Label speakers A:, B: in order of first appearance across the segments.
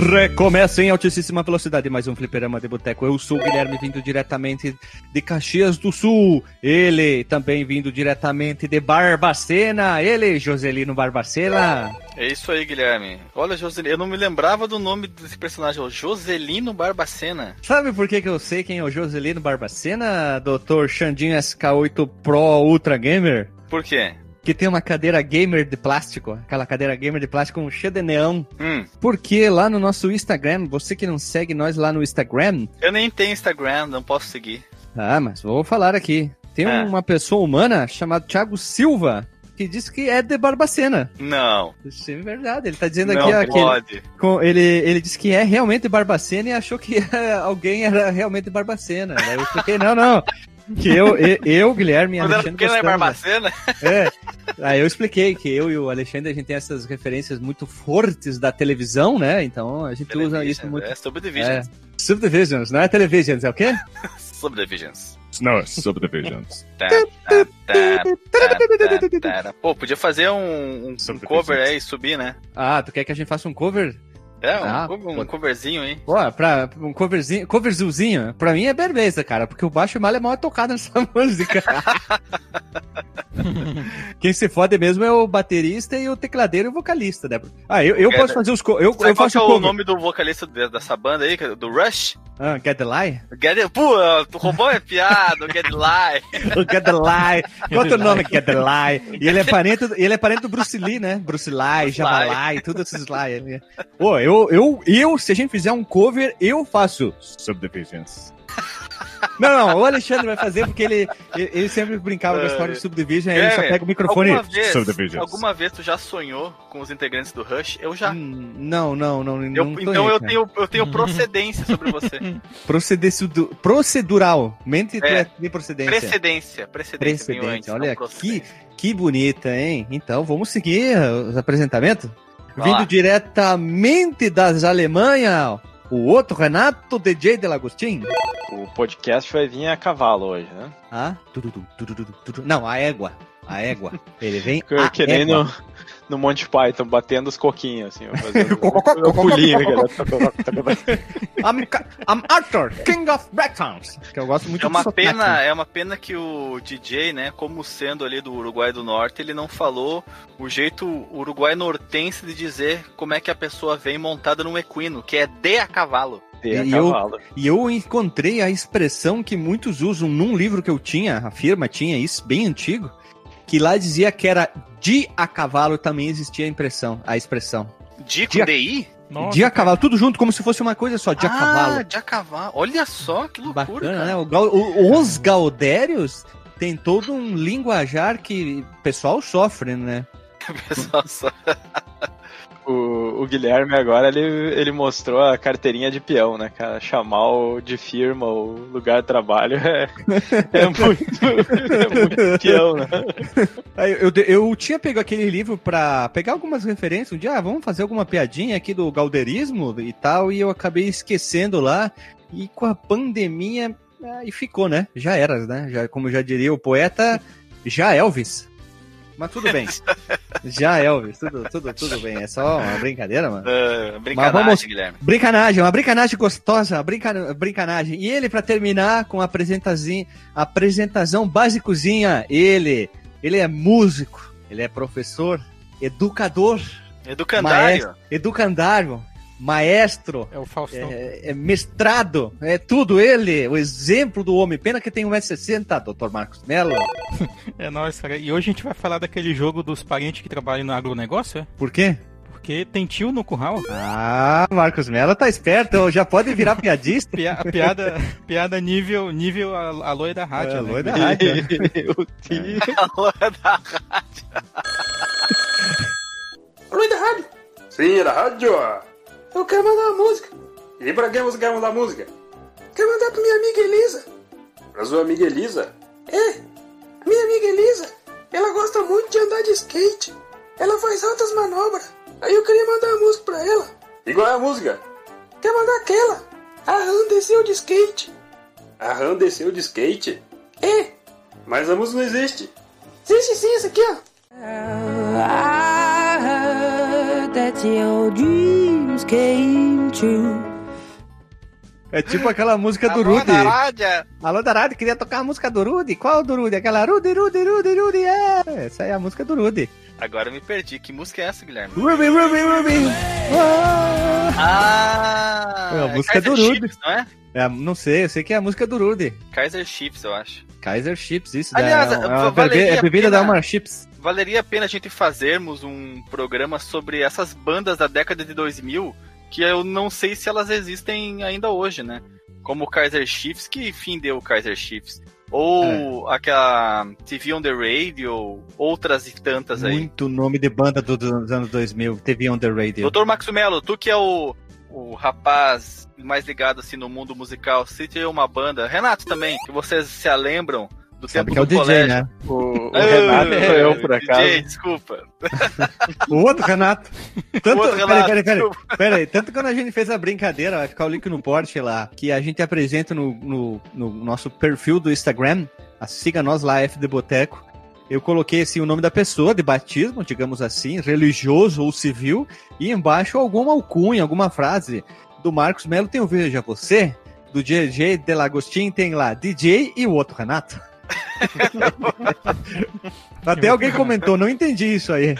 A: Recomeça em altíssima velocidade mais um fliperama de boteco. Eu sou o Guilherme, vindo diretamente de Caxias do Sul. Ele também vindo diretamente de Barbacena. Ele, Joselino Barbacena.
B: É isso aí, Guilherme. Olha, Joselino, eu não me lembrava do nome desse personagem, o Joselino Barbacena.
A: Sabe por que eu sei quem é o Joselino Barbacena, Dr. Xandinho SK8 Pro Ultra Gamer?
B: Por quê?
A: Que tem uma cadeira gamer de plástico, aquela cadeira gamer de plástico cheia de neão. Porque lá no nosso Instagram, você que não segue nós lá no Instagram...
B: Eu nem tenho Instagram, não posso seguir.
A: Ah, mas vou falar aqui. Tem uma pessoa humana chamada Thiago Silva, que diz que é de Barbacena.
B: Não.
A: Isso é verdade, ele tá dizendo
B: não
A: aqui...
B: Pode.
A: Ele disse que é realmente de Barbacena e achou que alguém era realmente de Barbacena. Aí eu expliquei, não... Que eu, Guilherme e Alexandre...
B: Quando era Barbacena?
A: É. Aí eu expliquei que eu e o Alexandre, a gente tem essas referências muito fortes da televisão, né? Então a gente usa isso muito...
B: É Subdivisions.
A: Subdivisions, não é Televisions, é o quê?
B: Subdivisions.
A: Não, é Subdivisions.
B: Pô, podia fazer um cover aí e subir, né?
A: Ah, tu quer que a gente faça um cover?
B: É, um coverzinho aí.
A: Pô, um coverzinho, pra mim é beleza, cara, porque o baixo mal é mal tocado nessa música. Quem se fode mesmo é o baterista e o tecladeiro e o vocalista, né? Ah, eu posso fazer os... Eu faço
B: qual é o nome do vocalista dessa banda aí, do Rush?
A: Ah, Get the Lie?
B: Pô, tu roubou a piada, o Get the Lie.
A: O Get the Lie. Qual é o nome? Get the Lie. E ele é parente do Bruce Lee, né? Bruce Lie, Jamalai, tudo esses Lie. Pô, eu, se a gente fizer um cover, eu faço Subdivisions. Não, o Alexandre vai fazer porque ele sempre brincava com a história de Subdivision, aí ele só pega o microfone e...
B: Alguma vez tu já sonhou com os integrantes do Rush? Eu já.
A: Não.
B: Então eu tenho procedência sobre você.
A: Proceduralmente tu é de procedência.
B: Precedência.
A: Olha, que bonita, hein? Então, vamos seguir os apresentamentos? Vindo diretamente das Alemanha, o outro Renato DJ Delagostin.
C: O podcast vai vir a cavalo hoje, né?
A: Ah? Não, a égua. Ele vem
C: que nem no Monty Python, batendo os coquinhos, assim. Fazendo o pulinho.
A: I'm Arthur, King of Breakdowns. Que eu gosto muito
B: É uma pena que o DJ, né, como sendo ali do Uruguai do Norte, ele não falou o jeito uruguai nortense de dizer como é que a pessoa vem montada num equino, que é de a cavalo.
A: E eu encontrei a expressão que muitos usam num livro que eu tinha, a firma tinha isso, bem antigo, que lá dizia que era de a cavalo, também existia a expressão.
B: De com DI?
A: De a cavalo, tudo junto, como se fosse uma coisa só, de a cavalo.
B: De a cavalo, olha só, que loucura,
A: bacana,
B: cara.
A: Né? Os gaudérios tem todo um linguajar que o pessoal sofre, né?
B: O pessoal sofre.
C: O Guilherme agora, ele mostrou a carteirinha de peão, né, cara? Chamar o de firma, o lugar de trabalho é muito peão, né?
A: Eu tinha pego aquele livro pra pegar algumas referências, um dia, vamos fazer alguma piadinha aqui do galdeirismo e tal, e eu acabei esquecendo lá, e com a pandemia, e ficou, né? Já era, né? Como já diria o poeta, já Elvis. Mas tudo bem. Já, Elvis, tudo bem. É só uma brincadeira, mano.
B: Brincanagem, Guilherme.
A: Uma brincanagem gostosa, brincanagem. E ele, pra terminar com a apresentação basicozinha, ele é músico, ele é professor, educador. Educandário. Maestro,
D: é o Faustão.
A: É mestrado, é tudo ele, o exemplo do homem. Pena que tem 1,60m, Dr. Marcos Mello.
D: É nóis, cara. E hoje a gente vai falar daquele jogo dos parentes que trabalham no agronegócio, é?
A: Por quê?
D: Porque tem tio no curral.
A: Ah, Marcos Mello tá esperto, já pode virar piadista.
D: Piada nível a loira da rádio.
A: A
D: né?
A: loira da rádio.
B: A loira da rádio.
E: A loira da rádio? Sim, é da rádio. Eu quero mandar uma música. E pra quem você quer mandar música? Quero mandar pra minha amiga Elisa. Pra sua amiga Elisa? É, a minha amiga Elisa, ela gosta muito de andar de skate. Ela faz altas manobras. Aí eu queria mandar uma música pra ela. E qual é a música? Quero mandar aquela. A Han desceu de skate. A Han desceu de skate? É. Mas a música não existe. Existe sim, essa aqui, ó. I heard that your dream
F: dreams came true.
A: É tipo aquela música do
B: Alô,
A: Rudy.
B: Narádia!
A: Alô, Darado, queria tocar a música do Rudy. Qual do Rudy? Aquela Rudy, essa aí é a música do Rudy.
B: Agora eu me perdi. Que música é essa, Guilherme?
A: Ruby. É a música do
B: Kaiser
A: Rudy.
B: Chiefs, não é?
A: Não sei, eu sei que é a música do Rudy.
B: Kaiser Chiefs, eu acho.
A: Kaiser Chips, isso.
B: Aliás,
A: é bebida da Almar Chips.
B: Valeria a pena a gente fazermos um programa sobre essas bandas da década de 2000, que eu não sei se elas existem ainda hoje, né? Como o Kaiser Chiefs, que fim deu o Kaiser Chiefs? Ou aquela TV on the Radio, outras e tantas aí.
A: Muito nome de banda dos anos 2000, TV on the Radio.
B: Dr. Max Mello, tu que é o rapaz mais ligado assim no mundo musical, cite uma banda. Renato também, que vocês se lembram do
A: Sabe
B: tempo
A: que é
B: do
A: o DJ,
B: colégio.
A: né?
C: O Renato sou eu, por acaso.
B: DJ, desculpa.
A: O outro Renato. Tanto,
B: Outro Renato,
A: peraí. Tanto quando a gente fez a brincadeira, vai ficar o link no Porsche lá, que a gente apresenta no nosso perfil do Instagram, siga nós lá, FD Boteco. Eu coloquei assim o nome da pessoa, de batismo, digamos assim, religioso ou civil, e embaixo alguma alcunha, alguma frase. Do Marcos Mello tem o Veja Você, do DJ Delagostin tem lá DJ e o outro Renato. Até alguém comentou, não entendi isso aí.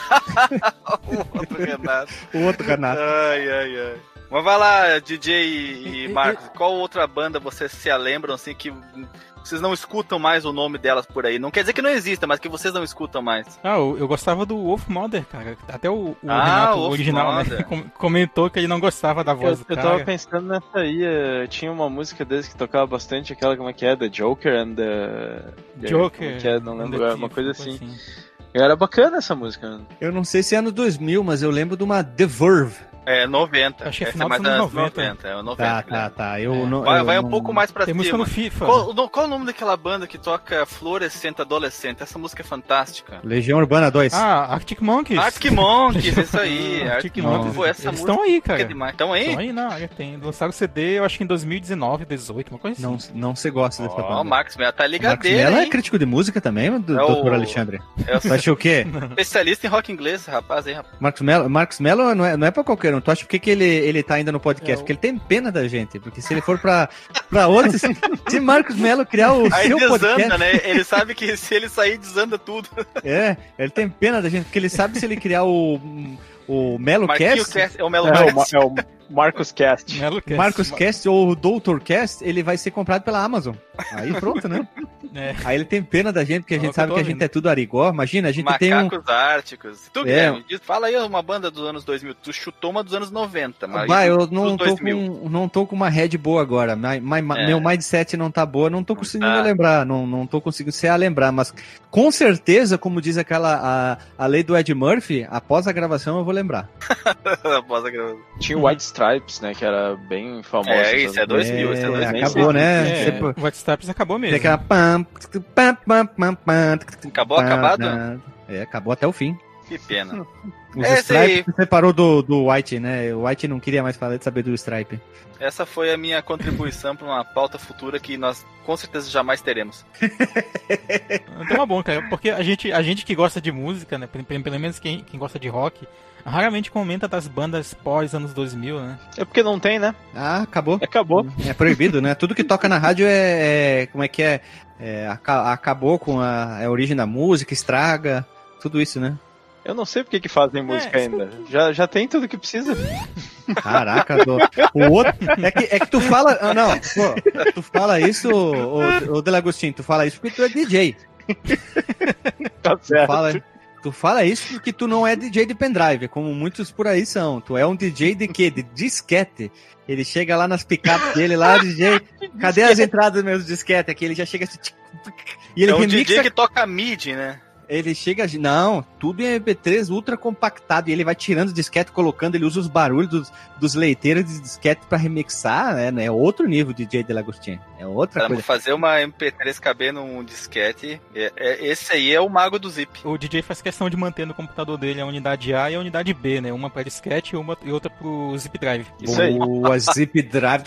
A: O outro Renato.
B: Ai. Mas vai lá, DJ e Marcos, qual outra banda vocês se lembram assim que vocês não escutam mais o nome delas por aí? Não quer dizer que não exista, mas que vocês não escutam mais.
D: Eu gostava do Wolf Mother, cara. Até o
B: Ah,
D: Renato
B: Wolf
D: original,
B: Mother.
D: né? Comentou que ele não gostava da voz do
C: Eu
D: cara.
C: tava pensando nessa aí, tinha uma música deles que tocava bastante, aquela como é que é? The Joker and the...
D: Joker.
C: Como é que é? Não lembro,
D: The
C: uma
D: Thief,
C: coisa assim. Era bacana essa música, mano.
A: Eu não sei se é ano 2000, mas eu lembro de uma The Verve.
B: É 90.
D: Acho que é
B: Essa
D: final
B: mais
D: dos anos
B: das
D: 90.
B: É o 90.
A: Tá.
B: Vai um pouco mais pra
D: Tem
B: cima.
D: música no FIFA.
B: Qual o nome daquela banda que toca Florescente Adolescente? Essa música é fantástica.
A: Legião Urbana 2.
D: Arctic Monkeys.
B: Arctic Monkeys, isso aí.
D: Arctic
B: Monkeys. Pô,
D: Monkeys.
B: essa
D: Eles
B: música
D: estão aí, cara.
B: é demais. Estão aí?
D: Estão aí na área. Lançaram o CD, eu acho que em 2019, 18, uma coisa assim.
A: Não se gosta dessa
B: Ó, o
A: banda.
B: Marcos Mello tá
A: O Marcos
B: ligadeiro,
A: Mello é
B: hein?
A: crítico de música também, doutor Alexandre?
B: É
A: Tu acha o quê?
B: especialista em rock inglês, rapaz, hein, rapaz.
A: Marcos Mello não é pra qualquer um. Tu acha por que ele tá ainda no podcast? Porque ele tem pena da gente. Porque se ele for pra outros... se Marcos Mello criar o
B: Aí
A: seu
B: desanda,
A: podcast...
B: né? Ele sabe que se ele sair, desanda tudo.
A: Ele tem pena da gente. Porque ele sabe se ele criar o Melo
B: Marquinhos
A: Cast...
B: Cast é o Melo
C: É
B: Cast.
C: o Marcos Cast.
A: Marcos Cast ou o Doutor Cast, ele vai ser comprado pela Amazon. Aí pronto, né?
D: É.
A: Aí ele tem pena da gente, porque a gente sabe que a gente é tudo arigó. Imagina, a gente tem
B: Macacos Árticos. Tu, Guilherme, fala aí uma banda dos anos 2000. Tu chutou uma dos anos 90, mas
A: eu não
B: dos
A: tô,
B: 2000.
A: não tô com uma head boa agora. Meu mindset não tá boa, não tô conseguindo lembrar. Não tô conseguindo se lembrar, mas com certeza, como diz a lei do Ed Murphy, após a gravação eu vou lembrar.
B: Após a gravação.
C: Tinha o White Stripes, né, que era bem famoso.
B: Isso é 2000, isso é 2000.
A: Acabou, né?
D: O White Stripes acabou mesmo.
A: Tem aquela
B: Acabou acabado?
A: Acabou até o fim.
B: Que pena.
A: Os
B: Esse aí.
A: Stripes se separou do White, né? O White não queria mais saber do Stripe.
B: Essa foi a minha contribuição para uma pauta futura que nós com certeza jamais teremos.
D: Então é bom, cara, porque a gente que gosta de música, né, pelo menos quem gosta de rock, raramente comenta das bandas pós anos 2000, né?
C: É porque não tem, né?
A: Acabou.
C: Acabou.
A: É proibido, né? Tudo que toca na rádio como é que é? Acabou com a origem da música, estraga, tudo isso, né?
C: Eu não sei porque que fazem música ainda. Já tem tudo que precisa.
A: Caraca, o outro. É que tu fala. Não, pô, tu fala isso, o Delagostin, tu fala isso porque tu é DJ.
C: Tá certo.
A: Tu fala isso porque tu não é DJ de pendrive, como muitos por aí são. Tu é um DJ de quê? De disquete. Ele chega lá nas picapes dele, lá, DJ. Cadê as entradas meus disquete aqui? Ele já chega assim. E ele
B: é um
A: remixa...
B: DJ que toca MIDI, né?
A: Ele chega... Não, tudo em MP3 ultra compactado. E ele vai tirando o disquete, colocando... Ele usa os barulhos dos leiteiros de disquete pra remixar, né? É outro nível de DJ Delagostin. É outra coisa.
B: Fazer uma MP3 caber num disquete... esse aí é o mago do zip.
D: O DJ faz questão de manter no computador dele a unidade A e a unidade B, né? Uma pra disquete e outra pro zip drive.
C: Isso aí.
A: Boa, zip drive.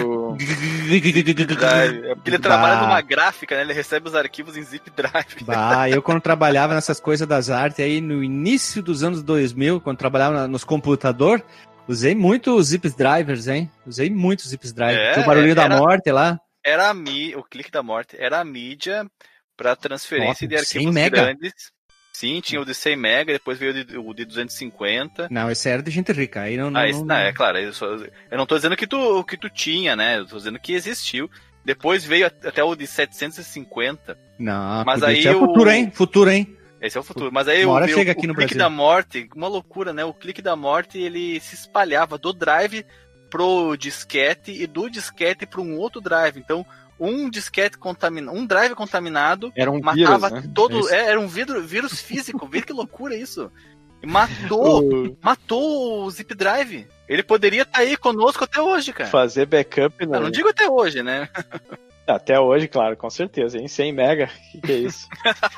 B: É porque ele trabalha numa gráfica, né? Ele recebe os arquivos em zip drive.
A: Eu quando trabalhava nessas coisas das artes aí no início dos anos 2000, quando trabalhava nos computadores, Usei muito Zip Drivers, hein? Usei muito Zip Drivers. Tinha o barulhinho da morte lá.
B: Era o clique da morte. Era a mídia para transferência de arquivos grandes. Sim, tinha o de 100 MB, depois veio o de 250.
A: Não, esse era de gente rica. Aí não,
B: é claro. Eu não tô dizendo que tu tinha, né? Eu tô dizendo que existiu. Depois veio até o de 750.
A: Não,
B: mas aí
A: é o futuro, hein? Futuro, hein?
B: Esse é o futuro. Mas aí
A: o clique
B: Brasil. Da morte, uma loucura, né? O clique da morte, ele se espalhava do drive pro disquete e do disquete para um outro drive. Então, um drive contaminado
C: era um
B: matava
C: vírus, né?
B: todo. Era um vírus físico. Vê que loucura isso. E matou o Zip Drive. Ele poderia estar aí conosco até hoje, cara.
C: Fazer backup.
B: Não digo até hoje, né?
C: Até hoje, claro, com certeza. Em 100 MB, que é isso?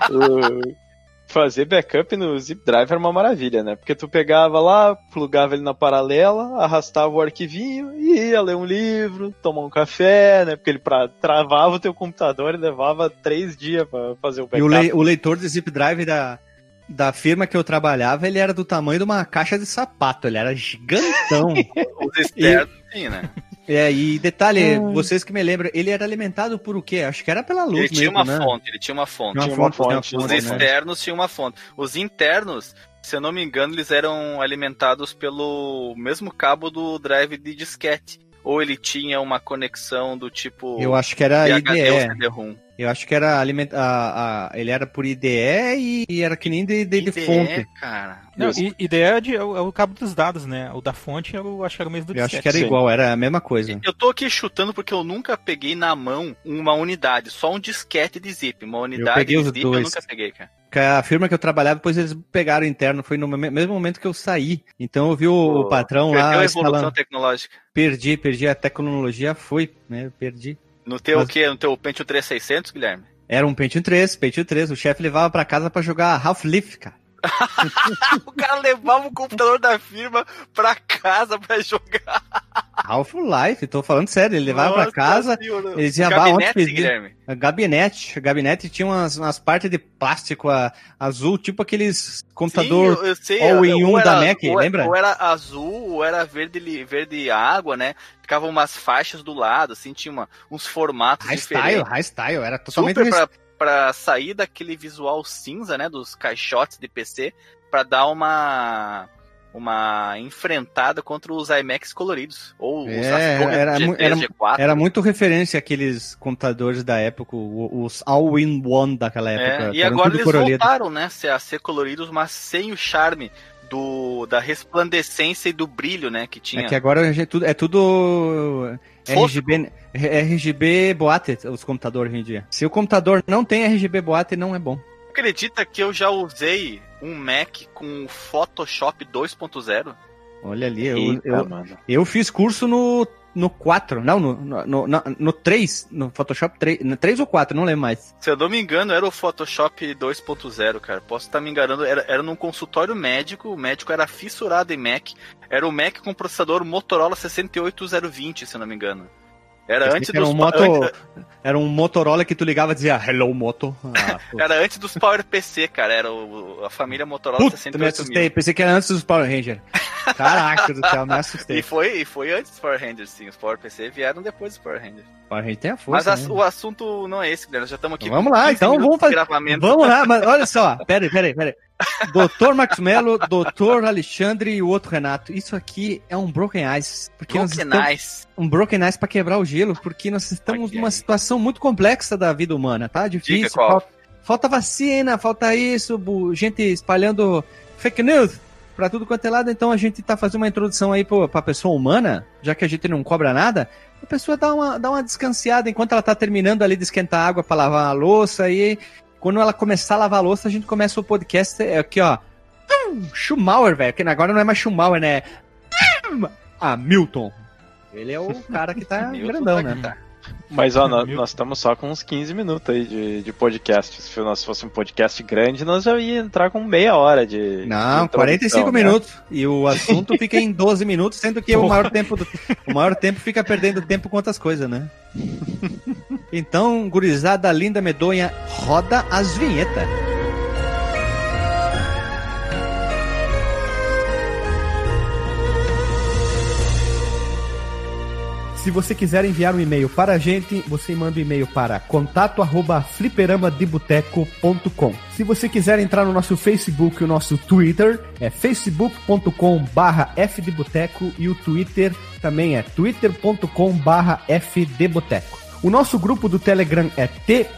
C: Fazer backup no Zip Drive era uma maravilha, né? Porque tu pegava lá, plugava ele na paralela, arrastava o arquivinho e ia ler um livro, tomar um café, né? Porque ele travava o teu computador e levava 3 dias pra fazer o backup.
A: E o leitor de Zip Drive da firma que eu trabalhava, ele era do tamanho de uma caixa de sapato, ele era gigantão.
B: Os externos, sim, né?
A: E detalhe, vocês que me lembram, ele era alimentado por o quê? Acho que era pela luz mesmo,
B: ele tinha uma fonte. Os externos tinham uma fonte. Os internos, se eu não me engano, eles eram alimentados pelo mesmo cabo do drive de disquete. Ou ele tinha uma conexão do tipo...
A: Eu acho que era IDE.
B: CD-ROM.
A: Eu acho que era ele era por IDE e era que nem de fonte.
B: Cara.
D: Não, IDE é o cabo dos dados, né? O da fonte eu acho que era o mesmo do disquete.
A: Eu acho que era igual, era a mesma coisa.
B: Eu tô aqui chutando porque eu nunca peguei na mão uma unidade, só um disquete de zip. Uma unidade de zip eu nunca peguei, cara.
A: A firma que eu trabalhava, depois eles pegaram interno, foi no mesmo momento que eu saí. Então eu vi o patrão lá...
B: Perdeu a evolução tecnológica.
A: Perdi, a tecnologia foi, né? Perdi.
B: No teu quê? No teu Pentium 3600, Guilherme?
A: Era um Pentium 3. O chefe levava pra casa pra jogar Half-Life, cara.
B: O cara levava o computador da firma pra casa pra jogar.
A: Half-Life, tô falando sério, ele levava pra casa, eles iam
B: onde Guilherme?
A: Gabinete tinha umas partes de plástico azul, tipo aqueles computador all-in-one da Mac, lembra?
B: Ou era azul, ou era verde água, né? Ficavam umas faixas do lado, assim, tinha uns formatos diferentes.
A: High style, era totalmente...
B: Super pra sair daquele visual cinza, né, dos caixotes de PC, pra dar uma enfrentada contra os iMacs coloridos. Ou os G4.
A: Era muito referência àqueles computadores da época, os all-in-one daquela época.
B: E agora eles voltaram, né, a ser coloridos, mas sem o charme da resplandecência e do brilho, né, que tinha.
A: É que agora é tudo RGB boate, os computadores hoje em dia. Se o computador não tem RGB boate, não é bom.
B: Acredita que eu já usei um Mac com Photoshop 2.0?
A: Olha ali, eu fiz curso no 4, não, no 3, no Photoshop 3, no 3 ou 4, não lembro mais.
B: Se eu não me engano, era o Photoshop 2.0, cara. Posso estar me enganando, era num consultório médico, o médico era fissurado em Mac, era o Mac com processador Motorola 68020, se eu não me engano.
A: Era um Motorola que tu ligava e dizia Hello Moto.
B: Era antes dos Power PC, cara. Era a família Motorola 68000.
A: Me assustei, pensei que era antes dos Power Rangers. Caraca do céu, me assustei.
B: E foi antes dos Power Rangers, sim. Os Power PC vieram depois dos Power Rangers.
A: Power Ranger tem a força.
B: Mas o assunto não é esse, Guilherme. Nós já estamos aqui.
A: Vamos lá, então vamos fazer. Vamos lá, mas olha só. Pera aí. Doutor Marcos Mello, Doutor Alexandre e o outro Renato. Isso aqui é um Broken Ice. Um Broken Ice pra quebrar o gelo, porque nós estamos numa situação muito complexa da vida humana, tá? Difícil. Falta vacina, falta isso, gente espalhando fake news pra tudo quanto é lado. Então a gente tá fazendo uma introdução aí pra pessoa humana, já que a gente não cobra nada. A pessoa dá uma descanseada enquanto ela tá terminando ali de esquentar água pra lavar a louça e... Quando ela começar a lavar a louça, a gente começa o podcast aqui, ó. Schumauer, velho. Que agora não é mais Schumauer, né? Milton. Ele é o cara que tá grandão, né?
C: Mas, ó, nós estamos só com uns 15 minutos aí de podcast. Se nós fosse um podcast grande, nós já ia entrar com meia hora de...
A: Não, 45 minutos. E o assunto fica em 12 minutos, sendo que o maior tempo fica perdendo tempo com outras coisas, né? Então, gurizada linda, medonha, roda as vinhetas. Se você quiser enviar um e-mail para a gente, você manda um e-mail para contato@fliperamadeboteco.com. Se você quiser entrar no nosso Facebook e o nosso Twitter, é facebook.com/fdboteco e o Twitter também é twitter.com/fdboteco. O nosso grupo do Telegram é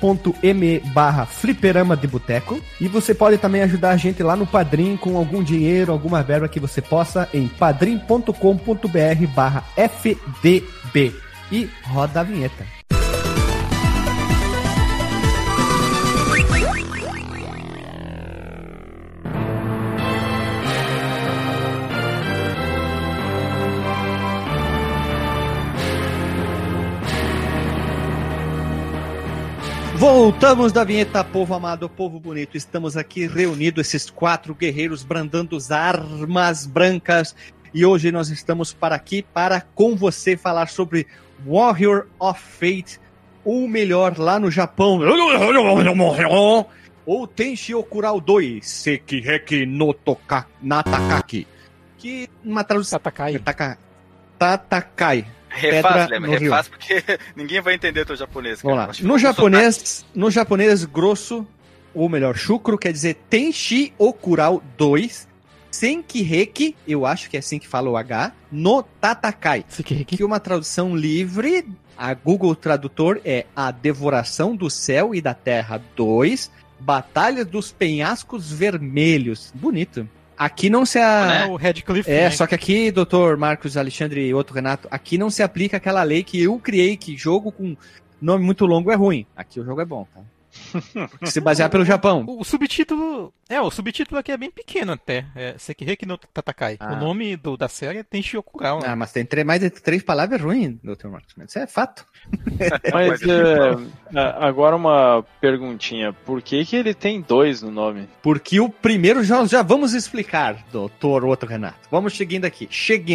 A: t.me/fliperamadeboteco e você pode também ajudar a gente lá no Padrim com algum dinheiro, alguma verba que você possa em padrim.com.br/fdb. E roda a vinheta. Voltamos da vinheta, povo amado, povo bonito. Estamos aqui reunidos, esses 4 guerreiros brandando as armas brancas. E hoje nós estamos aqui para, com você, falar sobre Warrior of Fate, o melhor lá no Japão. Ou Tenshi Okural 2, Sekiheki no Natakaki. Que uma tradução... Tatakai.
B: Refaz, porque ninguém vai entender teu japonês. Cara.
A: Vamos lá. No japonês grosso, ou melhor, Shukro, quer dizer Tenshi Okural 2, Senkiheki, eu acho que é assim que fala o H, no Tatakai. Que uma tradução livre, a Google Tradutor é A Devoração do Céu e da Terra 2, Batalha dos Penhascos Vermelhos. Bonito. Aqui não se
D: o Radcliffe,
A: só que aqui, Dr. Marcos Alexandre e outro Renato, aqui não se aplica aquela lei que eu criei, que jogo com nome muito longo é ruim. Aqui o jogo é bom, tá? Porque se basear pelo Japão.
D: O subtítulo aqui é bem pequeno até. É Sekiheki no Tatakai. O nome da série é Tenshi Okural. Né?
A: Mas tem mais de 3 palavras ruins, Dr. Marcos. Isso é fato.
C: Mas agora uma perguntinha. Por que ele tem 2 no nome?
A: Porque o primeiro já vamos explicar, Dr. Outro Renato. Vamos chegando aqui.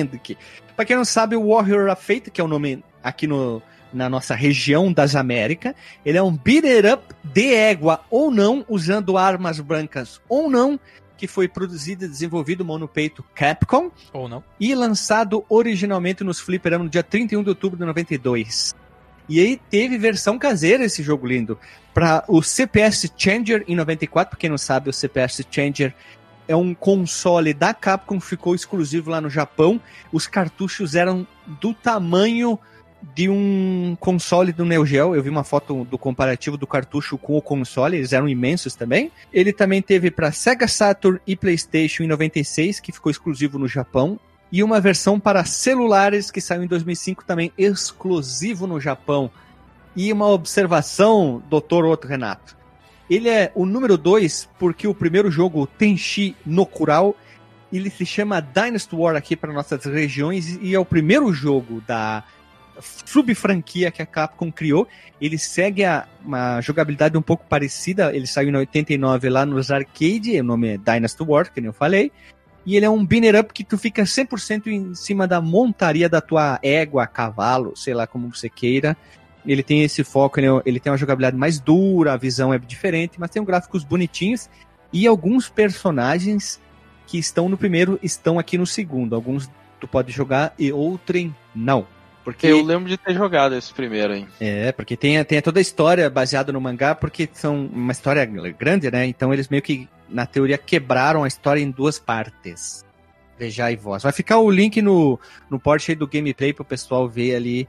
A: Pra quem não sabe, o Warrior of Fate, que é o nome aqui na nossa região das Américas, ele é um beat up de égua ou não, usando armas brancas ou não, que foi produzido e desenvolvido mão no peito Capcom
D: ou não,
A: e lançado originalmente nos Fliperama no dia 31 de outubro de 92. E aí teve versão caseira esse jogo lindo para o CPS Changer em 94. Pra quem não sabe, o CPS Changer é um console da Capcom, ficou exclusivo lá no Japão. Os cartuchos eram do tamanho de um console do Neo Geo. Eu vi uma foto do comparativo do cartucho com o console, eles eram imensos também. Ele também teve para Sega Saturn e PlayStation em 96, que ficou exclusivo no Japão, e uma versão para celulares que saiu em 2005 também exclusivo no Japão. E uma observação, Dr. Otto Renato, ele é o número 2 porque o primeiro jogo, Tenshi no Okural, ele se chama Dynasty War aqui para nossas regiões e é o primeiro jogo da sub-franquia que a Capcom criou. Ele segue uma jogabilidade um pouco parecida, ele saiu em 89 lá nos arcade, o nome é Dynasty War, que nem eu falei, e ele é um beat up que tu fica 100% em cima da montaria da tua égua, cavalo, sei lá como você queira. Ele tem esse foco, ele tem uma jogabilidade mais dura, a visão é diferente, mas tem gráficos bonitinhos, e alguns personagens que estão no primeiro estão aqui no segundo. Alguns tu pode jogar e outrem não. Porque
C: eu lembro de ter jogado esse primeiro, hein?
A: Porque tem toda a história baseada no mangá, porque são uma história grande, né? Então eles meio que, na teoria, quebraram a história em 2 partes. Vejai vós. Vai ficar o link no port aí do gameplay pro pessoal ver ali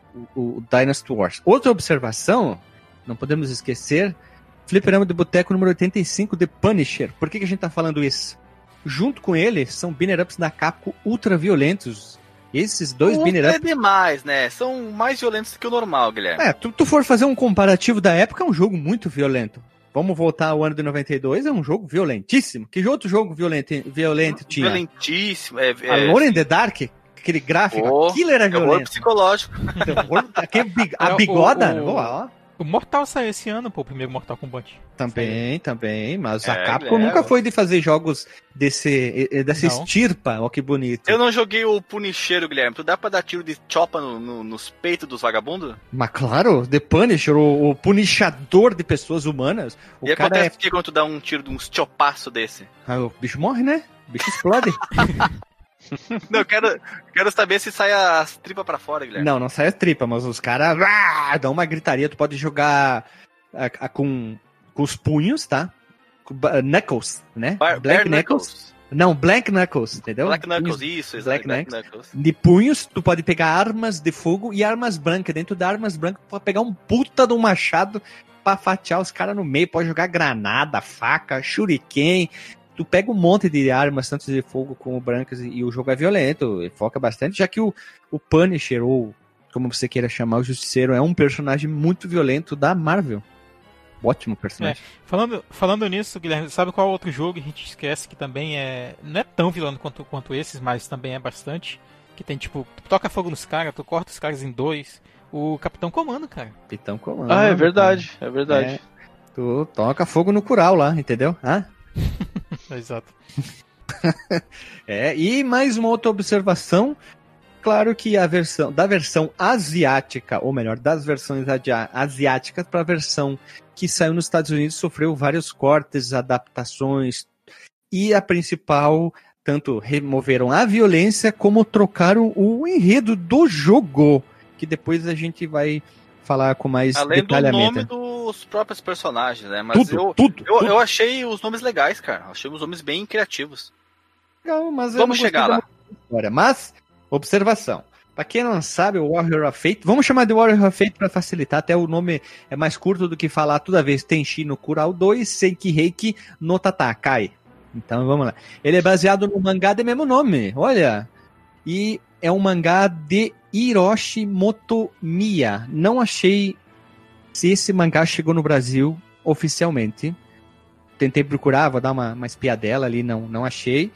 A: o Dynasty Wars. Outra observação, não podemos esquecer, Fliperama de Boteco número 85, The Punisher. Por que a gente tá falando isso? Junto com ele, são beat-ups da Capcom ultra violentos. Esses 2 beat-ups...
B: É demais, né? São mais violentos do que o normal, Guilherme.
A: Tu for fazer um comparativo da época, é um jogo muito violento. Vamos voltar ao ano de 92, é um jogo violentíssimo. Que outro jogo violento tinha?
B: Violentíssimo.
A: Alone in the Dark? Aquele gráfico, aquilo era violento.
B: Terror psicológico.
A: A bigoda? Ó.
D: O Mortal saiu esse ano, o primeiro Mortal Kombat.
A: Também, mas a Capcom nunca foi de fazer jogos dessa estirpa, ó que bonito.
B: Eu não joguei o Punisher, Guilherme. Tu dá pra dar tiro de chopa nos peitos dos vagabundos?
A: Mas claro, The Punisher, o punishador de pessoas humanas.
B: E acontece quando tu dá um tiro de uns chopaço desse?
A: O bicho morre, né? O bicho explode.
B: Não, eu quero saber se sai as tripas pra fora, Guilherme.
A: Não sai a tripa, mas os caras dão uma gritaria. Tu pode jogar com os punhos, tá? Knuckles, né?
B: Black Knuckles.
A: Não, Black Knuckles, entendeu?
B: Black Knuckles, isso, exato.
A: Black Knuckles. De punhos, tu pode pegar armas de fogo e armas brancas. Dentro das armas brancas, tu pode pegar um puta de um machado pra fatiar os caras no meio. Pode jogar granada, faca, shuriken. Tu pega um monte de armas, tanto de fogo como brancas, e o jogo é violento, foca bastante, já que o Punisher, ou como você queira chamar, o Justiceiro, é um personagem muito violento da Marvel. Ótimo personagem.
D: Falando nisso, Guilherme, sabe qual outro jogo que a gente esquece que também não é tão vilão quanto esses, mas também é bastante? Que tem, tipo, tu toca fogo nos caras, tu corta os caras em dois. O Capitão Comando, cara.
A: Capitão Comando.
C: Ah, é verdade, cara. É verdade.
A: É, tu toca fogo no curral lá, entendeu?
D: Exato.
A: E mais uma outra observação. Claro que da versão asiática, ou melhor, das versões asiáticas para a versão que saiu nos Estados Unidos, sofreu vários cortes, adaptações, e a principal, tanto removeram a violência, como trocaram o enredo do jogo, que depois a gente vai falar com mais detalhamento.
B: Além do nome dos próprios personagens, né? Mas
A: tudo.
B: Eu achei os nomes legais, cara. Achei os nomes bem criativos.
A: Legal, mas
B: vamos chegar lá.
A: História. Mas, observação. Pra quem não sabe, o Warrior of Fate, vamos chamar de Warrior of Fate pra facilitar, até o nome é mais curto do que falar toda vez Tenshi no Kurao 2, Senki no Tatakai. Então vamos lá. Ele é baseado no mangá de mesmo nome, olha. E é um mangá de Hiroshi Motomiya. Não achei se esse mangá chegou no Brasil oficialmente. Tentei procurar, vou dar uma espiadela ali, não achei.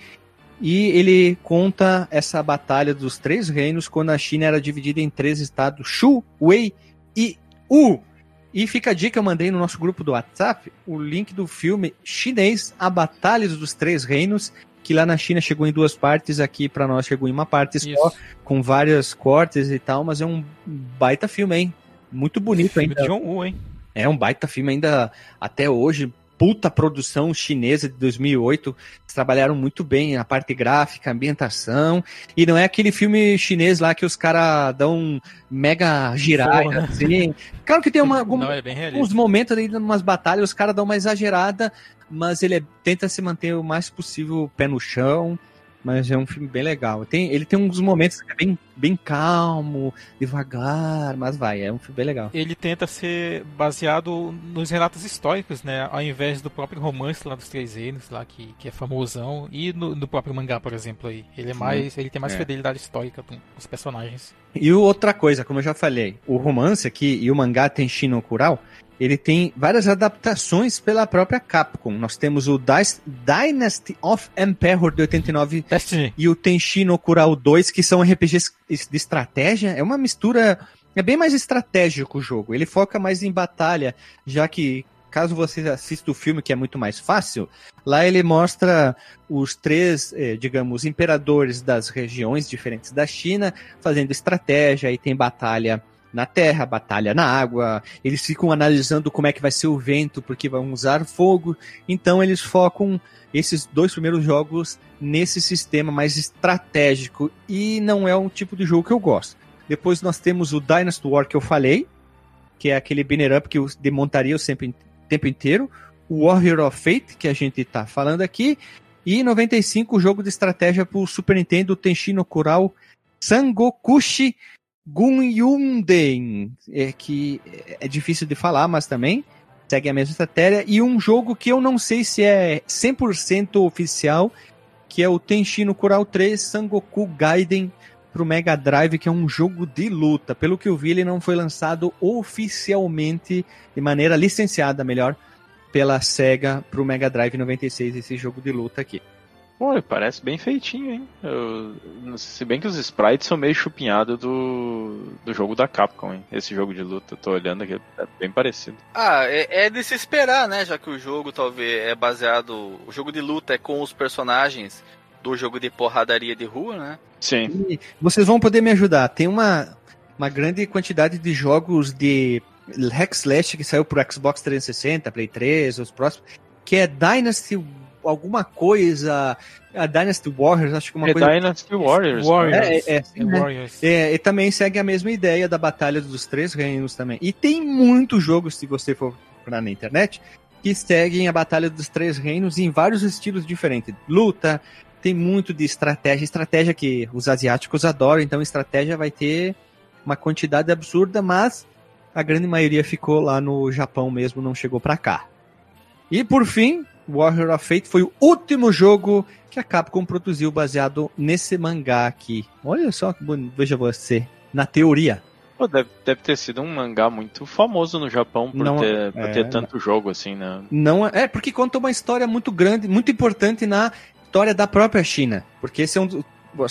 A: E ele conta essa batalha dos três reinos quando a China era dividida em 3 estados, Shu, Wei e Wu. E fica a dica, eu mandei no nosso grupo do WhatsApp o link do filme chinês A Batalha dos Três Reinos, que lá na China chegou em 2 partes, aqui pra nós chegou em uma parte só, com vários cortes e tal, mas é um baita filme, hein? Muito bonito ainda.
D: John Woo, hein?
A: É um baita filme ainda até hoje. Puta produção chinesa de 2008, eles trabalharam muito bem a parte gráfica, ambientação, e não é aquele filme chinês lá que os caras dão mega girada, né? Assim. Claro que tem uns momentos aí, umas batalhas, os caras dão uma exagerada, mas ele tenta se manter o mais possível pé no chão, mas é um filme bem legal. Ele tem uns momentos que é bem, bem calmo, devagar, mas é um filme bem legal.
D: Ele tenta ser baseado nos relatos históricos, né? Ao invés do próprio romance lá dos Três Reinos, lá, que é famosão, e no próprio mangá, por exemplo, aí. Ele tem mais fidelidade histórica com os personagens.
A: E outra coisa, como eu já falei, o romance aqui e o mangá Tenshi no Kurao, ele tem várias adaptações pela própria Capcom. Nós temos o Dynasty of Emperor de 89
D: Destiny.
A: E o Tenshi no Kurao 2, que são RPGs de estratégia. É uma mistura, é bem mais estratégico o jogo. Ele foca mais em batalha, já que, caso você assista o filme, que é muito mais fácil, lá ele mostra os 3, digamos, imperadores das regiões diferentes da China fazendo estratégia, aí tem batalha na terra, batalha na água, eles ficam analisando como é que vai ser o vento, porque vão usar fogo, então eles focam esses 2 primeiros jogos nesse sistema mais estratégico, e não é um tipo de jogo que eu gosto. Depois nós temos o Dynasty War que eu falei, que é aquele banner up que eu demontaria o tempo inteiro, o Warrior of Fate, que a gente tá falando aqui, e em 95 o jogo de estratégia pro Super Nintendo, Tenshi no Kurao Sangokushi Gunyunden, que é difícil de falar, mas também segue a mesma estratégia, e um jogo que eu não sei se é 100% oficial, que é o Tenshi no Kurao 3 Sangoku Gaiden pro Mega Drive, que é um jogo de luta. Pelo que eu vi, ele não foi lançado oficialmente, de maneira licenciada, melhor, pela Sega pro Mega Drive 96, esse jogo de luta aqui.
C: Pô, parece bem feitinho, hein? Se bem que os sprites são meio chupinhados do jogo da Capcom, hein? Esse jogo de luta, eu tô olhando aqui, é bem parecido.
B: É de se esperar, né? Já que o jogo talvez é baseado... O jogo de luta é com os personagens do jogo de porradaria de rua, né?
C: Sim.
A: E vocês vão poder me ajudar. Tem uma grande quantidade de jogos de hack slash que saiu pro Xbox 360, Play 3, os próximos, que é Dynasty alguma coisa, a Dynasty Warriors, acho que uma coisa...
C: Dynasty Warriors.
D: Warriors.
A: E também segue a mesma ideia da Batalha dos Três Reinos também. E tem muitos jogos, se você for procurar na internet, que seguem a Batalha dos Três Reinos em vários estilos diferentes. Luta, tem muito de estratégia que os asiáticos adoram, então estratégia vai ter uma quantidade absurda, mas a grande maioria ficou lá no Japão mesmo, não chegou pra cá. E por fim, Warrior of Fate foi o último jogo que a Capcom produziu baseado nesse mangá aqui. Olha só que bonito, veja você, na teoria.
C: Pô, deve ter sido um mangá muito famoso no Japão por ter tanto jogo assim, né?
A: Não é, porque conta uma história muito grande, muito importante na história da própria China, porque esse é um dos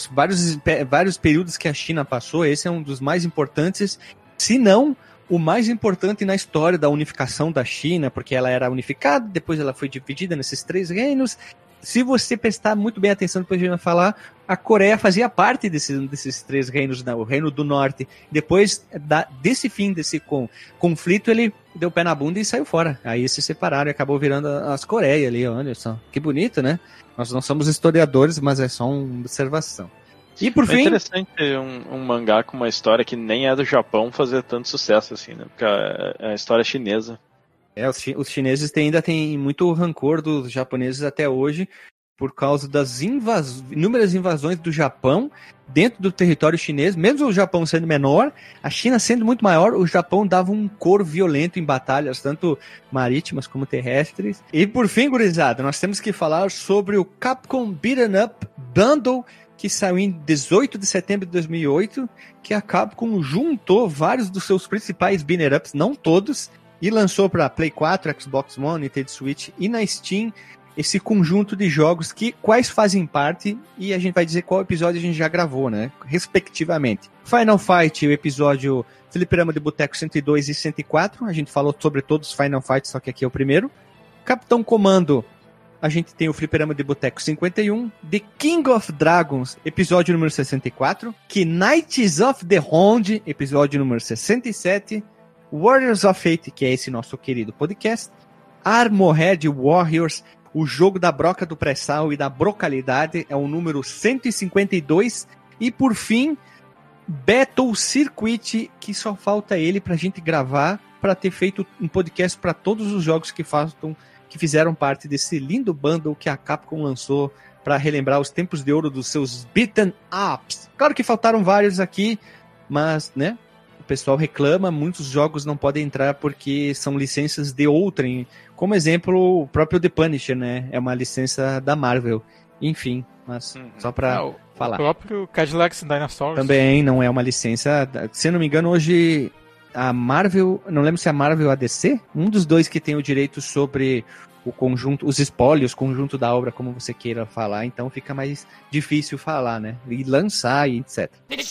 A: vários períodos que a China passou, esse é um dos mais importantes, se não o mais importante na história da unificação da China, porque ela era unificada, depois ela foi dividida nesses três reinos. Se você prestar muito bem atenção, depois a gente vai falar, a Coreia fazia parte desses três reinos, o Reino do Norte. Depois desse fim, desse conflito, ele deu pé na bunda e saiu fora. Aí se separaram e acabou virando as Coreias ali, olha só. Que bonito, né? Nós não somos historiadores, mas é só uma observação. E por fim...
C: É interessante um mangá com uma história que nem é do Japão fazer tanto sucesso assim, né? Porque é a história chinesa.
A: Os chineses ainda têm muito rancor dos japoneses até hoje por causa das inúmeras invasões do Japão dentro do território chinês. Mesmo o Japão sendo menor, a China sendo muito maior, o Japão dava um coro violento em batalhas, tanto marítimas como terrestres. E por fim, gurizada, nós temos que falar sobre o Capcom Beaten Up Bundle, que saiu em 18 de setembro de 2008, que a Capcom juntou vários dos seus principais beat'em ups, não todos, e lançou para Play 4, Xbox One, Nintendo Switch e na Steam esse conjunto de jogos quais fazem parte, e a gente vai dizer qual episódio a gente já gravou, né, respectivamente. Final Fight, o episódio Fliperama de Boteco 102 e 104, a gente falou sobre todos os Final Fights, só que aqui é o primeiro. Capitão Comando, a gente tem o Fliperama de Boteco 51, The King of Dragons, episódio número 64, Knights of the Round, episódio número 67, Warriors of Fate, que é esse nosso querido podcast, Armored Warriors, o jogo da broca do pré-sal e da brocalidade, é o número 152, e por fim, Battle Circuit, que só falta ele pra gente gravar, pra ter feito um podcast pra todos os jogos que fizeram parte desse lindo bundle que a Capcom lançou para relembrar os tempos de ouro dos seus beaten ups. Claro que faltaram vários aqui, mas, né, o pessoal reclama, muitos jogos não podem entrar porque são licenças de outrem. Como exemplo, o próprio The Punisher, né, é uma licença da Marvel. Enfim, mas só para falar.
D: O próprio Cadillacs Dinosaurs
A: também não é uma licença, se eu não me engano, hoje... A Marvel, não lembro se é a Marvel ou a DC, um dos dois que tem o direito sobre o conjunto, os espólios, conjunto da obra, como você queira falar, então fica mais difícil falar, né? E lançar e etc.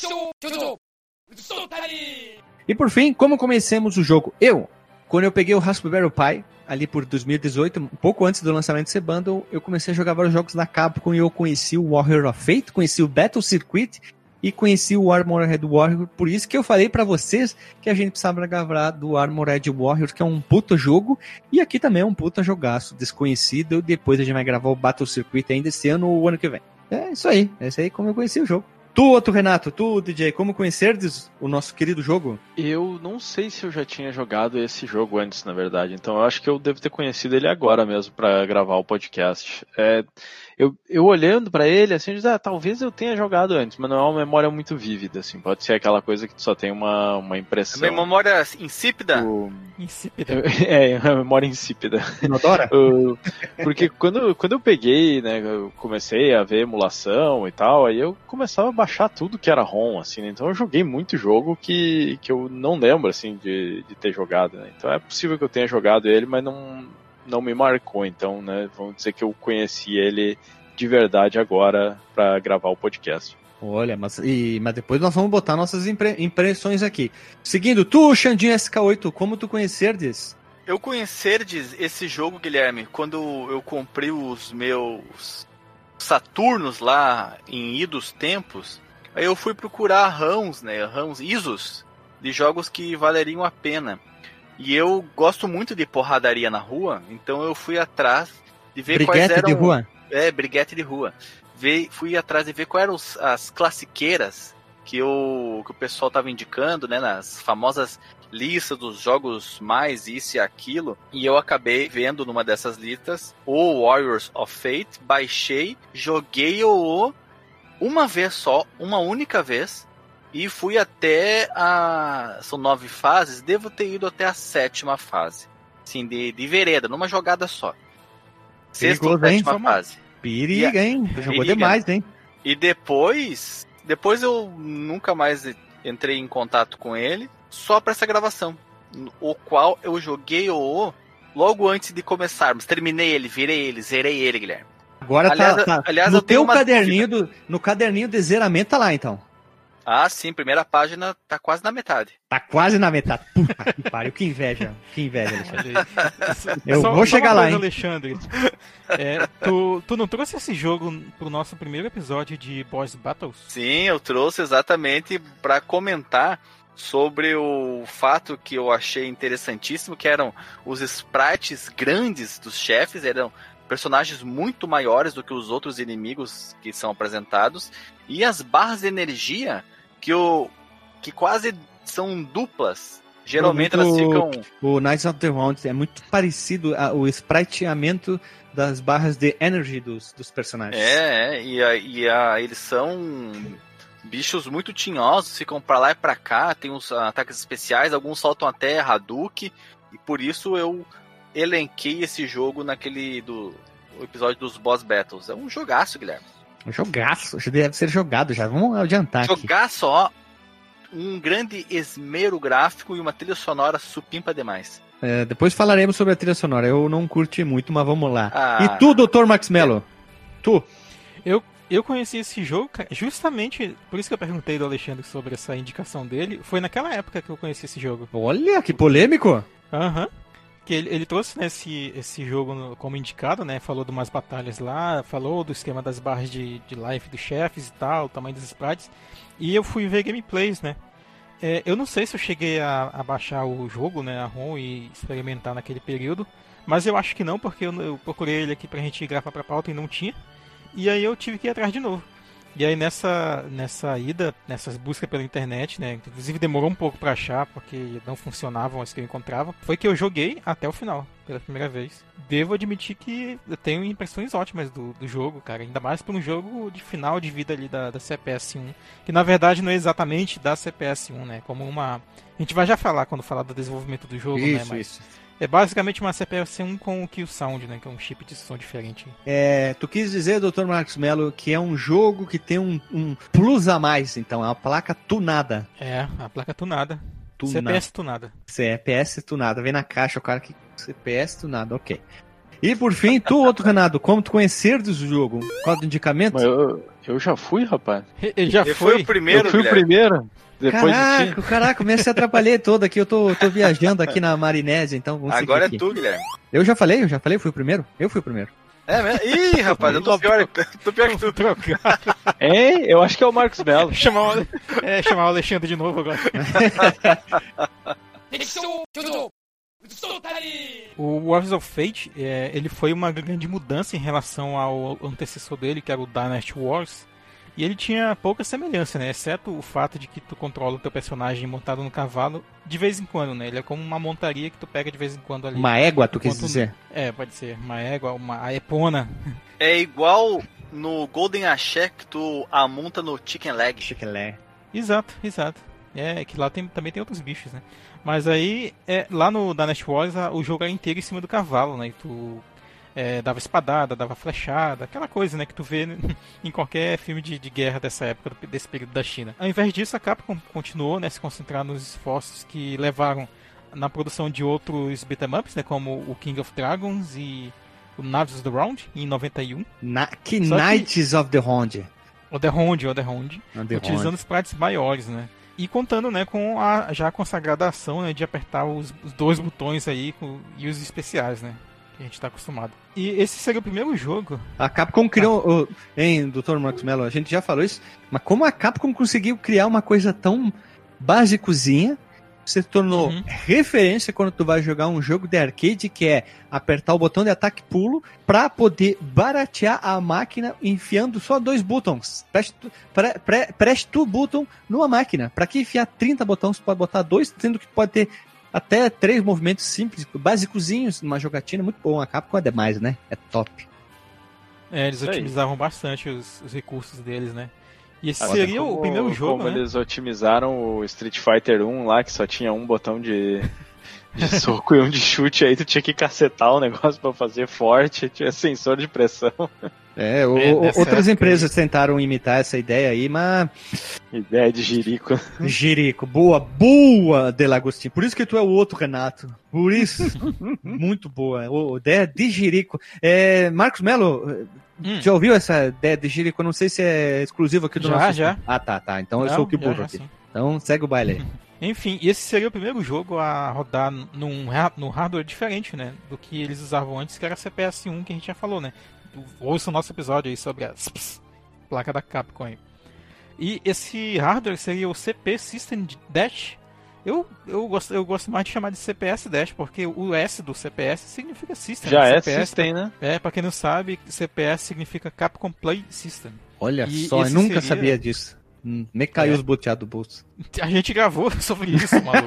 A: E por fim, como conhecemos o jogo? Quando eu peguei o Raspberry Pi, ali por 2018, um pouco antes do lançamento desse bundle, eu comecei a jogar vários jogos da Capcom e eu conheci o Warrior of Fate, conheci o Battle Circuit e conheci o Armored Warrior, por isso que eu falei pra vocês que a gente precisava gravar do Armored Warrior, que é um puta jogo, e aqui também é um puta jogaço, desconhecido, depois a gente vai gravar o Battle Circuit ainda esse ano ou o ano que vem. É isso aí como eu conheci o jogo. Tu, Renato, DJ, como conhecerdes o nosso querido jogo?
C: Eu não sei se eu já tinha jogado esse jogo antes, na verdade, então eu acho que eu devo ter conhecido ele agora mesmo pra gravar o podcast. Eu olhando pra ele, assim, talvez eu tenha jogado antes, mas não é uma memória muito vívida, assim, pode ser aquela coisa que tu só tem uma impressão.
B: É uma memória insípida?
D: Insípida.
C: É uma memória insípida.
A: Inodora?
C: Porque quando eu peguei, né, eu comecei a ver emulação e tal, aí eu começava a baixar tudo que era ROM, assim, né, então eu joguei muito jogo que eu não lembro, assim, de ter jogado, né, então é possível que eu tenha jogado ele, mas não me marcou, então, né, vamos dizer que eu conheci ele de verdade agora pra gravar o podcast.
A: Olha, mas depois nós vamos botar nossas impressões aqui. Seguindo, tu, Xandinho SK8, como tu conhecerdes?
B: Eu conhecerdes esse jogo, Guilherme, quando eu comprei os meus Saturnos lá em idos tempos, aí eu fui procurar ROMs, né, ISOs, de jogos que valeriam a pena. E eu gosto muito de porradaria na rua, então eu fui atrás de ver quais
A: Briguete
B: eram...
A: de rua.
B: Briguete de rua. Fui atrás de ver quais eram as classiqueiras que o pessoal tava indicando, né, nas famosas listas dos jogos mais isso e aquilo, e eu acabei vendo numa dessas listas o Warriors of Fate, baixei, joguei uma vez só, uma única vez, e fui até são 9 fases, devo ter ido até a 7ª fase, assim, de vereda, numa jogada só. 6ª ou 7ª fase.
A: Periga, hein? Tu jogou demais, hein?
B: E depois eu nunca mais entrei em contato com ele, só pra essa gravação, o qual eu joguei logo antes de começarmos. Terminei ele, virei ele, zerei ele, Guilherme.
A: Agora
B: aliás,
A: no
B: eu tenho
A: teu caderninho no caderninho de zeramento tá lá, então.
B: Ah, sim, primeira página tá quase na metade.
A: Tá quase na metade. Puta que pariu, que inveja, Alexandre. Eu
D: Só
A: vou chegar lá, hein?
D: Alexandre. Tu não trouxe esse jogo pro nosso primeiro episódio de Boss Battles?
B: Sim, eu trouxe exatamente pra comentar sobre o fato que eu achei interessantíssimo, que eram os sprites grandes dos chefes, eram personagens muito maiores do que os outros inimigos que são apresentados, e as barras de energia que quase são duplas. Geralmente elas ficam...
A: O Knights of the Round é muito parecido ao spriteamento das barras de energy dos personagens.
B: Eles são bichos muito tinhosos, ficam pra lá e pra cá, tem uns ataques especiais, alguns soltam até Hadouken, e por isso eu elenquei esse jogo o episódio dos Boss Battles. É um jogaço, Guilherme.
A: Um jogaço, deve ser jogado já, vamos adiantar aqui.
B: Jogaço, ó, um grande esmero gráfico e uma trilha sonora supimpa demais.
A: Depois falaremos sobre a trilha sonora, eu não curti muito, mas vamos lá. E tu, Dr. Max Mello? Tu?
D: Eu conheci esse jogo, justamente, por isso que eu perguntei do Alexandre sobre essa indicação dele, foi naquela época que eu conheci esse jogo.
A: Olha, que polêmico!
D: Aham. Que ele trouxe, né, esse jogo como indicado, né, falou de umas batalhas lá, falou do esquema das barras de life dos chefes e tal, o tamanho dos sprites, e eu fui ver gameplays, né. Eu não sei se eu cheguei a baixar o jogo, né, a ROM e experimentar naquele período, mas eu acho que não, porque eu procurei ele aqui pra gente gravar pra pauta e não tinha. E aí eu tive que ir atrás de novo. E aí nessas buscas pela internet, né, inclusive demorou um pouco pra achar, porque não funcionavam as que eu encontrava, foi que eu joguei até o final, pela primeira vez. Devo admitir que eu tenho impressões ótimas do jogo, cara, ainda mais por um jogo de final de vida ali da CPS-1, que na verdade não é exatamente da CPS-1, né, como uma... A gente vai já falar quando falar do desenvolvimento do jogo,
A: isso,
D: né, mas...
A: Isso.
D: É basicamente uma CPS-1 com o Killsound, né? Que é um chip de som diferente.
A: Tu quis dizer, Dr. Marcos Mello, que é um jogo que tem um plus a mais, então. É uma placa tunada.
D: A placa tunada. CPS tunada.
A: CPS tunada. Vem na caixa o cara que... CPS tunada, ok. E por fim, tu, outro Renato, como tu conhecer do jogo? Qual o indicamento?
C: Mas eu já fui, rapaz.
D: Ele já foi
B: o primeiro,
C: Eu fui o primeiro. Depois
A: Caraca, me se atrapalhei todo aqui, eu tô viajando aqui na Marinésia, então vamos seguir
B: agora
A: aqui.
B: É tu, Guilherme.
A: Eu já falei, fui o primeiro? Eu fui o primeiro.
B: É mesmo? Ih, rapaz, eu tô pior que tu.
C: Eu acho que é o Marcos Mello.
D: chamar o Alexandre de novo agora. O Warriors of Fate, ele foi uma grande mudança em relação ao antecessor dele, que era o Dynasty Wars. E ele tinha pouca semelhança, né? Exceto o fato de que tu controla o teu personagem montado no cavalo de vez em quando, né? Ele é como uma montaria que tu pega de vez em quando ali.
A: Uma égua, tu quis dizer?
D: Pode ser. Uma égua, a epona.
B: É igual no Golden Axé que tu amonta no Chicken Leg.
A: Chicken Leg.
D: Exato. Que lá também tem outros bichos, né? Mas aí, lá no Dynasty Wars, o jogo era inteiro em cima do cavalo, né? E tu... dava espadada, dava flechada, aquela coisa, né, que tu vê em qualquer filme de guerra dessa época, desse período da China. Ao invés disso, a Capcom continuou, né, se concentrar nos esforços que levaram na produção de outros beat'em ups, né, como o King of Dragons e o Knights of the Round, em 91.
A: Knights of the Round.
D: O The Round. Utilizando sprites maiores, né. E contando, né, com a já consagrada ação, né, de apertar os dois botões aí e os especiais, né. A gente tá acostumado. E esse seria o primeiro jogo. A
A: Capcom criou... Dr. Marcos Mello, a gente já falou isso, mas como a Capcom conseguiu criar uma coisa tão basicozinha se tornou referência quando tu vai jogar um jogo de arcade, que é apertar o botão de ataque e pulo pra poder baratear a máquina enfiando só 2 botões. Preste tu botão numa máquina. Pra que enfiar 30 botões, tu pode botar 2, sendo que pode ter até 3 movimentos simples, basicozinhos, numa jogatina. Muito bom. A Capcom é demais, né? É top.
D: Eles otimizavam bastante os recursos deles, né? E esse seria o primeiro jogo,
C: como
D: né?
C: Eles otimizaram o Street Fighter 1 lá, que só tinha um botão de soco e um de chute, aí tu tinha que cacetar o negócio pra fazer forte, tinha sensor de pressão.
A: Outras empresas tentaram imitar essa ideia aí, mas...
C: Ideia de Jirico.
A: Jirico, boa, Delagostinho. Por isso que tu é o outro, Renato. Por isso, muito boa. Ideia de Jirico. Marcos Melo... Já ouviu essa ideia de Jirico? Eu não sei se é exclusivo aqui do nosso...
D: Já.
A: Ah, tá. Então eu sou o que burro aqui.
D: Sim.
A: Então segue o baile aí.
D: Enfim, esse seria o primeiro jogo a rodar num hardware diferente, né? Do que eles usavam antes, que era a CPS-1, que a gente já falou, né? Ouça o nosso episódio aí sobre a placa da Capcom aí. E esse hardware seria o CP System Dash. Eu gosto mais de chamar de CPS Dash, porque o S do CPS significa System.
C: Já
D: né?
C: é
D: CPS,
C: System, né?
D: Pra quem não sabe, CPS significa Capcom Play System.
A: Olha
D: E
A: só, eu
D: esse
A: nunca
D: seria-
A: sabia disso. Me caiu os boteados do bolso.
D: A gente gravou sobre isso, maluco.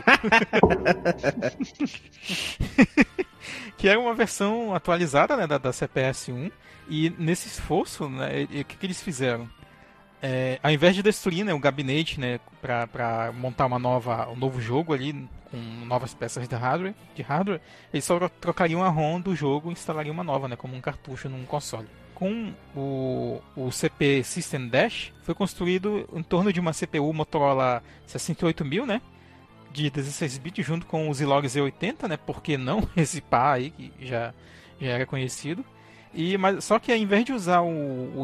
D: Que é uma versão atualizada, né, da CPS-1. E nesse esforço, né, o que eles fizeram? Ao invés de destruir, né, o gabinete, né, para montar um novo jogo ali com novas peças de hardware, eles só trocariam a ROM do jogo e instalariam uma nova, né, como um cartucho num console. Com o CP System Dash, foi construído em torno de uma CPU Motorola 68000, né, de 16 bits, junto com o Zilog Z80, né, por que não esse par aí, que já era conhecido. Só que ao invés de usar o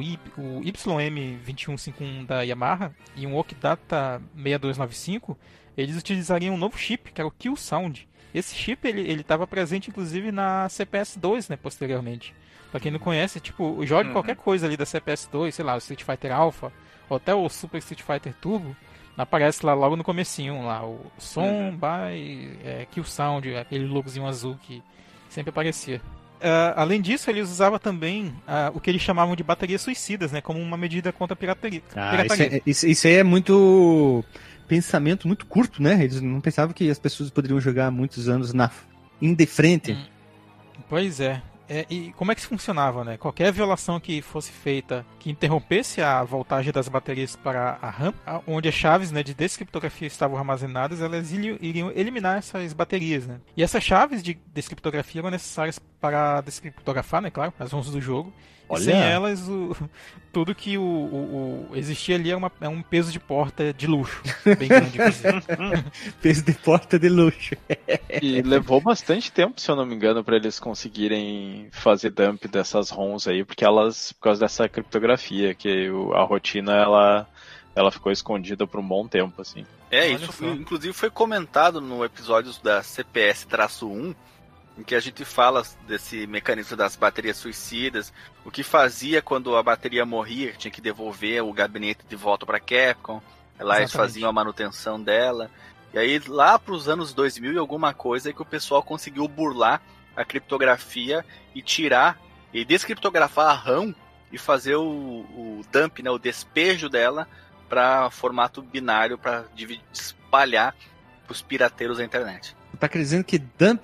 D: YM2151 da Yamaha e um Okidata 6295, eles utilizariam um novo chip, que era o Kill Sound. Esse chip ele estava presente inclusive na CPS-2, né, posteriormente. Pra quem não conhece, tipo, jogue qualquer coisa ali da CPS-2, sei lá, o Street Fighter Alpha, ou até o Super Street Fighter Turbo, aparece lá logo no comecinho, lá, o som by Kill Sound, aquele logozinho azul que sempre aparecia. Além disso, eles usavam também o que eles chamavam de baterias suicidas, né, como uma medida contra a pirataria.
A: Isso aí é muito pensamento muito curto, né? Eles não pensavam que as pessoas poderiam jogar muitos anos de frente.
D: Pois é. E como é que isso funcionava, né? Qualquer violação que fosse feita que interrompesse a voltagem das baterias para a RAM, onde as chaves, né, de descriptografia estavam armazenadas, elas iriam eliminar essas baterias, né? E essas chaves de descriptografia eram necessárias para descriptografar, né, claro, as ROMs do jogo.
A: Olha.
D: E sem elas, tudo que existia ali é um peso de porta de luxo. Bem grande, inclusive.
A: Peso de porta de luxo.
C: E levou bastante tempo, se eu não me engano, para eles conseguirem fazer dump dessas ROMs aí, porque por causa dessa criptografia, que a rotina ela ficou escondida por um bom tempo, assim.
B: Isso inclusive foi comentado no episódio da CPS-1, em que a gente fala desse mecanismo das baterias suicidas, o que fazia quando a bateria morria, tinha que devolver o gabinete de volta para a Capcom, lá eles faziam a manutenção dela. E aí lá para os anos 2000 e alguma coisa é que o pessoal conseguiu burlar a criptografia e tirar e descriptografar a RAM e fazer o dump, né, o despejo dela para formato binário para espalhar para os pirateiros da internet.
A: Tá dizendo que dump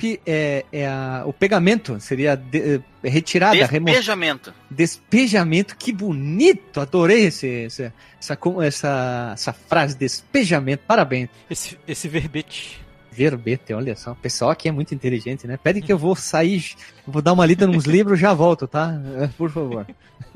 A: o pegamento, seria retirada,
B: despejamento.
A: Despejamento, que bonito! Adorei essa frase, despejamento, parabéns.
D: Esse verbete.
A: Verbete, olha só, o pessoal aqui é muito inteligente, né? Pede que eu vou sair, vou dar uma lida nos livros, já volto, tá? Por favor.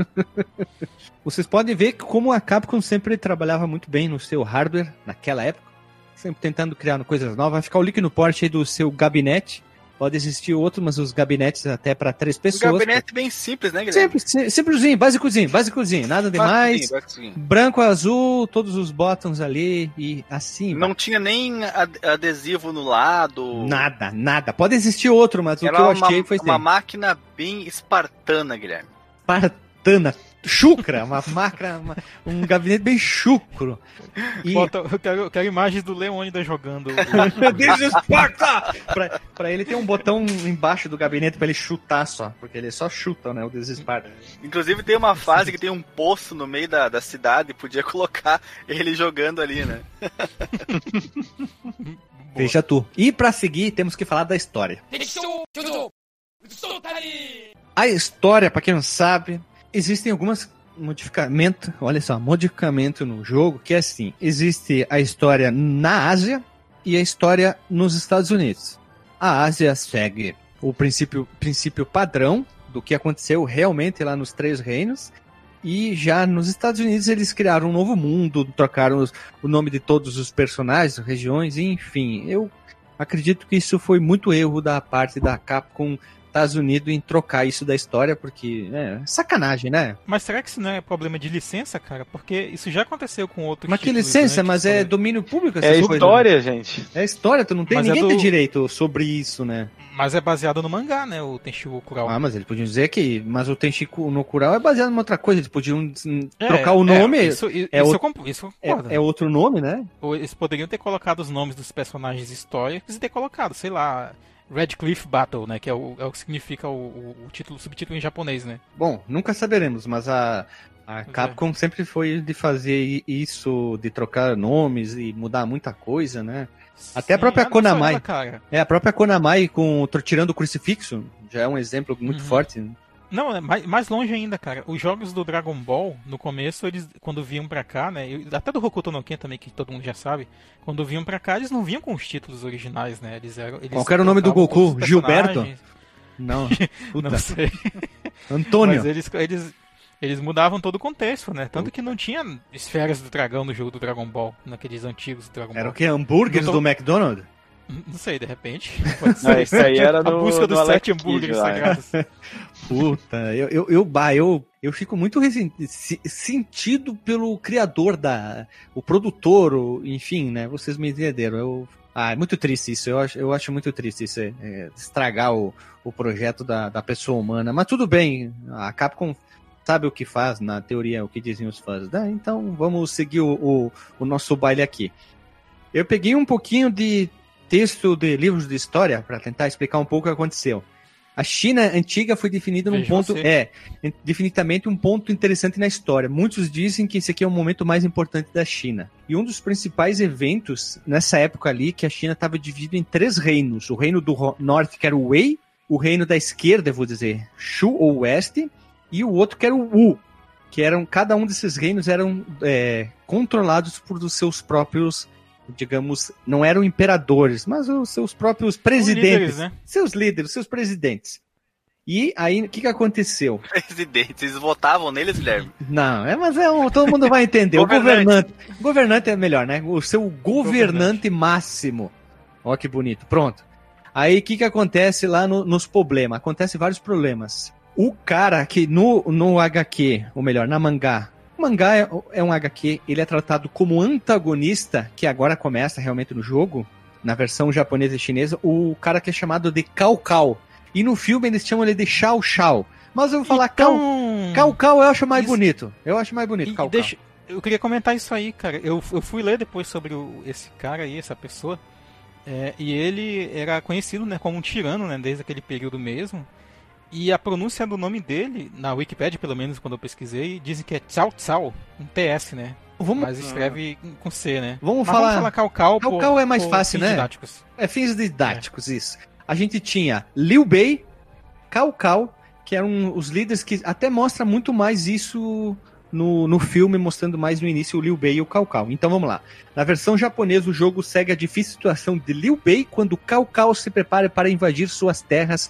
A: Vocês podem ver como a Capcom sempre trabalhava muito bem no seu hardware, naquela época. Sempre tentando criar coisas novas. Vai ficar o link no porte aí do seu gabinete. Pode existir outro, mas os gabinetes até para 3 pessoas.
B: Um gabinete bem simples, né, Guilherme?
A: Simplesinho, básicozinho, nada demais.
B: Básicozinho.
A: Branco, azul, todos os botões ali e assim.
B: Não tinha nem adesivo no lado.
A: Nada. Pode existir outro, mas o que eu achei foi
B: uma máquina bem espartana, Guilherme.
A: Espartana. chucra, uma máquina, um gabinete bem chucro. E
D: Eu quero imagens do Leônidas jogando.
A: Desde Esparta! Pra ele ter um botão embaixo do gabinete pra ele chutar só, porque ele só chuta, né, o Desde Esparta.
B: Inclusive tem uma fase que tem um poço no meio da cidade, podia colocar ele jogando ali, né?
A: Veja tu. E pra seguir, temos que falar da história. A história, pra quem não sabe, existem algumas modificamento no jogo, que é assim, existe a história na Ásia e a história nos Estados Unidos. A Ásia segue o princípio padrão do que aconteceu realmente lá nos Três Reinos, e já nos Estados Unidos eles criaram um novo mundo, trocaram o nome de todos os personagens, regiões, enfim. Eu acredito que isso foi muito erro da parte da Capcom Estados Unidos em trocar isso da história, porque é sacanagem, né?
D: Mas será que isso não é problema de licença, cara? Porque isso já aconteceu com outros
A: Mas que licença? Mas é domínio público essas
C: É
A: coisas,
C: história,
A: né?
C: gente.
A: É história, tu não tem,
D: Mas
A: ninguém
D: é
A: tem
D: do-
A: direito sobre isso, né?
D: Mas é baseado no mangá, né? O Tenchiku Kural.
A: Ah, mas eles podiam dizer que... Mas o Tenchiku no Kural é baseado em outra coisa, eles podiam trocar o nome...
D: Isso
A: é
D: eu
A: outro-
D: concordo.
A: É outro nome, né?
D: Ou eles poderiam ter colocado os nomes dos personagens históricos e ter colocado, sei lá, Red Cliff Battle, né? Que é o que significa o subtítulo em japonês, né?
A: Bom, nunca saberemos, mas a Capcom sempre foi de fazer isso, de trocar nomes e mudar muita coisa, né? Até a própria
D: não só
A: Konami.
D: ela, cara.
A: A própria Konami tirando o crucifixo, já é um exemplo muito forte. Né?
D: Não, é mais longe ainda, cara. Os jogos do Dragon Ball, no começo, eles, quando vinham pra cá, né? Até do Hokuto no Ken também, que todo mundo já sabe. Quando vinham pra cá, eles não vinham com os títulos originais, né? Eles
A: Qual que era o nome do
D: trocavam
A: Goku?
D: todos os
A: Gilberto?
D: personagens.
A: Não, puta.
D: Não sei.
A: Antônio.
D: Mas eles mudavam todo o contexto, né? Tanto que não tinha esferas do dragão no jogo do Dragon Ball, naqueles antigos do Dragon Ball.
A: Era o que? Hambúrgueres
D: Não tô-
A: do McDonald's?
D: Não sei, de repente. Pode
C: Não,
D: ser.
C: isso aí era
D: A
C: no
D: busca dos
C: no
D: 7
C: Alex
D: hambúrgueres
C: Kidd lá, né?
D: sagrados.
A: Puta, eu fico muito sentido pelo criador o produtor, enfim, né? Vocês me entenderam. É muito triste isso. Eu acho muito triste isso, estragar o projeto da pessoa humana. Mas tudo bem, a Capcom sabe o que faz, na teoria, o que dizem os fãs. Então vamos seguir o nosso baile aqui. Eu peguei um pouquinho de texto de livros de história para tentar explicar um pouco o que aconteceu. A China antiga foi definida num
D: Veja
A: ponto...
D: você.
A: definitivamente um ponto interessante na história. Muitos dizem que esse aqui é o momento mais importante da China. E um dos principais eventos nessa época ali, que a China estava dividida em 3 reinos. O reino do norte, que era o Wei, o reino da esquerda, eu vou dizer, Shu ou Oeste, e o outro que era o Wu, que cada um desses reinos eram controlados por os seus próprios, digamos, não eram imperadores, mas os seus próprios presidentes.
D: líderes, né?
A: Seus líderes, seus presidentes. E aí, o que aconteceu?
B: Presidentes, eles votavam neles, Guilherme?
A: Não, mas todo mundo vai entender. O governante. Governante é melhor, né? O seu governante máximo. Ó, que bonito. Pronto. Aí, o que acontece lá nos problemas? Acontece vários problemas. O cara que no HQ, ou melhor, na mangá, o mangá é um HQ, ele é tratado como antagonista, que agora começa realmente no jogo, na versão japonesa e chinesa, o cara que é chamado de Cao Cao. E no filme eles chamam ele de Shao Shao. Mas eu vou falar Cao Cao, eu acho mais bonito. Eu acho mais bonito, Cao Cao.
D: Eu queria comentar isso aí, cara. Eu fui ler depois sobre esse cara aí, essa pessoa. E ele era conhecido, né, como um tirano, né, desde aquele período mesmo. E a pronúncia do nome dele, na Wikipedia, pelo menos quando eu pesquisei, dizem que é Cao Cao, um TS, né? Mas escreve com C, né?
A: Vamos falar
D: Cao Cao.
A: Cao Cao é mais fácil, né?
D: Didáticos.
A: Fins didáticos, isso. A gente tinha Liu Bei, Cao Cao, que eram os líderes que até mostra muito mais isso no filme, mostrando mais no início o Liu Bei e o Cao Cao. Então vamos lá. Na versão japonesa, o jogo segue a difícil situação de Liu Bei quando Cao Cao se prepara para invadir suas terras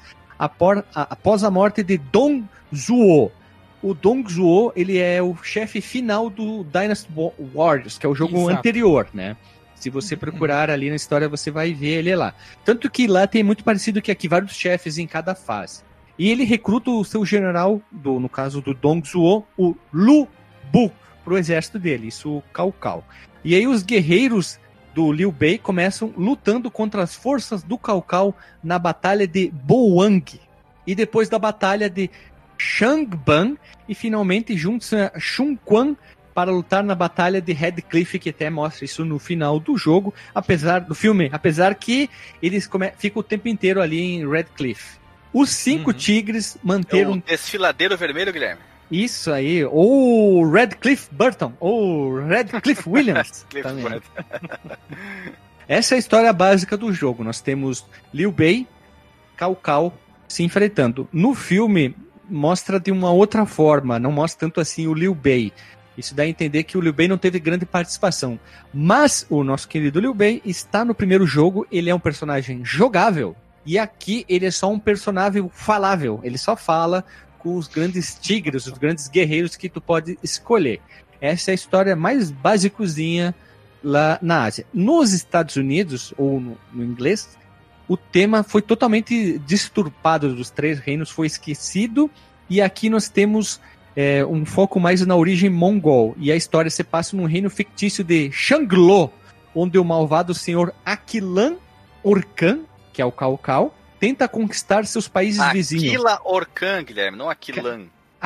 A: após a morte de Dong Zhuo. O Dong Zhuo, ele é o chefe final do Dynasty Warriors, que é o jogo anterior, né? Se você procurar ali na história, você vai ver ele lá. Tanto que lá tem muito parecido que aqui, vários chefes em cada fase. E ele recruta o seu general, no caso do Dong Zhuo, o Lu Bu, pro exército dele, isso o Cao Cao. E aí os guerreiros do Liu Bei começam lutando contra as forças do Cao Cao na batalha de Boang. E depois da batalha de Shang-Ban e finalmente junta Shun Quan para lutar na batalha de Red Cliff, que até mostra isso no final do jogo, apesar que eles ficam o tempo inteiro ali em Red Cliff. Os 5 tigres manteram...
B: É o desfiladeiro vermelho, Guilherme?
A: Isso aí, ou Radcliffe Burton, ou Radcliffe Williams. Também. Essa é a história básica do jogo. Nós temos Liu Bei, Cao Cao se enfrentando. No filme, mostra de uma outra forma, não mostra tanto assim o Liu Bei. Isso dá a entender que o Liu Bei não teve grande participação. Mas o nosso querido Liu Bei está no primeiro jogo, ele é um personagem jogável. E aqui ele é só um personagem falável, ele só fala com os grandes tigres, os grandes guerreiros que tu pode escolher. Essa é a história mais basicozinha lá na Ásia. Nos Estados Unidos, ou no inglês, o tema foi totalmente disturpado dos 3 reinos, foi esquecido, e aqui nós temos um foco mais na origem mongol, e a história se passa num reino fictício de Shanglo, onde o malvado senhor Aquilan Orkan, que é o Cao Cao, tenta conquistar seus países vizinhos.
B: Aquila Orkan, Guilherme, não Aquilan.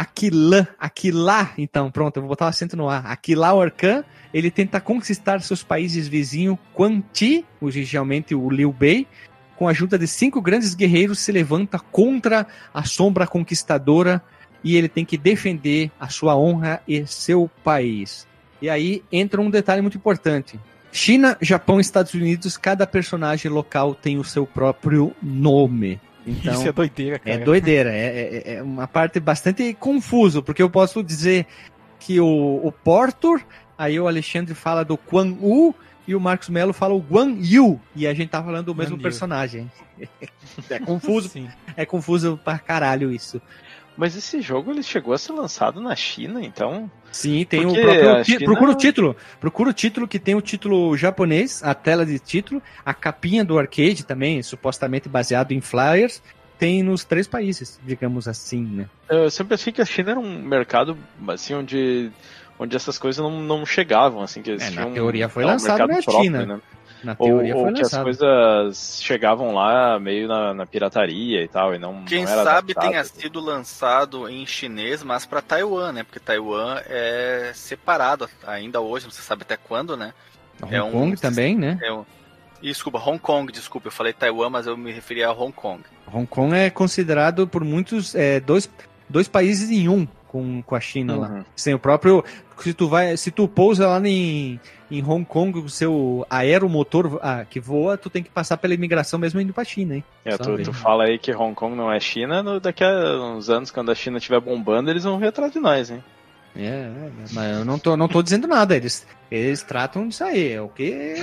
A: Aquilá, então, pronto, eu vou botar o acento no A. Aquilá Orkan, ele tenta conquistar seus países vizinhos, Quan Chi, originalmente o Liu Bei, com a ajuda de 5 grandes guerreiros, se levanta contra a sombra conquistadora e ele tem que defender a sua honra e seu país. E aí entra um detalhe muito importante. China, Japão e Estados Unidos, cada personagem local tem o seu próprio nome. Então,
D: isso é doideira, cara.
A: É doideira, é uma parte bastante confusa, porque eu posso dizer que o Porter, aí o Alexandre fala do Quan Yu e o Marcos Melo fala o Guan Yu, e a gente tá falando do mesmo personagem. É confuso, é confuso pra caralho isso.
C: Mas esse jogo ele chegou a ser lançado na China, então...
A: Sim, tem o próprio China... Procura o título, que tem o título japonês, a tela de título, a capinha do arcade também, supostamente baseado em flyers, tem nos 3 países, digamos assim, né?
C: Eu sempre achei que a China era um mercado, assim, onde essas coisas não chegavam, assim, que eles
A: na teoria foi lançado na China, né? Na teoria
C: ou
A: foi
C: que
A: lançado.
C: As coisas chegavam lá meio na pirataria e tal, e não
B: Quem
C: não era
B: sabe
C: adaptado.
B: tenha sido lançado em chinês, mas para Taiwan, né? Porque Taiwan é separado ainda hoje, não se sabe até quando, né?
A: Hong Kong também, né?
B: Desculpa, Hong Kong, eu falei Taiwan, mas eu me referi a Hong Kong.
A: Hong Kong é considerado por muitos dois países em um com a China lá. Sem o próprio... Se tu pousa lá em Hong Kong, o seu aeromotor que voa, tu tem que passar pela imigração mesmo indo pra China, hein?
C: Tu fala aí que Hong Kong não é China, daqui a uns anos, quando a China estiver bombando, eles vão vir atrás de nós, hein?
A: Mas eu não tô dizendo nada, eles tratam disso aí, é o que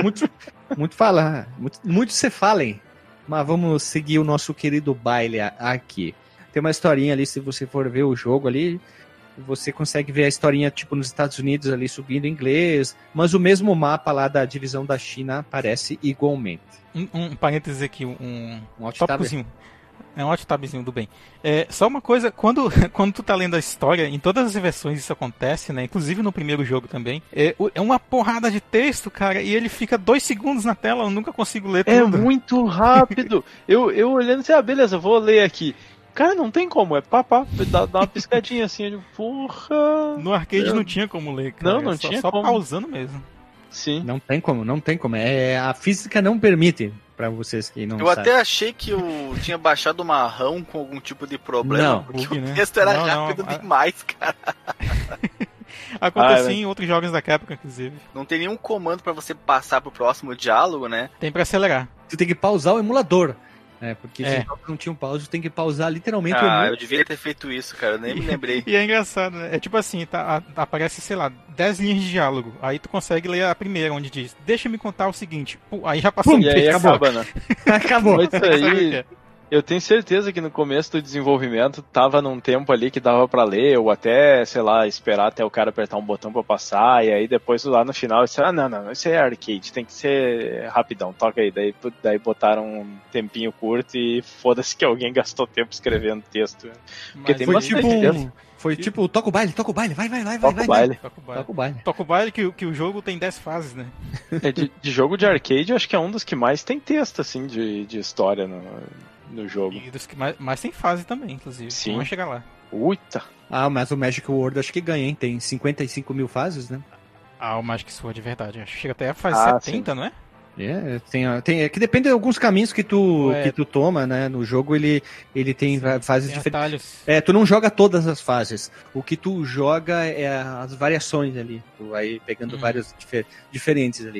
A: muito se falem. Mas vamos seguir o nosso querido baile aqui. Tem uma historinha ali, se você for ver o jogo ali, você consegue ver a historinha, tipo, nos Estados Unidos ali subindo em inglês, mas o mesmo mapa lá da divisão da China aparece igualmente.
D: Um parênteses aqui, um
A: alt-tabzinho.
D: É um alt-tabzinho do bem. Só uma coisa, quando tu tá lendo a história, em todas as versões isso acontece, né? Inclusive no primeiro jogo também. É uma porrada de texto, cara, e ele fica 2 segundos na tela, eu nunca consigo ler tudo.
C: É muito rápido. eu olhando assim, beleza, vou ler aqui. Cara, não tem como, dá uma piscadinha assim, de porra.
D: No arcade não tinha como ler, cara.
C: Não tinha
D: só
C: como.
D: pausando mesmo.
C: Sim.
A: Não tem como. A física não permite, pra vocês que não sabem.
B: Eu até achei que eu tinha baixado uma ROM com algum tipo de problema,
A: Não,
B: porque
D: bug,
B: o
D: né?
B: texto era rápido demais, cara.
D: Acontecia em outros jogos da Capcom, inclusive.
B: Não tem nenhum comando pra você passar pro próximo diálogo, né?
D: Tem pra acelerar.
A: Tu tem que pausar o emulador. Porque se não tinha um pause, tu tem que pausar literalmente o emulador.
B: Eu devia ter feito isso, cara, eu nem me lembrei.
D: E é engraçado, né? É tipo assim, aparece, sei lá, 10 linhas de diálogo. Aí tu consegue ler a primeira, onde diz, deixa-me contar o seguinte. Aí já passou
C: e aí acaba, né?
A: Acabou.
C: Isso aí, eu tenho certeza que no começo do desenvolvimento tava num tempo ali que dava pra ler, ou até, sei lá, esperar até o cara apertar um botão pra passar, e aí depois lá no final, eu disse, não, isso é arcade, tem que ser rapidão, toca aí. Daí botaram um tempinho curto e foda-se que alguém gastou tempo escrevendo texto. Porque tem
A: Foi tipo, toca o baile, vai.
C: Toca o baile.
D: Toca o baile que o jogo tem 10 fases, né?
C: De jogo de arcade, eu acho que é um dos que mais tem texto, assim, de história no jogo.
D: E dos que mais tem fase também, inclusive.
C: Sim.
D: Vamos chegar lá.
C: Uita!
A: Ah, mas o Magic World acho que ganha, hein? Tem 55 mil fases, né?
D: Ah, o Magic Sword de verdade. Acho que chega até a fase 70,
C: sim.
D: não é?
A: É que depende de alguns caminhos que tu toma, né? No jogo ele tem fases
D: Tem
A: diferentes.
D: atalhos.
A: Tu não joga todas as fases. O que tu joga é as variações ali. Tu vai pegando vários diferentes ali.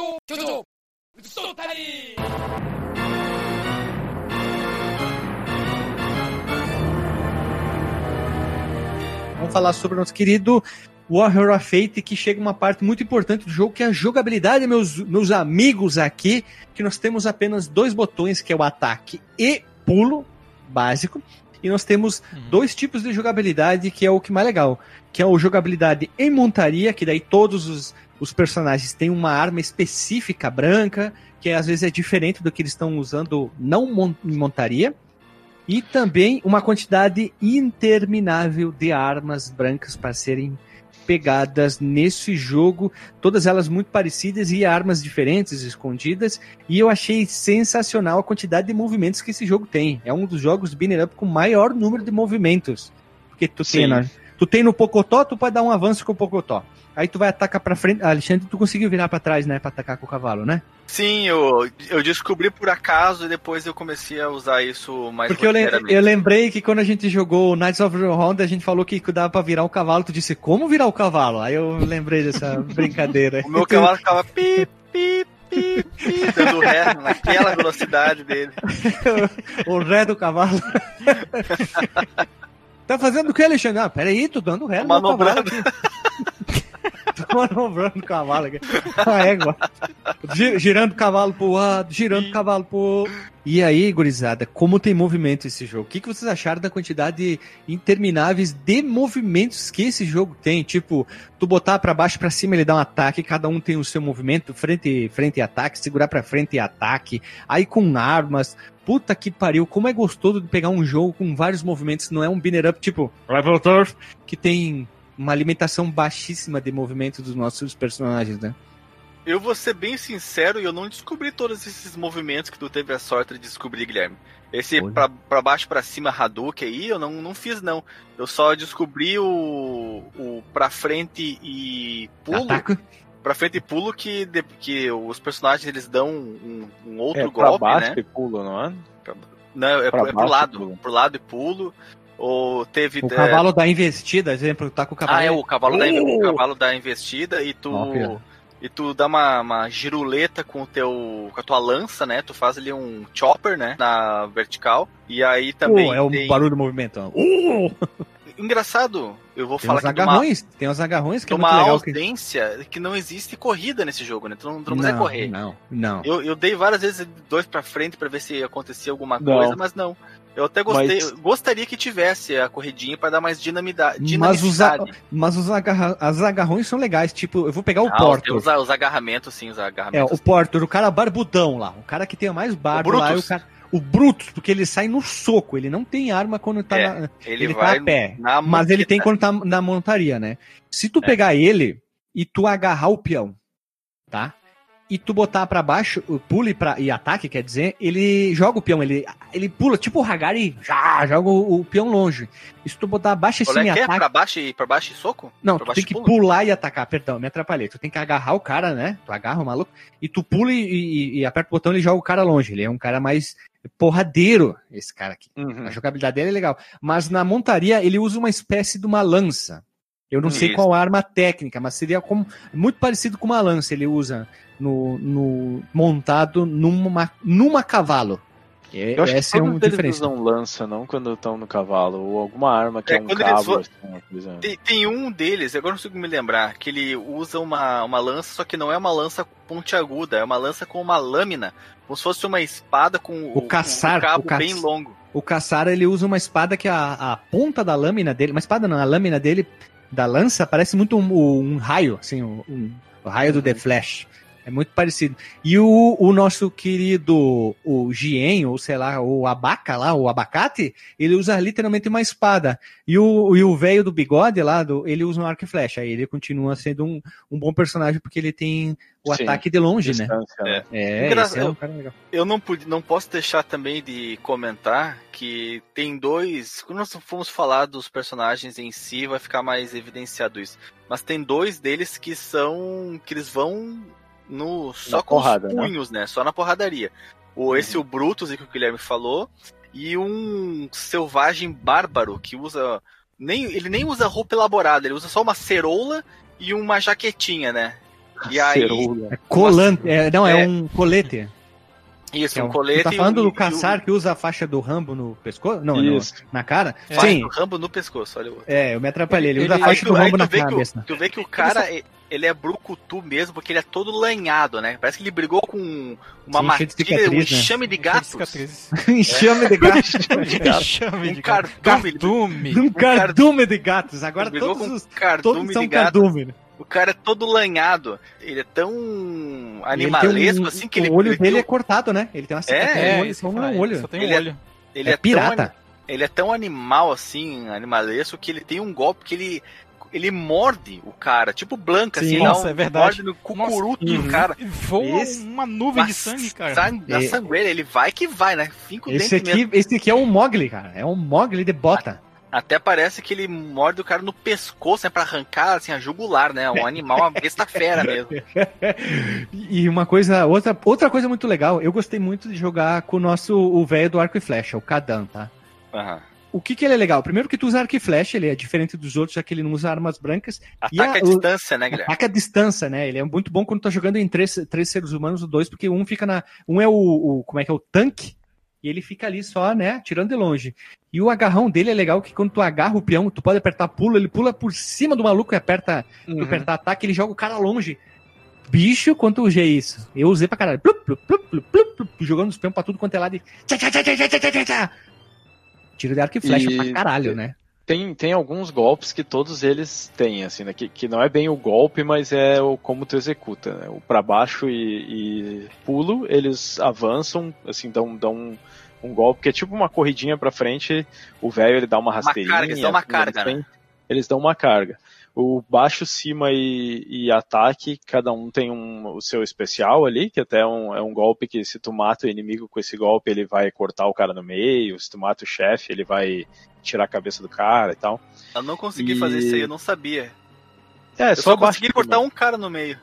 A: Vamos falar sobre o nosso querido Warrior of Fate, que chega uma parte muito importante do jogo, que é a jogabilidade, meus amigos aqui, que nós temos apenas 2 botões, que é o ataque e pulo básico, e nós temos 2 tipos de jogabilidade, que é o que mais legal, que é a jogabilidade em montaria, que daí todos os personagens têm uma arma específica branca, que às vezes é diferente do que eles estão usando não em montaria, e também uma quantidade interminável de armas brancas para serem pegadas nesse jogo, todas elas muito parecidas e armas diferentes, escondidas, e eu achei sensacional a quantidade de movimentos que esse jogo tem. É um dos jogos de Beat'em Up com maior número de movimentos, porque tu tem no Pocotó, tu pode dar um avanço com o Pocotó. Aí tu vai atacar pra frente. Alexandre, tu conseguiu virar pra trás, né? Pra atacar com o cavalo, né?
B: Sim, eu descobri por acaso e depois eu comecei a usar isso mais
A: porque eu lembrei que quando a gente jogou Knights of the Round, a gente falou que dava pra virar o cavalo. Tu disse, como virar o cavalo? Aí eu lembrei dessa brincadeira.
B: O meu cavalo ficava pi, pi, pi, pi, dando ré naquela velocidade dele.
A: O ré do cavalo. Tá fazendo o que, Alexandre? Ah, peraí, tô dando ré no cavalo aqui. Tô manobrando o cavalo aqui. A égua. Girando o cavalo pro lado, girando o cavalo pro... E aí, gurizada, como tem movimento esse jogo? O que vocês acharam da quantidade intermináveis de movimentos que esse jogo tem? Tipo, tu botar pra baixo e pra cima, ele dá um ataque, cada um tem o seu movimento, frente e ataque, segurar pra frente e ataque, aí com armas... Puta que pariu, como é gostoso de pegar um jogo com vários movimentos, não é um binner up tipo Level Turf, que tem uma limitação baixíssima de movimento dos nossos personagens, né?
B: Eu vou ser bem sincero e eu não descobri todos esses movimentos que tu teve a sorte de descobrir, Guilherme. Esse pra baixo, pra cima, Hadouken aí, eu não fiz, não. Eu só descobri o pra frente e pulo.
A: Ataque.
B: Pra frente e pulo que os personagens eles dão um outro
C: pra
B: golpe,
C: baixo
B: né?
C: E pulo, não é?
B: Não, é pro lado. Pro lado e pulo. Ou teve...
A: O cavalo da investida, exemplo, tá com o cavalo...
B: o cavalo da investida e tu dá uma giruleta com a tua lança, né? Tu faz ali um chopper, né? Na vertical. E aí também
A: é o barulho do movimento.
B: Engraçado, eu vou
A: tem
B: falar
A: que tem os agarrões que é muito
B: legal. Uma
A: ausência
B: que não existe corrida nesse jogo, né? Tu não consegue correr.
A: Não.
B: Eu dei várias vezes 2 pra frente pra ver se acontecia alguma coisa, mas não. Eu até gostaria que tivesse a corridinha pra dar mais dinamicidade.
A: Mas os agarrões são legais, tipo, eu vou pegar o Porto.
B: Os agarramentos, sim, os agarramentos.
A: O Porto, o cara barbudão lá, o cara que tem mais barba lá, o Brutus, porque ele sai no soco, ele não tem arma quando tá ele tá a pé, mas ele tem quando tá na montaria, né? Se tu pegar ele e tu agarrar o peão, tá? E tu botar pra baixo, pule e ataque, quer dizer, ele joga o peão, ele pula, tipo o Hagar e já joga o peão longe. E se tu botar abaixo e cima e ataque...
B: Pra baixo e soco?
A: Não, tu tem que pular e atacar, perdão, me atrapalhei. Tu tem que agarrar o cara, né? Tu agarra o maluco, e tu pula e aperta o botão e ele joga o cara longe. Ele é um cara mais porradeiro, esse cara aqui. A jogabilidade dele é legal. Mas na montaria, ele usa uma espécie de uma lança. Eu não sei qual arma técnica, mas seria muito parecido com uma lança. Ele usa montado numa cavalo.
C: Eu acho
A: essa
C: que
A: é uma diferença.
C: Eles usam lança, não quando estão no cavalo, ou alguma arma que é um cabo.
B: Tem um deles, agora não consigo me lembrar, que ele usa uma lança, só que não é uma lança pontiaguda, é uma lança com uma lâmina, como se fosse uma espada com o cabo bem longo.
A: O Caçar, ele usa uma espada que a ponta da lâmina dele, uma espada não, a lâmina dele da lança parece muito um raio, assim, o raio do The Flash. É muito parecido. E o nosso querido, o Jien, ou sei lá, o Abaca lá, o Abacate, ele usa literalmente uma espada. E o velho do bigode lá, ele usa um arco e flecha. Aí ele continua sendo um bom personagem porque ele tem o ataque de longe, né? Esse é um cara legal.
B: Eu não posso deixar também de comentar que tem dois... Quando nós formos falar dos personagens em si, vai ficar mais evidenciado isso. Mas tem dois deles que eles vão... só com porrada, os punhos, né? Só na porradaria. O Brutus, que o Guilherme falou, e um selvagem bárbaro que usa... Ele nem usa roupa elaborada, ele usa só uma ceroula e uma jaquetinha, né? E aí...
A: É colante, é um colete.
B: Isso, um colete.
A: Você tá falando do caçar que usa a faixa do Rambo no pescoço? Não, na cara?
B: Faixa do Rambo no pescoço, olha o outro.
A: Eu me atrapalhei, ele usa a faixa do Rambo na cabeça.
B: Tu vê que o cara, ele é brucutu mesmo, porque ele é todo lanhado, né? Parece que ele brigou com uma matilha, um enxame de gatos.
A: Enxame de gatos.
B: Um cardume.
A: Um cardume de gatos. Agora todos são cardume, né?
B: O cara é todo lanhado. Ele é tão animalesco assim que ele...
A: O olho dele é cortado, né? Ele tem uma cicatriz no olho.
D: Só tem um olho.
B: Ele é
A: pirata.
B: Ele é tão animal assim, animalesco, que ele tem um golpe que ele morde o cara, tipo Blanca, assim.
D: Nossa, é verdade.
B: Morde no cucuruto do cara.
D: Voa uma nuvem de sangue, cara.
B: Da sangueira, ele vai que vai, né? Fica o dente mesmo.
A: Esse aqui é um Mogli, cara. É um Mogli de bota.
B: Até parece que ele morde o cara no pescoço, né? Pra arrancar, assim, a jugular, né? Um animal, uma besta fera mesmo.
A: E uma coisa, outra coisa muito legal, eu gostei muito de jogar com o velho do arco e flecha, o Kadan, tá?
B: Aham.
A: O que ele é legal? Primeiro que tu usa arco e flecha, ele é diferente dos outros, já que ele não usa armas brancas.
B: Ataca a distância, né, Guilherme?
A: Ataca a distância, né? Ele é muito bom quando tá jogando em três seres humanos, ou dois, porque um fica um é como é que é, o tanque, e ele fica ali só, né, tirando de longe. E o agarrão dele é legal, que quando tu agarra o peão, tu pode apertar pulo, ele pula por cima do maluco e aperta ataque, ele joga o cara longe. Bicho, quanto usei isso? Eu usei pra caralho. Plup, plup, plup, plup, plup, plup, jogando os peões pra tudo quanto é lado e... Tiro de arco e flecha pra caralho, né?
C: Tem alguns golpes que todos eles têm, assim, né? Que não é bem o golpe, mas é como tu executa, né? O pra baixo e pulo, eles avançam, assim, dão um golpe que é tipo uma corridinha pra frente, o velho ele dá uma rasteirinha.
B: Eles dão uma carga, né?
C: Eles dão uma carga. O baixo, cima e ataque, cada um tem o seu especial ali, que até é um golpe que se tu mata o inimigo com esse golpe, ele vai cortar o cara no meio, se tu mata o chefe, ele vai tirar a cabeça do cara e tal.
B: Eu não consegui fazer isso aí, eu não sabia.
C: Eu
B: só consegui cortar um cara no meio.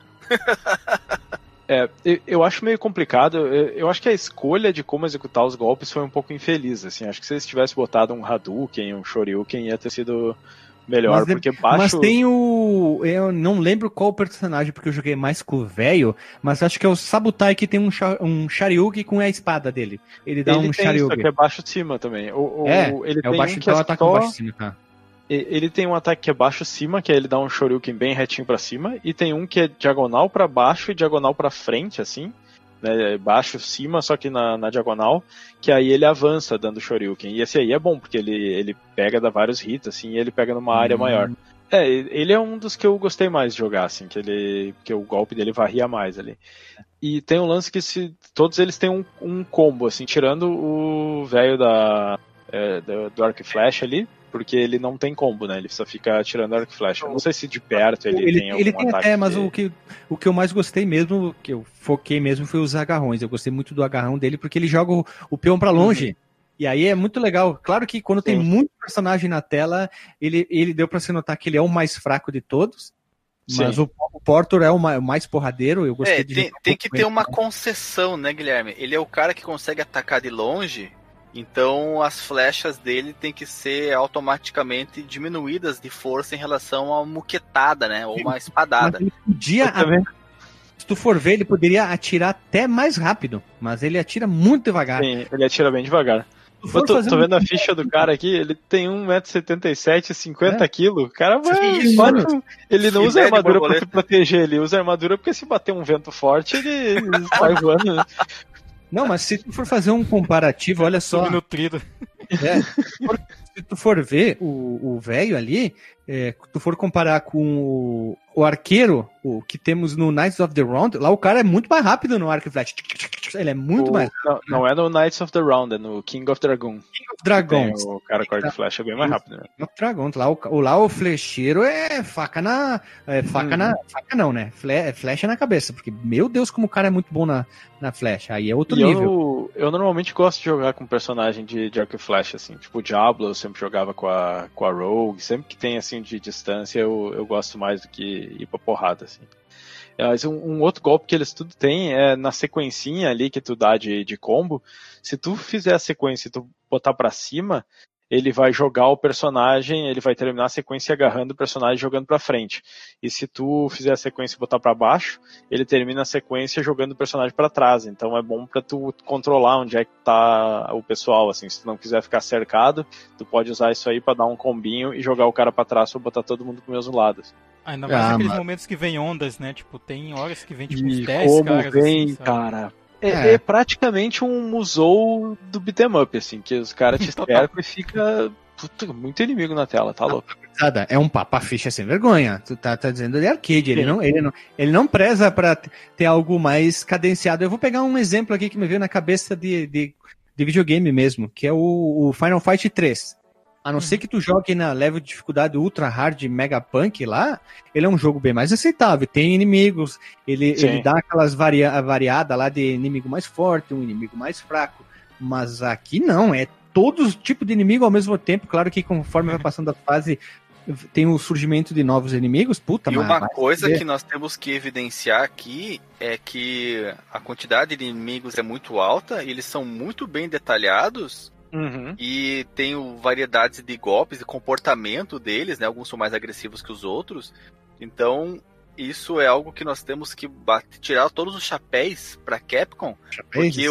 C: Eu acho meio complicado. Eu acho que a escolha de como executar os golpes foi um pouco infeliz, assim. Acho que se eles tivessem botado um Hadouken, um Shoryuken, ia ter sido melhor, porque baixo...
A: Mas tem eu não lembro qual personagem, porque eu joguei mais com o velho, mas acho que é o Sabutai que tem um Shoryuken com a espada dele. Ele dá um Shoryuken.
C: Só que é baixo de cima também.
A: Ele tem o baixo, então ataca com baixo de cima, tá?
C: Ele tem um ataque que é baixo cima, que é ele dá um Shoryuken bem retinho pra cima, e tem um que é diagonal pra baixo e diagonal pra frente, assim, né, baixo cima, só que na diagonal, que aí ele avança dando Shoryuken. E esse aí é bom, porque ele dá vários hits, assim, e ele pega numa área maior. Ele é um dos que eu gostei mais de jogar, assim, que o golpe dele varria mais ali. E tem um lance que todos eles têm um combo, assim, tirando o velho do arco e flecha ali, porque ele não tem combo, né? Ele só fica atirando arco e flecha. Eu não sei se de perto ele tem algum ataque.
A: Mas o que eu mais gostei mesmo, que eu foquei mesmo, foi os agarrões. Eu gostei muito do agarrão dele, porque ele joga o peão pra longe. E aí é muito legal. Claro que quando tem muito personagem na tela, ele deu pra se notar que ele é o mais fraco de todos. Mas o Portor é o mais porradeiro. Eu gostei de
B: tem que ter uma concessão, né, Guilherme? Ele é o cara que consegue atacar de longe. Então as flechas dele tem que ser automaticamente diminuídas de força em relação a uma muquetada, né? Ou uma espadada.
A: Mas ele podia, se tu for ver, ele poderia atirar até mais rápido, mas ele atira muito devagar.
C: Sim, ele atira bem devagar. Eu tô vendo a ficha do cara aqui, ele tem 1,77m, 50kg. O cara ele não usa armadura pra se proteger, ele usa armadura porque se bater um vento forte, ele sai voando.
A: Não, mas se tu for fazer um comparativo, olha só.
D: Subnutrido.
A: Se tu for ver o velho ali, tu for comparar com o arqueiro, o que temos no Knights of the Round, lá o cara é muito mais rápido no arco e flecha. Ele é muito mais rápido.
C: Não é no Knights of the Round, é no King of Dragon.
A: Dragões.
C: O cara com arco e flecha é bem mais rápido, né?
A: Dragão. Lá o flecheiro é faca na... faca não, né? Flecha na cabeça. Porque, meu Deus, como o cara é muito bom na flecha. Aí é outro nível.
C: Eu normalmente gosto de jogar com personagem de arco e flecha, assim. Tipo, o Diablo eu sempre jogava com a Rogue. Sempre que tem, assim, de distância, eu gosto mais do que ir pra porrada, assim. Mas um outro golpe que eles tudo têm é na sequencinha ali que tu dá de combo. Se tu fizer a sequência e tu botar pra cima, ele vai jogar o personagem, ele vai terminar a sequência agarrando o personagem e jogando pra frente. E se tu fizer a sequência e botar pra baixo, ele termina a sequência jogando o personagem pra trás. Então é bom pra tu controlar onde é que tá o pessoal, assim. Se tu não quiser ficar cercado, tu pode usar isso aí pra dar um combinho e jogar o cara pra trás pra botar todo mundo pro mesmo lado, assim.
D: Ainda mais aqueles momentos que vem ondas, né? Tipo, tem horas que vem tipo uns 10
C: como
D: caras
C: vem,
D: assim,
C: cara. É praticamente um musou do beat'em up, assim, que os caras te cercam e fica muito inimigo na tela, tá louco?
A: É um papa-ficha sem vergonha. Tu tá dizendo de arcade, ele não preza pra ter algo mais cadenciado. Eu vou pegar um exemplo aqui que me veio na cabeça de videogame mesmo, que é o Final Fight 3. A não ser que tu jogue na level de dificuldade Ultra Hard Mega Punk lá, ele é um jogo bem mais aceitável. Tem inimigos, ele dá aquelas variadas lá de inimigo mais forte, um inimigo mais fraco. Mas aqui não, é todos os tipos de inimigo ao mesmo tempo. Claro que conforme vai passando a fase, tem o surgimento de novos inimigos.
B: E uma coisa que nós temos que evidenciar aqui é que a quantidade de inimigos é muito alta, eles são muito bem detalhados.
C: Uhum.
B: E tem variedades de golpes e comportamento deles, né? Alguns são mais agressivos que os outros. Então, isso é algo que nós temos que tirar todos os chapéus para Capcom, porque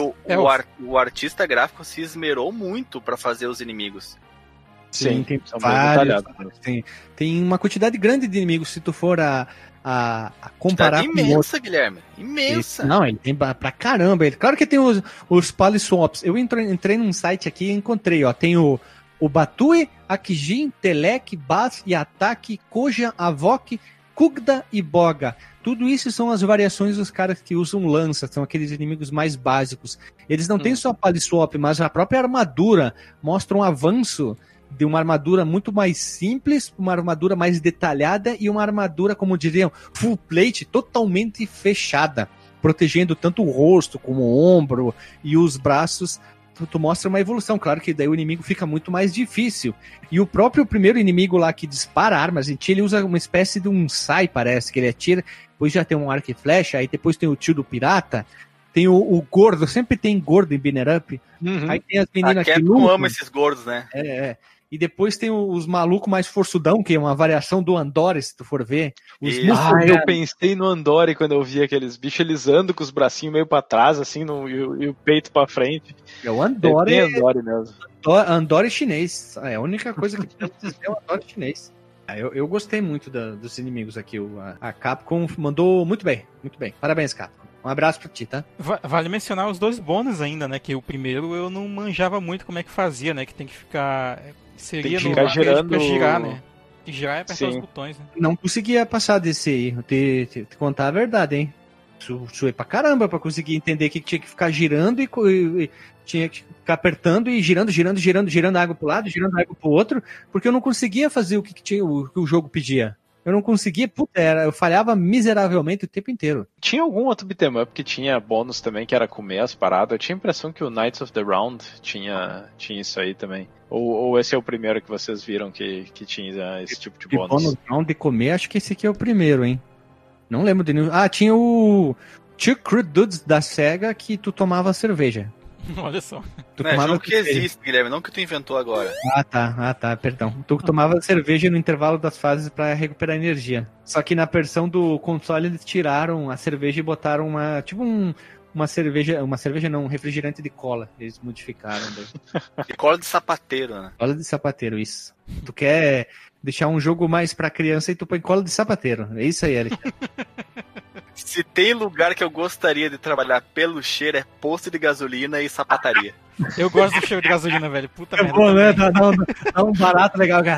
B: o artista gráfico se esmerou muito para fazer os inimigos.
A: Sim, tem vários. Tem uma quantidade grande de inimigos. Se tu for a comparar com
B: imensa, Guilherme. Imensa.
A: Não, ele tem pra caramba. Claro que tem os Paliswaps. Eu entrei num site aqui e encontrei, ó. Tem o Batui, Akijin, Telek, Bas, Yataki, Koja, Avok, Kugda e Boga. Tudo isso são as variações dos caras que usam lança, são aqueles inimigos mais básicos. Eles não têm só Paliswap, mas a própria armadura mostra um avanço de uma armadura muito mais simples, uma armadura mais detalhada e uma armadura, como diriam, full plate, totalmente fechada, protegendo tanto o rosto como o ombro e os braços. Tu mostra uma evolução, claro que daí o inimigo fica muito mais difícil. E o próprio primeiro inimigo lá que dispara armas, ele usa uma espécie de um sai, parece, que ele atira, depois já tem um arco e flecha, aí depois tem o tio do pirata, tem o gordo, sempre tem gordo em Binner Up, aí tem as meninas que lutam.
B: Eu amo esses gordos, né?
A: E depois tem os malucos mais forçudão, que é uma variação do Andore, se tu for ver.
C: Eu pensei no Andore quando eu vi aqueles bichos, eles andam com os bracinhos meio pra trás, assim, e o peito pra frente.
A: É o Andore.
C: É Andore mesmo.
A: Andore chinês. É a única coisa que temos é o Andore chinês. Eu gostei muito dos inimigos aqui. A Capcom mandou muito bem, muito bem. Parabéns, Capcom. Um abraço pra ti, tá?
D: Vale mencionar os dois bônus ainda, né? Que o primeiro eu não manjava muito como é que fazia, né? Que tem que ficar... Seria
C: tem que ficar girando...
D: pra girar, né? E girar é apertar os botões, né?
A: Não conseguia passar desse aí. Te contar a verdade, hein? Suei pra caramba pra conseguir entender que tinha que ficar girando e tinha que ficar apertando e girando água pro lado, girando água pro outro, porque eu não conseguia fazer o que o jogo pedia. Eu não conseguia, eu falhava miseravelmente o tempo inteiro.
C: Tinha algum outro beat'em up que tinha bônus também, que era comer as paradas? Eu tinha a impressão que o Knights of the Round tinha isso aí também. Ou esse é o primeiro que vocês viram que tinha esse tipo de bônus?
A: Bônus round de comer, acho que esse aqui é o primeiro, hein? Não lembro de nenhum. Tinha o Two Crude Dudes da SEGA que tu tomava cerveja.
D: Olha só.
B: É jogo que existe, Guilherme, não que tu inventou agora.
A: Tá, perdão. Tu tomava cerveja no intervalo das fases pra recuperar energia. Só que na versão do console eles tiraram a cerveja e botaram uma cerveja não, um refrigerante de cola. Eles modificaram daí.
B: De cola de sapateiro, né?
A: Cola de sapateiro, isso. Tu quer deixar um jogo mais pra criança e tu põe cola de sapateiro. É isso aí, Alex.
B: Se tem lugar que eu gostaria de trabalhar pelo cheiro, é posto de gasolina e sapataria.
D: Eu gosto do cheiro de gasolina, velho. Puta merda.
A: Bom, né? Dá um barato legal, cara.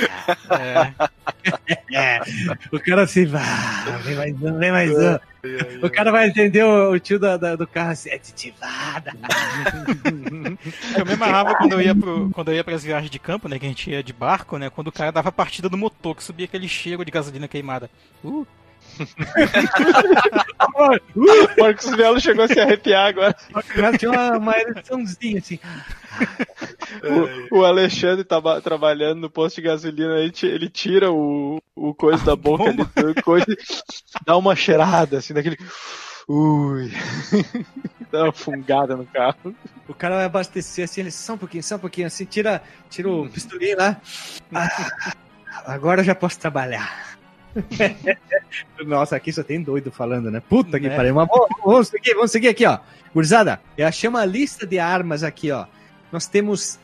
A: O cara assim, vem mais um. O cara vai entender o tio do carro assim, é titivada.
D: Eu me amarrava quando eu ia pras viagens de campo, né? Que a gente ia de barco, né? Quando o cara dava partida no motor, que subia aquele cheiro de gasolina queimada.
C: O Marcos Melo chegou a se arrepiar agora.
A: Tinha uma ereçãozinha assim.
C: O Alexandre tava trabalhando no posto de gasolina, ele tira o coisa da boca ali, coisa, dá uma cheirada assim, daquele. Ui. Dá uma fungada no carro.
A: O cara vai abastecer assim, ele só um pouquinho, assim, tira o pistolinho lá. Agora eu já posso trabalhar. Nossa, aqui só tem doido falando, né? Puta que pariu. Mas vamos seguir aqui, ó. Gurizada, eu achei uma lista de armas aqui, ó. Nós temos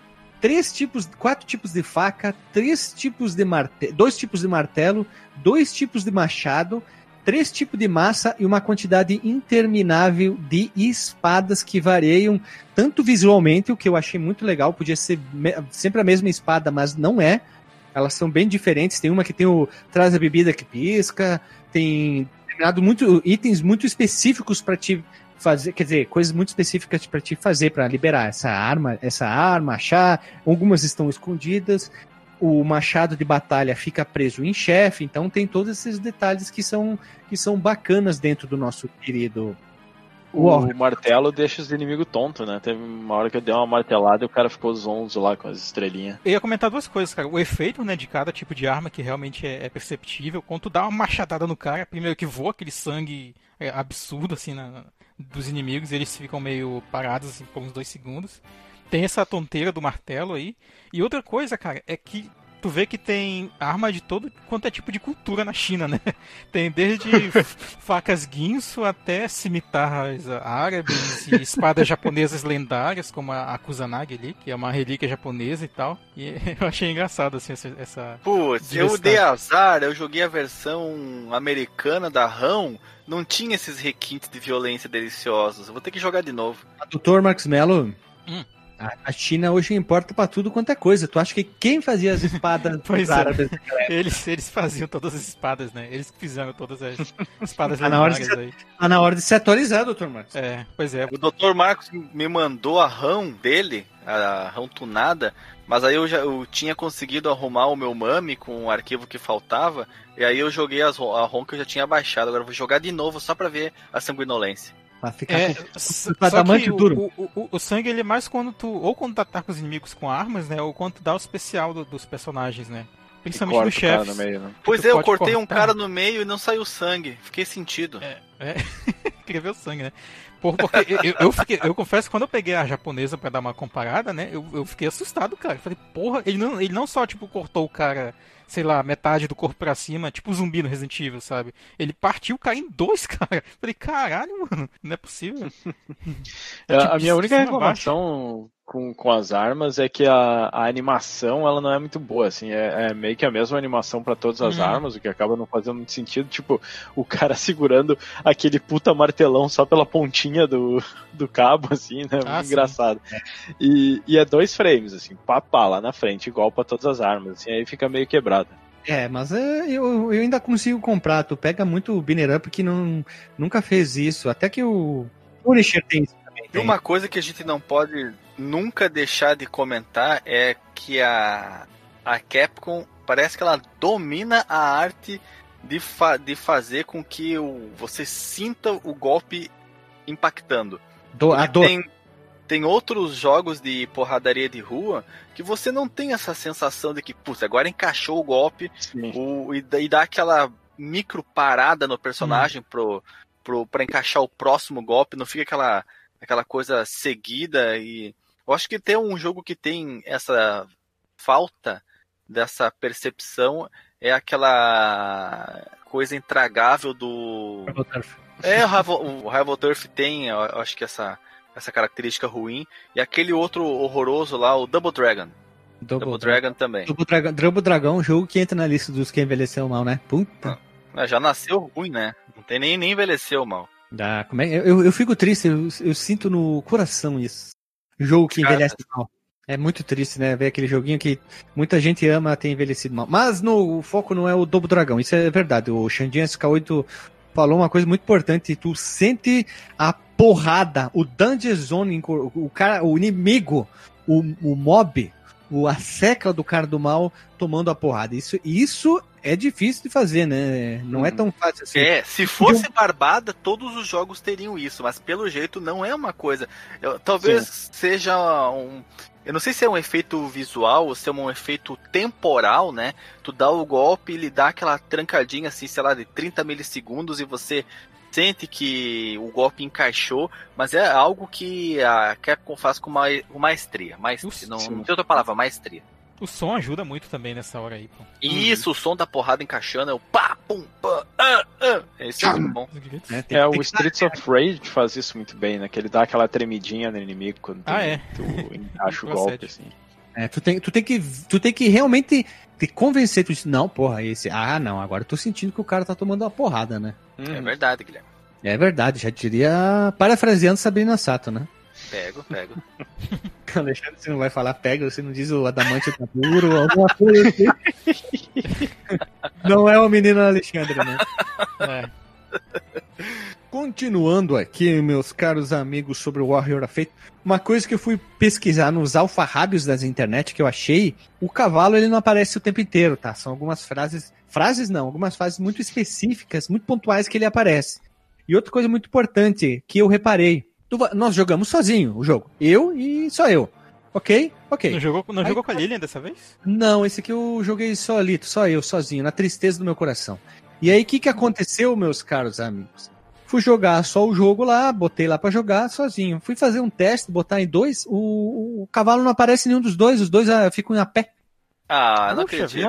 A: 4 tipos de faca, 2 tipos de martelo, 2 tipos de machado, 3 tipos de massa e uma quantidade interminável de espadas que variam tanto visualmente, o que eu achei muito legal, podia ser sempre a mesma espada, mas não é. Elas são bem diferentes. Tem uma que tem traz a bebida que pisca, tem itens muito específicos para te fazer, quer dizer, coisas muito específicas para te fazer, para liberar essa arma, achar. Algumas estão escondidas. O machado de batalha fica preso em chefe, então tem todos esses detalhes que são bacanas dentro do nosso querido.
C: O martelo deixa os inimigos tontos, né? Teve uma hora que eu dei uma martelada e o cara ficou zonzo lá com as estrelinhas.
D: Eu ia comentar 2 coisas, cara. O efeito, né, de cada tipo de arma, que realmente é perceptível. Quando tu dá uma machadada no cara, primeiro que voa aquele sangue absurdo, assim, dos inimigos, eles ficam meio parados, assim, por uns 2 segundos. Tem essa tonteira do martelo aí. E outra coisa, cara, é que tu vê que tem arma de todo quanto é tipo de cultura na China, né? Tem desde facas guinso até cimitarras árabes e espadas japonesas lendárias, como a Kusanagi ali, que é uma relíquia japonesa e tal. E eu achei engraçado, assim, essa
B: Putz, eu dei azar, eu joguei a versão americana da RAM, não tinha esses requintes de violência deliciosos. Eu vou ter que jogar de novo.
A: Dr. Marcos Mello... A China hoje importa pra tudo quanto é coisa. Tu acha que quem fazia as espadas árabes?
D: Eles faziam todas as espadas, né? Eles fizeram todas as espadas lendárias aí.
A: Tá na hora de se atualizar, Dr. Marcos.
D: Pois é.
B: O Dr. Marcos me mandou a RAM dele, a RAM tunada, mas aí eu tinha conseguido arrumar o meu MAME com o arquivo que faltava, e aí eu joguei a ROM que eu já tinha baixado. Agora eu vou jogar de novo só pra ver a sanguinolência.
A: Pra ficar
D: só que duro. O sangue ele é mais quando tu ataca os inimigos com armas, né? Ou quando tu dá o especial dos personagens, né? Principalmente dos chefes.
C: Né?
B: Pois é, eu cortei um cara no meio e não saiu sangue. Fiquei sentido.
D: Queria ver o sangue, né? Porque eu confesso que quando eu peguei a japonesa pra dar uma comparada, né? Eu fiquei assustado, cara. Eu falei, porra, ele não só, tipo, cortou o cara, sei lá, metade do corpo pra cima, tipo o zumbi no Resident Evil, sabe? Ele partiu o cara em 2, cara. Eu falei, caralho, mano, não é possível.
C: A minha única reclamação com as armas é que a animação, ela não é muito boa, assim, é meio que a mesma animação pra todas as armas, o que acaba não fazendo muito sentido, tipo, o cara segurando aquele puta martelão só pela pontinha do cabo, assim, né, muito engraçado. E é 2 frames, assim, papá lá na frente, igual pra todas as armas, assim, aí fica meio quebrado.
A: Mas eu ainda consigo comprar, tu pega muito o Binner Up que nunca fez isso, até que o Punisher tem isso também.
B: E uma coisa que a gente não pode nunca deixar de comentar é que a Capcom parece que ela domina a arte de fazer com que você sinta o golpe impactando. Tem outros jogos de porradaria de rua que você não tem essa sensação de que, putz, agora encaixou o golpe e dá aquela micro parada no personagem pra encaixar o próximo golpe, não fica aquela coisa seguida. E eu acho que tem um jogo que tem essa falta dessa percepção, é aquela coisa intragável do... o Rival Turf tem, eu acho que essa característica ruim, e aquele outro horroroso lá, o Double Dragon. Double Dragon também.
A: Double Dragon é um jogo que entra na lista dos que envelheceu mal, né? Puta.
B: Já nasceu ruim, né? Não tem nem envelheceu mal.
A: Como é? Eu fico triste, eu sinto no coração isso. Jogo que envelhece mal. É muito triste, né? Ver aquele joguinho que muita gente ama ter envelhecido mal. Mas o foco não é o Double Dragão, isso é verdade. O Xandinha SK8 falou uma coisa muito importante. Tu sente a porrada, o Dungeon Zone, o inimigo, o mob, a seca do cara do mal tomando a porrada. Isso é difícil de fazer, né? Não é tão fácil assim.
B: Se fosse barbada, todos os jogos teriam isso, mas pelo jeito não é uma coisa. Talvez seja um... Eu não sei se é um efeito visual ou se é um efeito temporal, né? Tu dá o golpe e ele dá aquela trancadinha assim, sei lá, de 30 milissegundos e você sente que o golpe encaixou, mas é algo que a Capcom faz com maestria. Não tem outra palavra, maestria.
D: O som ajuda muito também nessa hora aí, pô.
B: Isso, o som da porrada encaixando é o pá, pum, pá, Esse é muito bom.
C: O Streets of Rage faz isso muito bem, né? Que ele dá aquela tremidinha no inimigo quando tu encaixa o golpe, assim.
A: Tu tem que realmente te convencer, tu diz, não, porra, não, agora eu tô sentindo que o cara tá tomando uma porrada, né?
B: É verdade, Guilherme.
A: É verdade, já diria, parafraseando Sabrina Sato, né?
B: Pego.
A: Alexandre, você não vai falar pega, você não diz o adamante tá duro, alguma coisa assim. Não é o menino Alexandre, né? Continuando aqui, meus caros amigos, sobre o Warrior of Fate, uma coisa que eu fui pesquisar nos alfarrábios das internet que eu achei, o cavalo ele não aparece o tempo inteiro, tá? São algumas algumas frases muito específicas, muito pontuais que ele aparece. E outra coisa muito importante que eu reparei, nós jogamos sozinho o jogo, eu e só eu, ok?
D: Não jogou com a Lilian dessa vez?
A: Não, esse aqui eu joguei solito, só eu, sozinho, na tristeza do meu coração. E aí, o que aconteceu, meus caros amigos? Fui jogar só o jogo lá, botei lá pra jogar sozinho. Fui fazer um teste, botar em 2, o cavalo não aparece em nenhum dos dois, os dois ficam a pé.
B: Não acredito.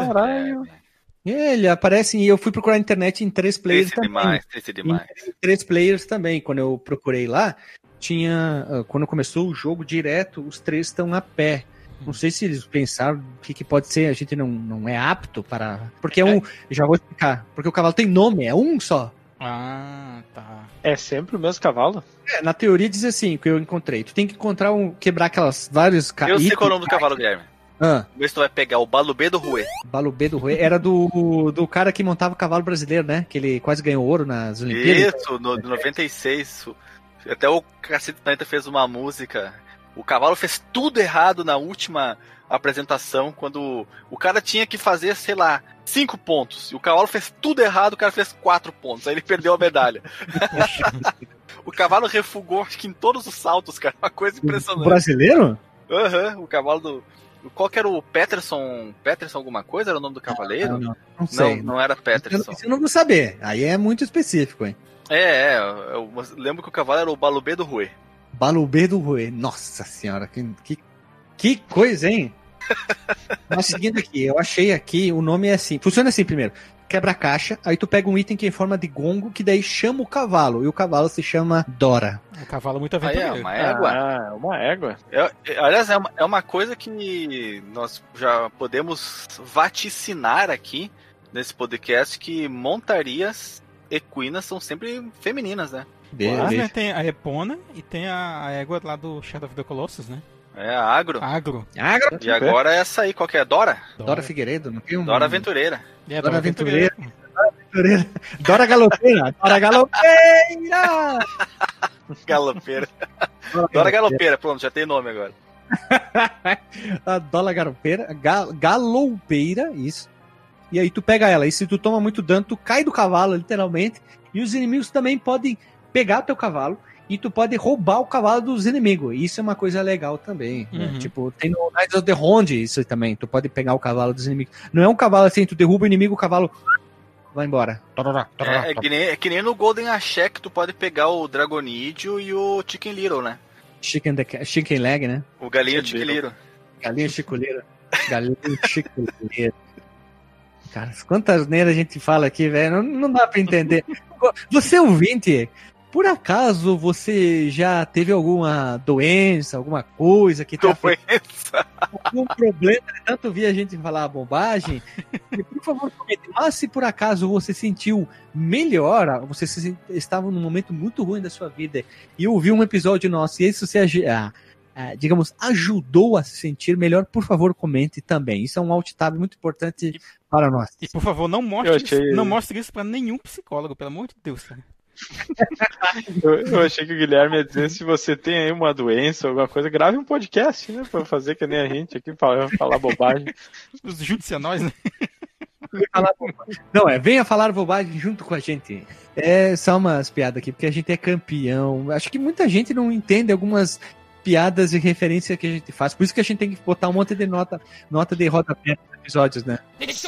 A: Ele aparece, e eu fui procurar na internet em 3 players também.
B: Triste demais.
A: Em 3 players também, quando eu procurei lá, quando começou o jogo direto, os 3 estão a pé. Não sei se eles pensaram o que pode ser, a gente não é apto para... Porque já vou explicar, porque o cavalo tem nome, é um só.
D: Ah, tá.
C: É sempre o mesmo cavalo?
A: Na teoria diz assim, que eu encontrei. Tu tem que quebrar aquelas vários...
B: Eu sei qual é o nome do cavalo, Guilherme. Vê se tu vai pegar o Balubê do Rue.
A: Balubê do Rue. Era do cara que montava o cavalo brasileiro, né? Que ele quase ganhou ouro nas Olimpíadas.
B: Isso, no 96. Até o Cacete Planeta fez uma música. O cavalo fez tudo errado na última apresentação, quando o cara tinha que fazer, sei lá, 5 pontos. E o cavalo fez tudo errado, o cara fez 4 pontos. Aí ele perdeu a medalha. O cavalo refugou, acho que em todos os saltos, cara. Uma coisa impressionante.
A: O brasileiro?
B: O cavalo do... Qual que era o Peterson? Peterson alguma coisa? Era o nome do cavaleiro?
A: Não sei.
B: Não era Peterson.
A: Isso eu não vou saber. Aí é muito específico, hein?
B: Eu lembro que o cavalo era o Balubê do Rue.
A: Balubê do Rue. Nossa senhora, que coisa, hein? Mas seguindo aqui, eu achei aqui, o nome é assim. Funciona assim primeiro. Quebra a caixa, aí tu pega um item que é em forma de gongo, que daí chama o cavalo. E o cavalo se chama Dora.
D: É um cavalo muito aventureiro.
B: É uma égua.
C: É uma égua.
B: Aliás, é uma coisa que nós já podemos vaticinar aqui nesse podcast, que montarias equinas são sempre femininas, né?
D: Né? Tem a Epona e tem a égua lá do Shadow of the Colossus, né?
B: É a Agro. E agora essa aí, qual que é? Dora
A: Figueiredo, não tem um...
B: Dora Aventureira.
A: Dora Aventureira. Dora Galopeira.
B: Galopeira. Dora Galopeira, pronto, já tem nome agora.
A: A Dora Galopeira, isso. E aí tu pega ela, e se tu toma muito dano, tu cai do cavalo, literalmente. E os inimigos também podem pegar o teu cavalo e tu pode roubar o cavalo dos inimigos. Isso é uma coisa legal também. Né? Tipo, tem no Knights of the Round isso também. Tu pode pegar o cavalo dos inimigos. Não é um cavalo assim, tu derruba o inimigo, o cavalo vai embora.
B: É que nem no Golden Axe que tu pode pegar o Dragonidio e o Chicken Little, né?
A: Chicken Leg, né?
B: O Galinho Chicken Little.
A: Galinho Chicoleiro. Galinho Chicoleiro. Cara, quantas neiras a gente fala aqui, velho. Não dá pra entender. Você ouvinte, Por acaso você já teve alguma doença, alguma coisa que tá algum problema de tanto ouvir a gente falar bobagem? E, por favor, comente. Mas se por acaso você sentiu melhor, você estava num momento muito ruim da sua vida e ouviu um episódio nosso e isso digamos, ajudou a se sentir melhor, por favor, comente também. Isso é um alt tab muito importante para nós.
D: E por favor, não mostre isso para nenhum psicólogo, pelo amor de Deus, cara.
C: Eu achei que o Guilherme ia dizer, se você tem aí uma doença ou alguma coisa, grave um podcast, né? Pra fazer que nem a gente aqui, falar bobagem.
D: Junte-se a nós, né?
A: Não, venha falar bobagem junto com a gente. É só umas piadas aqui, porque a gente é campeão. Acho que muita gente não entende algumas piadas e referências que a gente faz. Por isso que a gente tem que botar um monte de nota de rodapé nos episódios, né?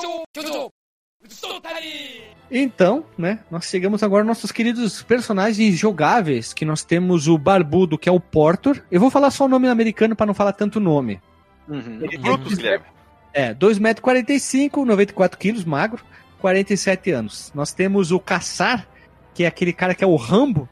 A: Então, né, nós chegamos agora aos nossos queridos personagens jogáveis, que nós temos o Barbudo, que é o Portor. Eu vou falar só o nome americano para não falar tanto nome.
B: Brutus, Guilherme.
A: 2,45 m, 94 kg, magro, 47 anos. Nós temos o Caçar, que é aquele cara que é o Rambo,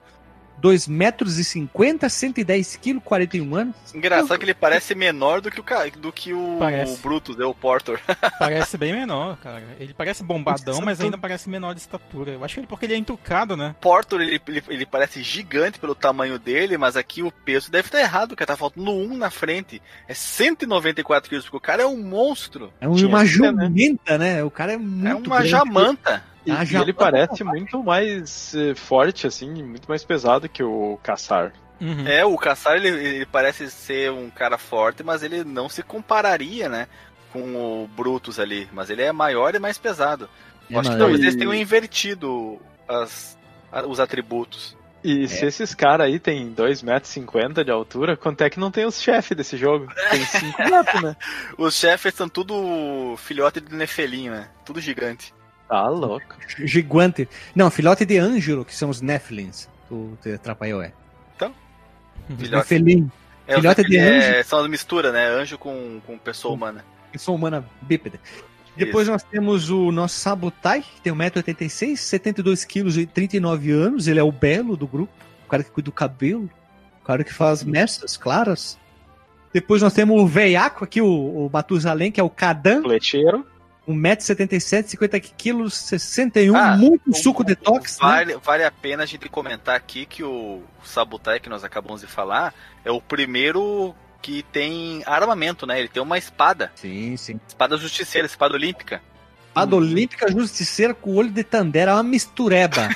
A: 2,50 m, 110 kg, 41 anos.
B: Engraçado que ele parece menor do que o Brutus, o Portor.
D: Parece bem menor, cara. Ele parece bombadão, mas ainda parece menor de estatura. Eu acho que porque ele é entucado, né?
B: Portor, ele parece gigante pelo tamanho dele, mas aqui o peso deve estar errado, porque tá faltando 1 na frente. É 194 kg, porque o cara é um monstro.
A: É uma jumenta, né? O cara é muito
B: É uma
A: grande.
B: jamanta.
C: E ele parece muito mais forte, assim, muito mais pesado que o Caçar.
B: O Caçar, ele parece ser um cara forte, mas ele não se compararia, né, com o Brutus ali. Mas ele é maior e mais pesado. Acho que talvez eles tenham invertido os atributos.
C: E se esses caras aí tem 2,50 m de altura, quanto é que não tem os chefes desse jogo? Tem 5 metros, né?
B: Os chefes são tudo filhote de Nefelim, né? Tudo gigante.
C: Tá louco.
A: Gigante. Não, filhote de Ângelo, que são os Nephilims. Tu atrapalhou,
B: Então?
A: Nefelim. Filhote de Ângelo.
B: São as misturas, né? Anjo com pessoa humana.
A: Pessoa humana bípede. Depois nós temos o nosso Sabutai, que tem 1,86 m, 72 kg e 39 anos. Ele é o belo do grupo. O cara que cuida do cabelo. O cara que faz mestras claras. Depois nós temos o veiaco aqui, o Matusalém, que é o Kadan.
C: Flecheiro.
A: 1,77 m, 50 kg, 61, muito suco detox.
B: Vale a pena a gente comentar aqui que o Sabutai, que nós acabamos de falar, é o primeiro que tem armamento, né? Ele tem uma espada.
A: Sim, sim.
B: Espada justiceira, espada olímpica.
A: Espada olímpica justiceira com olho de Tandera, é uma mistureba.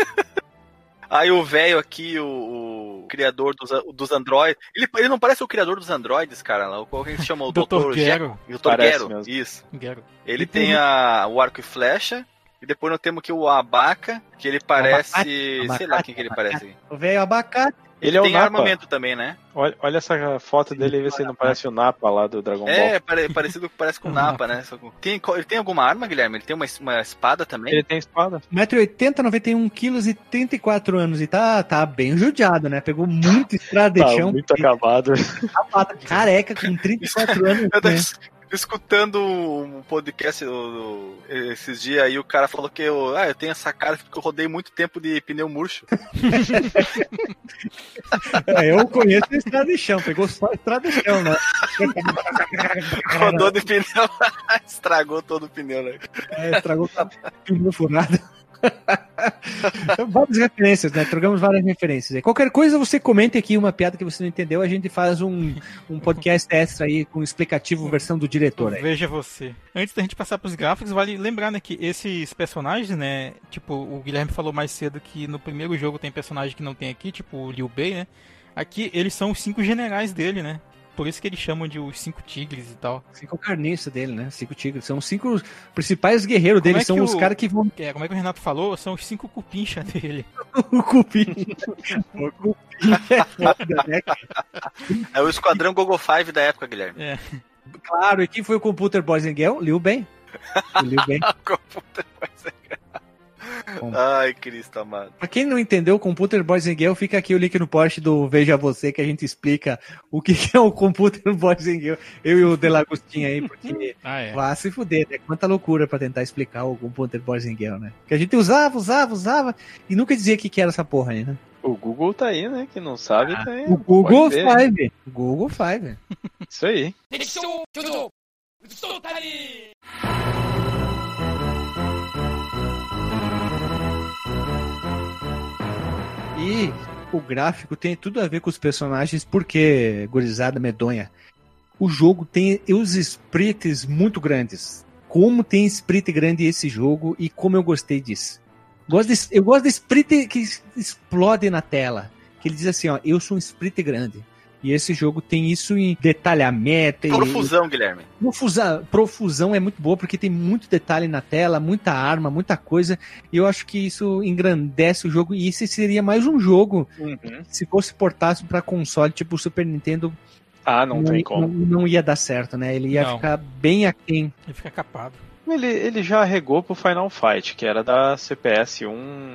B: Aí o velho aqui, o criador dos androides. Ele não parece o criador dos androides, cara. Qual que a gente chama? O Dr.
D: Gero.
B: Dr. Gero, isso.
D: Gero.
B: Ele tem o arco e flecha. E depois nós temos aqui o Abaca, que ele parece... sei lá quem que ele parece.
A: O velho abacate.
C: Ele é o
B: tem
C: Napa.
B: armamento também, né?
C: Olha essa foto dele aí, vê se ele não parece o Napa lá do Dragon Ball.
B: Parece com o Napa, né? Ele tem alguma arma, Guilherme? Ele tem uma espada também?
C: Ele tem espada.
A: 1,80 m, 91 kg e 34 anos. E tá bem judiado, né? Pegou muito estrada de chão.
C: Tá muito acabado.
A: Careca com 34 anos. Né?
B: Escutando um podcast esses dias aí, o cara falou que eu tenho essa cara porque eu rodei muito tempo de pneu murcho.
A: Eu conheço a estrada de chão, pegou só a estrada de chão, né?
B: Rodou de pneu, estragou todo o pneu, né?
A: Estragou o pneu furado. Várias referências, né? Trocamos várias referências. Qualquer coisa você comente aqui uma piada que você não entendeu, a gente faz um podcast extra aí com explicativo versão do diretor. Aí.
D: Veja você. Antes da gente passar pros gráficos, vale lembrar, né, que esses personagens, né, tipo, o Guilherme falou mais cedo que no primeiro jogo tem personagem que não tem aqui, tipo o Liu Bei, né? Aqui eles são os 5 generais dele, né? Por isso que eles chamam de os 5 tigres e tal.
A: 5 carniças dele, né? 5 tigres. São os 5 principais guerreiros dele. São os caras que vão...
D: como é que o Renato falou? São os 5 cupincha dele.
A: O cupincha. O cupincha é foda, né, cara?
B: É o esquadrão Gogo 5 da época, Guilherme.
D: É.
A: Claro, e quem foi o Computer Boys and Girl? Liu Bei. O Liu Bei.
B: Computer Boys and Girl. Ai, Cristo amado.
A: Pra quem não entendeu, o Computer Boys and Girl, fica aqui o link no post do Veja Você, que a gente explica o que é o Computer Boys and Girl. Eu e o Delagostinho aí, porque vá se fuder, né? Quanta loucura pra tentar explicar o Computer Boys and Girl, né? Que a gente usava, e nunca dizia o que era essa porra aí, né?
C: O Google tá aí, né? Quem não sabe tá aí.
A: O Google
C: Pode ver.
A: Five. O Google Five.
C: Isso aí.
A: E o gráfico tem tudo a ver com os personagens, porque, gurizada medonha, o jogo tem os sprites muito grandes. Como tem sprite grande esse jogo e como eu gostei disso. Eu gosto de sprite que explode na tela. Que ele diz assim, ó, eu sou um sprite grande. E esse jogo tem isso em detalhamento.
B: Profusão, Guilherme.
A: Profusão é muito boa, porque tem muito detalhe na tela, muita arma, muita coisa. E eu acho que isso engrandece o jogo. E esse seria mais um jogo, se fosse portasse para console, tipo o Super Nintendo.
C: Ah, não tem como.
A: Não ia dar certo, né? Ele ia ficar bem aquém.
D: Ele fica capado.
C: Ele já arregou pro Final Fight, que era da CPS-1,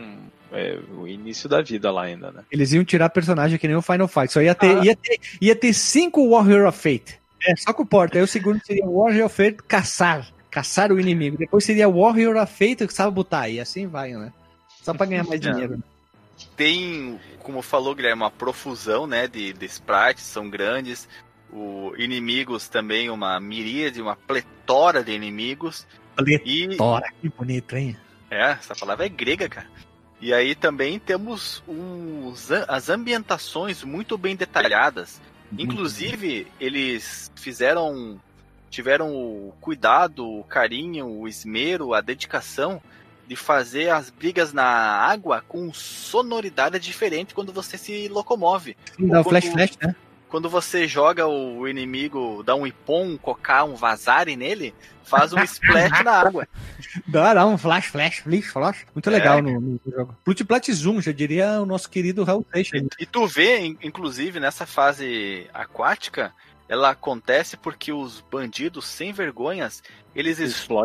C: o início da vida lá ainda, né?
A: Eles iam tirar personagem que nem o Final Fight. Só ia ter 5 Warrior of Fate. Só com o porta. Aí o segundo seria Warrior of Fate caçar o inimigo. Depois seria Warrior of Fate que sabe botar. E assim vai, né? Só pra ganhar mais dinheiro.
B: Tem, como falou, Guilherme, uma profusão, né, de sprites, são grandes. Inimigos também, uma miríade, uma pletora de inimigos.
A: Pletora, que bonito, hein?
B: Essa palavra é grega, cara. E aí também temos as ambientações muito bem detalhadas. Inclusive, eles tiveram o cuidado, o carinho, o esmero, a dedicação de fazer as brigas na água com sonoridade diferente quando você se locomove.
A: Dá o flash, né?
B: Quando você joga o inimigo, dá um ipom, um cocá, um vazare nele, faz um splash na água.
A: Dá um flash. Muito legal no jogo. Plutiplat Zoom, já diria o nosso querido Raul Seixas.
B: E tu vê, inclusive, nessa fase aquática, ela acontece porque os bandidos sem vergonhas, eles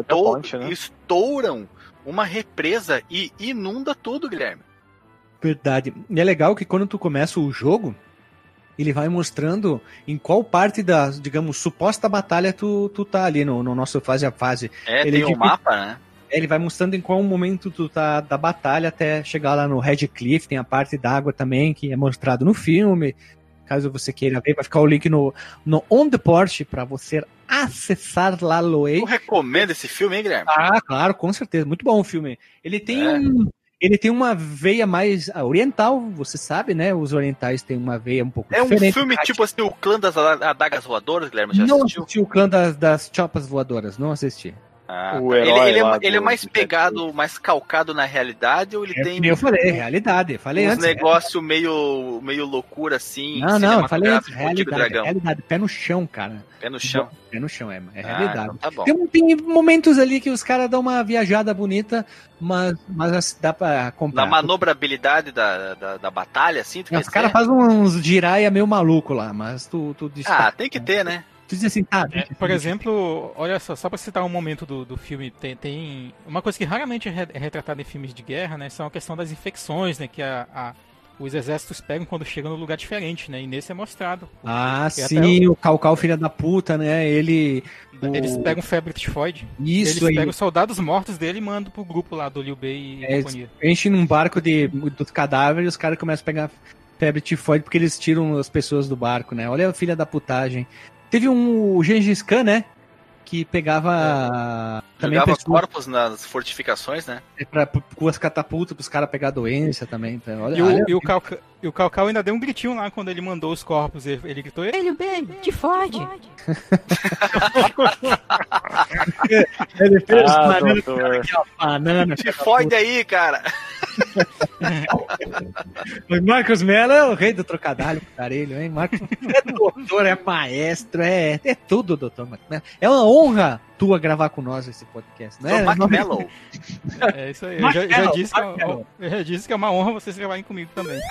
B: estouram uma represa e inunda tudo, Guilherme.
A: Verdade. E é legal que quando tu começa o jogo, ele vai mostrando em qual parte da, digamos, suposta batalha tu tá ali no nosso fase a fase.
B: Ele tem um mapa, né?
A: Ele vai mostrando em qual momento tu tá da batalha até chegar lá no Red Cliff. Tem a parte d'água também, que é mostrado no filme. Caso você queira ver, vai ficar o link no On The Port pra você acessar lá, Loei.
B: Eu recomendo esse filme, hein, Guilherme?
A: Ah, claro, com certeza. Muito bom o filme. Ele tem uma veia mais oriental, você sabe, né? Os orientais têm uma veia um pouco diferente.
B: É um filme tipo assim, o Clã das Adagas Voadoras, Guilherme? Já
A: não
B: assistiu?
A: assisti o Clã das Chopas Voadoras, não assisti.
C: O herói
B: ele é mais pegado, mais calcado na realidade, ou ele tem...
A: Eu falei, realidade. Falei
B: uns
A: antes.
B: negócio meio loucura, assim.
A: Não, eu falei antes.
B: Realidade.
A: Pé no chão, cara.
B: Pé no chão.
A: Pé no chão, é realidade.
B: Então tá bom.
A: Tem momentos ali que os caras dão uma viajada bonita, mas dá pra comprar.
B: Na manobrabilidade da batalha, assim, tu
A: Os caras fazem uns giraia meio maluco lá, mas tu
B: tem que ter, né?
A: Tu diz assim,
D: por exemplo, olha só pra citar um momento do filme, tem uma coisa que raramente é retratada em filmes de guerra, né? São a questão das infecções, né? Que os exércitos pegam quando chegam num lugar diferente, né? E nesse é mostrado.
A: Sim, o Calcal, filho da puta, né? Eles
D: pegam febre tifoide.
A: Isso,
D: eles pegam os soldados mortos dele e mandam pro grupo lá do Liu Bei e companhia.
A: Enchem num barco dos cadáveres e os caras começam a pegar febre tifoide porque eles tiram as pessoas do barco, né? Olha a filha da putagem. Teve o Gengis Khan, né? Que pegava também
B: corpos nas fortificações, né?
A: Com as catapultas pros caras pegar doença também. Então,
D: e o Calcal ainda deu um gritinho lá quando ele mandou os corpos. Ele gritou: "Ele bem, te fode!"
A: Ele fez banana.
B: Te fode aí, cara!
A: O Marcos Mello é o rei do trocadilho, caralho, hein? Marcos é doutor, é maestro, é tudo, doutor Marcos Mello. É uma honra tua gravar com nós esse podcast, né?
B: Mark Mello.
D: É isso aí. Eu já disse que é uma honra vocês gravarem comigo também.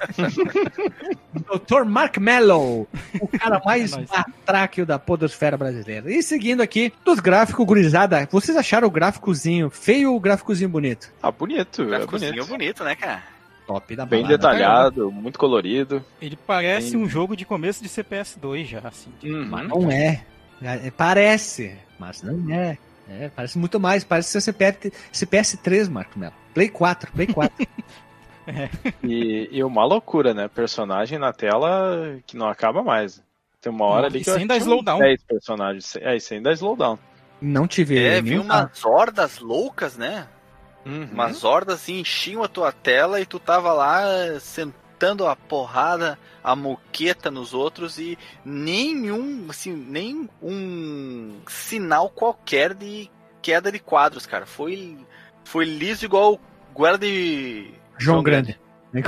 A: Dr. Mark Mello, o cara mais batráquio da podosfera brasileira. E seguindo aqui, dos gráficos, gurizada, vocês acharam o gráficozinho feio ou o gráficozinho bonito?
C: Bonito.
B: Gráficozinho bonito, né, cara?
A: Top da
C: bem
A: balada.
C: detalhado, muito colorido.
D: Ele parece um jogo de começo de CPS2 já, assim.
A: Mas não é. Parece, mas não é. Parece muito mais. Parece ser CPS3, Marco Melo. Play 4.
C: E uma loucura, né? Personagem na tela que não acaba mais. Tem uma hora ali que
D: sem dar slowdown.
C: 10 personagens. E sem dar slowdown.
A: Não tive.
B: Vi
A: nenhum-
B: umas hordas loucas, né?
C: Uhum.
B: Umas hordas assim, enchiam a tua tela e tu tava lá sentando a porrada, a moqueta nos outros e nem um sinal qualquer de queda de quadros, cara. Foi liso igual goela de
A: João Grande.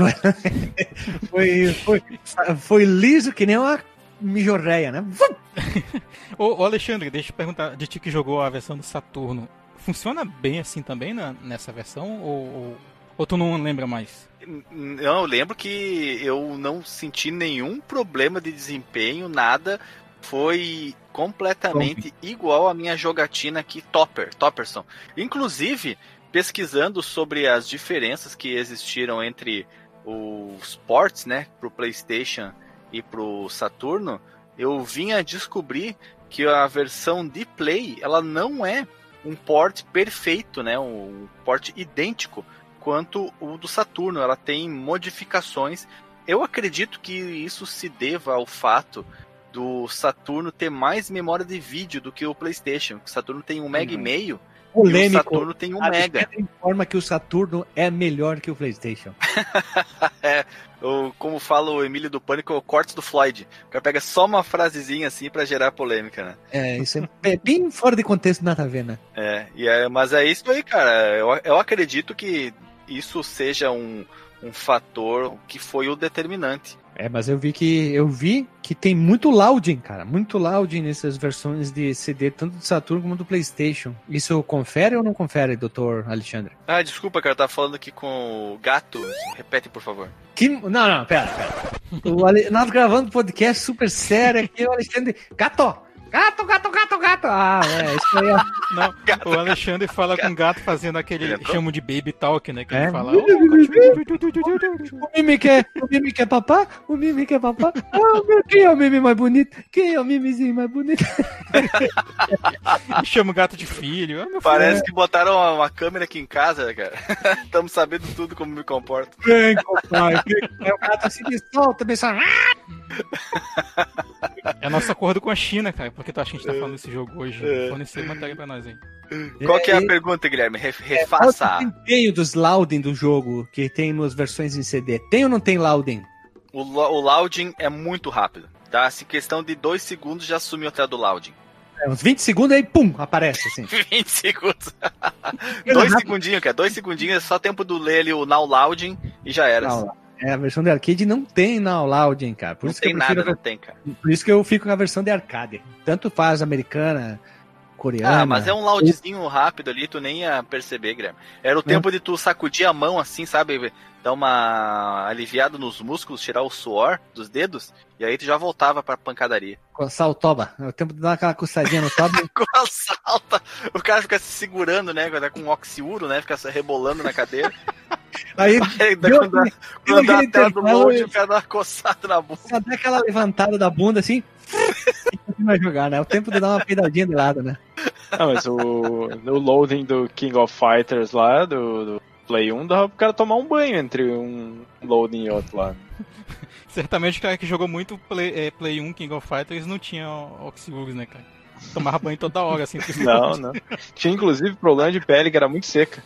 A: Foi liso que nem uma mijorreia, né?
D: Ô Alexandre, deixa eu perguntar, de ti que jogou a versão do Saturno, funciona bem assim também nessa versão ou tu não lembra mais?
B: Não, eu lembro que eu não senti nenhum problema de desempenho, nada. Foi completamente igual à minha jogatina aqui, Topperson. Inclusive, pesquisando sobre as diferenças que existiram entre os ports, né, pro PlayStation e pro Saturno, eu vim a descobrir que a versão de Play, ela não é um port perfeito, né, um port idêntico quanto o do Saturno. Ela tem modificações. Eu acredito que isso se deva ao fato do Saturno ter mais memória de vídeo do que o PlayStation. O Saturno tem 1,5 MB e o Saturno tem 1 MB.
A: Informa que o Saturno é melhor que o PlayStation.
B: Como fala o Emílio do Pânico, é o corte do Floyd. O cara pega só uma frasezinha assim pra gerar polêmica, né?
A: Isso é bem fora de contexto, nada a ver, né?
B: Mas é isso aí, cara. Eu acredito que isso seja um fator que foi o determinante.
A: Mas eu vi que tem muito loading, cara. Muito loading nessas versões de CD, tanto do Saturno como do PlayStation. Isso confere ou não confere, Dr. Alexandre?
B: Desculpa, cara. Eu tava falando aqui com o gato. Repete, por favor.
A: Não, pera. Nós gravando podcast super sério aqui, o Alexandre... Gato! Isso aí é...
D: Não, o Alexandre fala com o gato fazendo aquele chamo de baby talk, né? Que ele fala.
A: O Mimi quer papá? O Mimi quer papá? Quem é o Mimi mais bonito? Quem é o Mimizinho mais bonito?
D: Chama o gato de filho.
B: Parece que botaram uma câmera aqui em casa, cara. Estamos sabendo tudo como me comporto.
A: Vem, papai. O gato assim me solta, me solta.
D: É nosso acordo com a China, cara. Por que tu acha que a gente tá falando desse jogo hoje? Fornecer matéria pra nós aí.
B: Qual que é a pergunta, Guilherme? Refaça.
A: Qual o desempenho dos loading do jogo que tem nas versões em CD? Tem ou não tem loading?
B: O loading é muito rápido, tá? Se questão de 2 segundos já sumiu até do loading.
A: Uns 20 segundos aí, pum, aparece assim.
B: 20 segundos. 2 segundinhos, cara. 2 segundinhos é só tempo de ler ali o now loading e já era.
A: A versão de arcade não tem now loading, cara. Por
B: não
A: isso
B: tem
A: que eu prefiro
B: nada, não tem, cara.
A: Por isso que eu fico com a versão de arcade. Tanto faz americana, coreana.
B: Mas é um loadzinho rápido ali, tu nem ia perceber, Guilherme. Era o tempo de tu sacudir a mão assim, sabe? Dar uma aliviada nos músculos, tirar o suor dos dedos, e aí tu já voltava pra pancadaria.
A: Coçar o toba. É o tempo de dar aquela coçadinha no toba.
B: Salta. O cara fica se segurando, né? Com um oxiuro, né? Fica rebolando na cadeira.
A: Aí
B: quando dá a tela do load, o cara dá uma coçada na bunda.
A: Só dá aquela levantada da bunda assim e vai jogar, né? É o tempo de dar uma peidadinha de lado, né?
C: Mas o loading do King of Fighters lá, do Play 1, dava pro cara tomar um banho entre um loading e outro lá.
D: Certamente o cara que jogou muito Play 1 King of Fighters não tinha oxiúros, né, cara? Tomava banho toda hora, assim.
C: Não. Tinha inclusive problema de pele que era muito seca.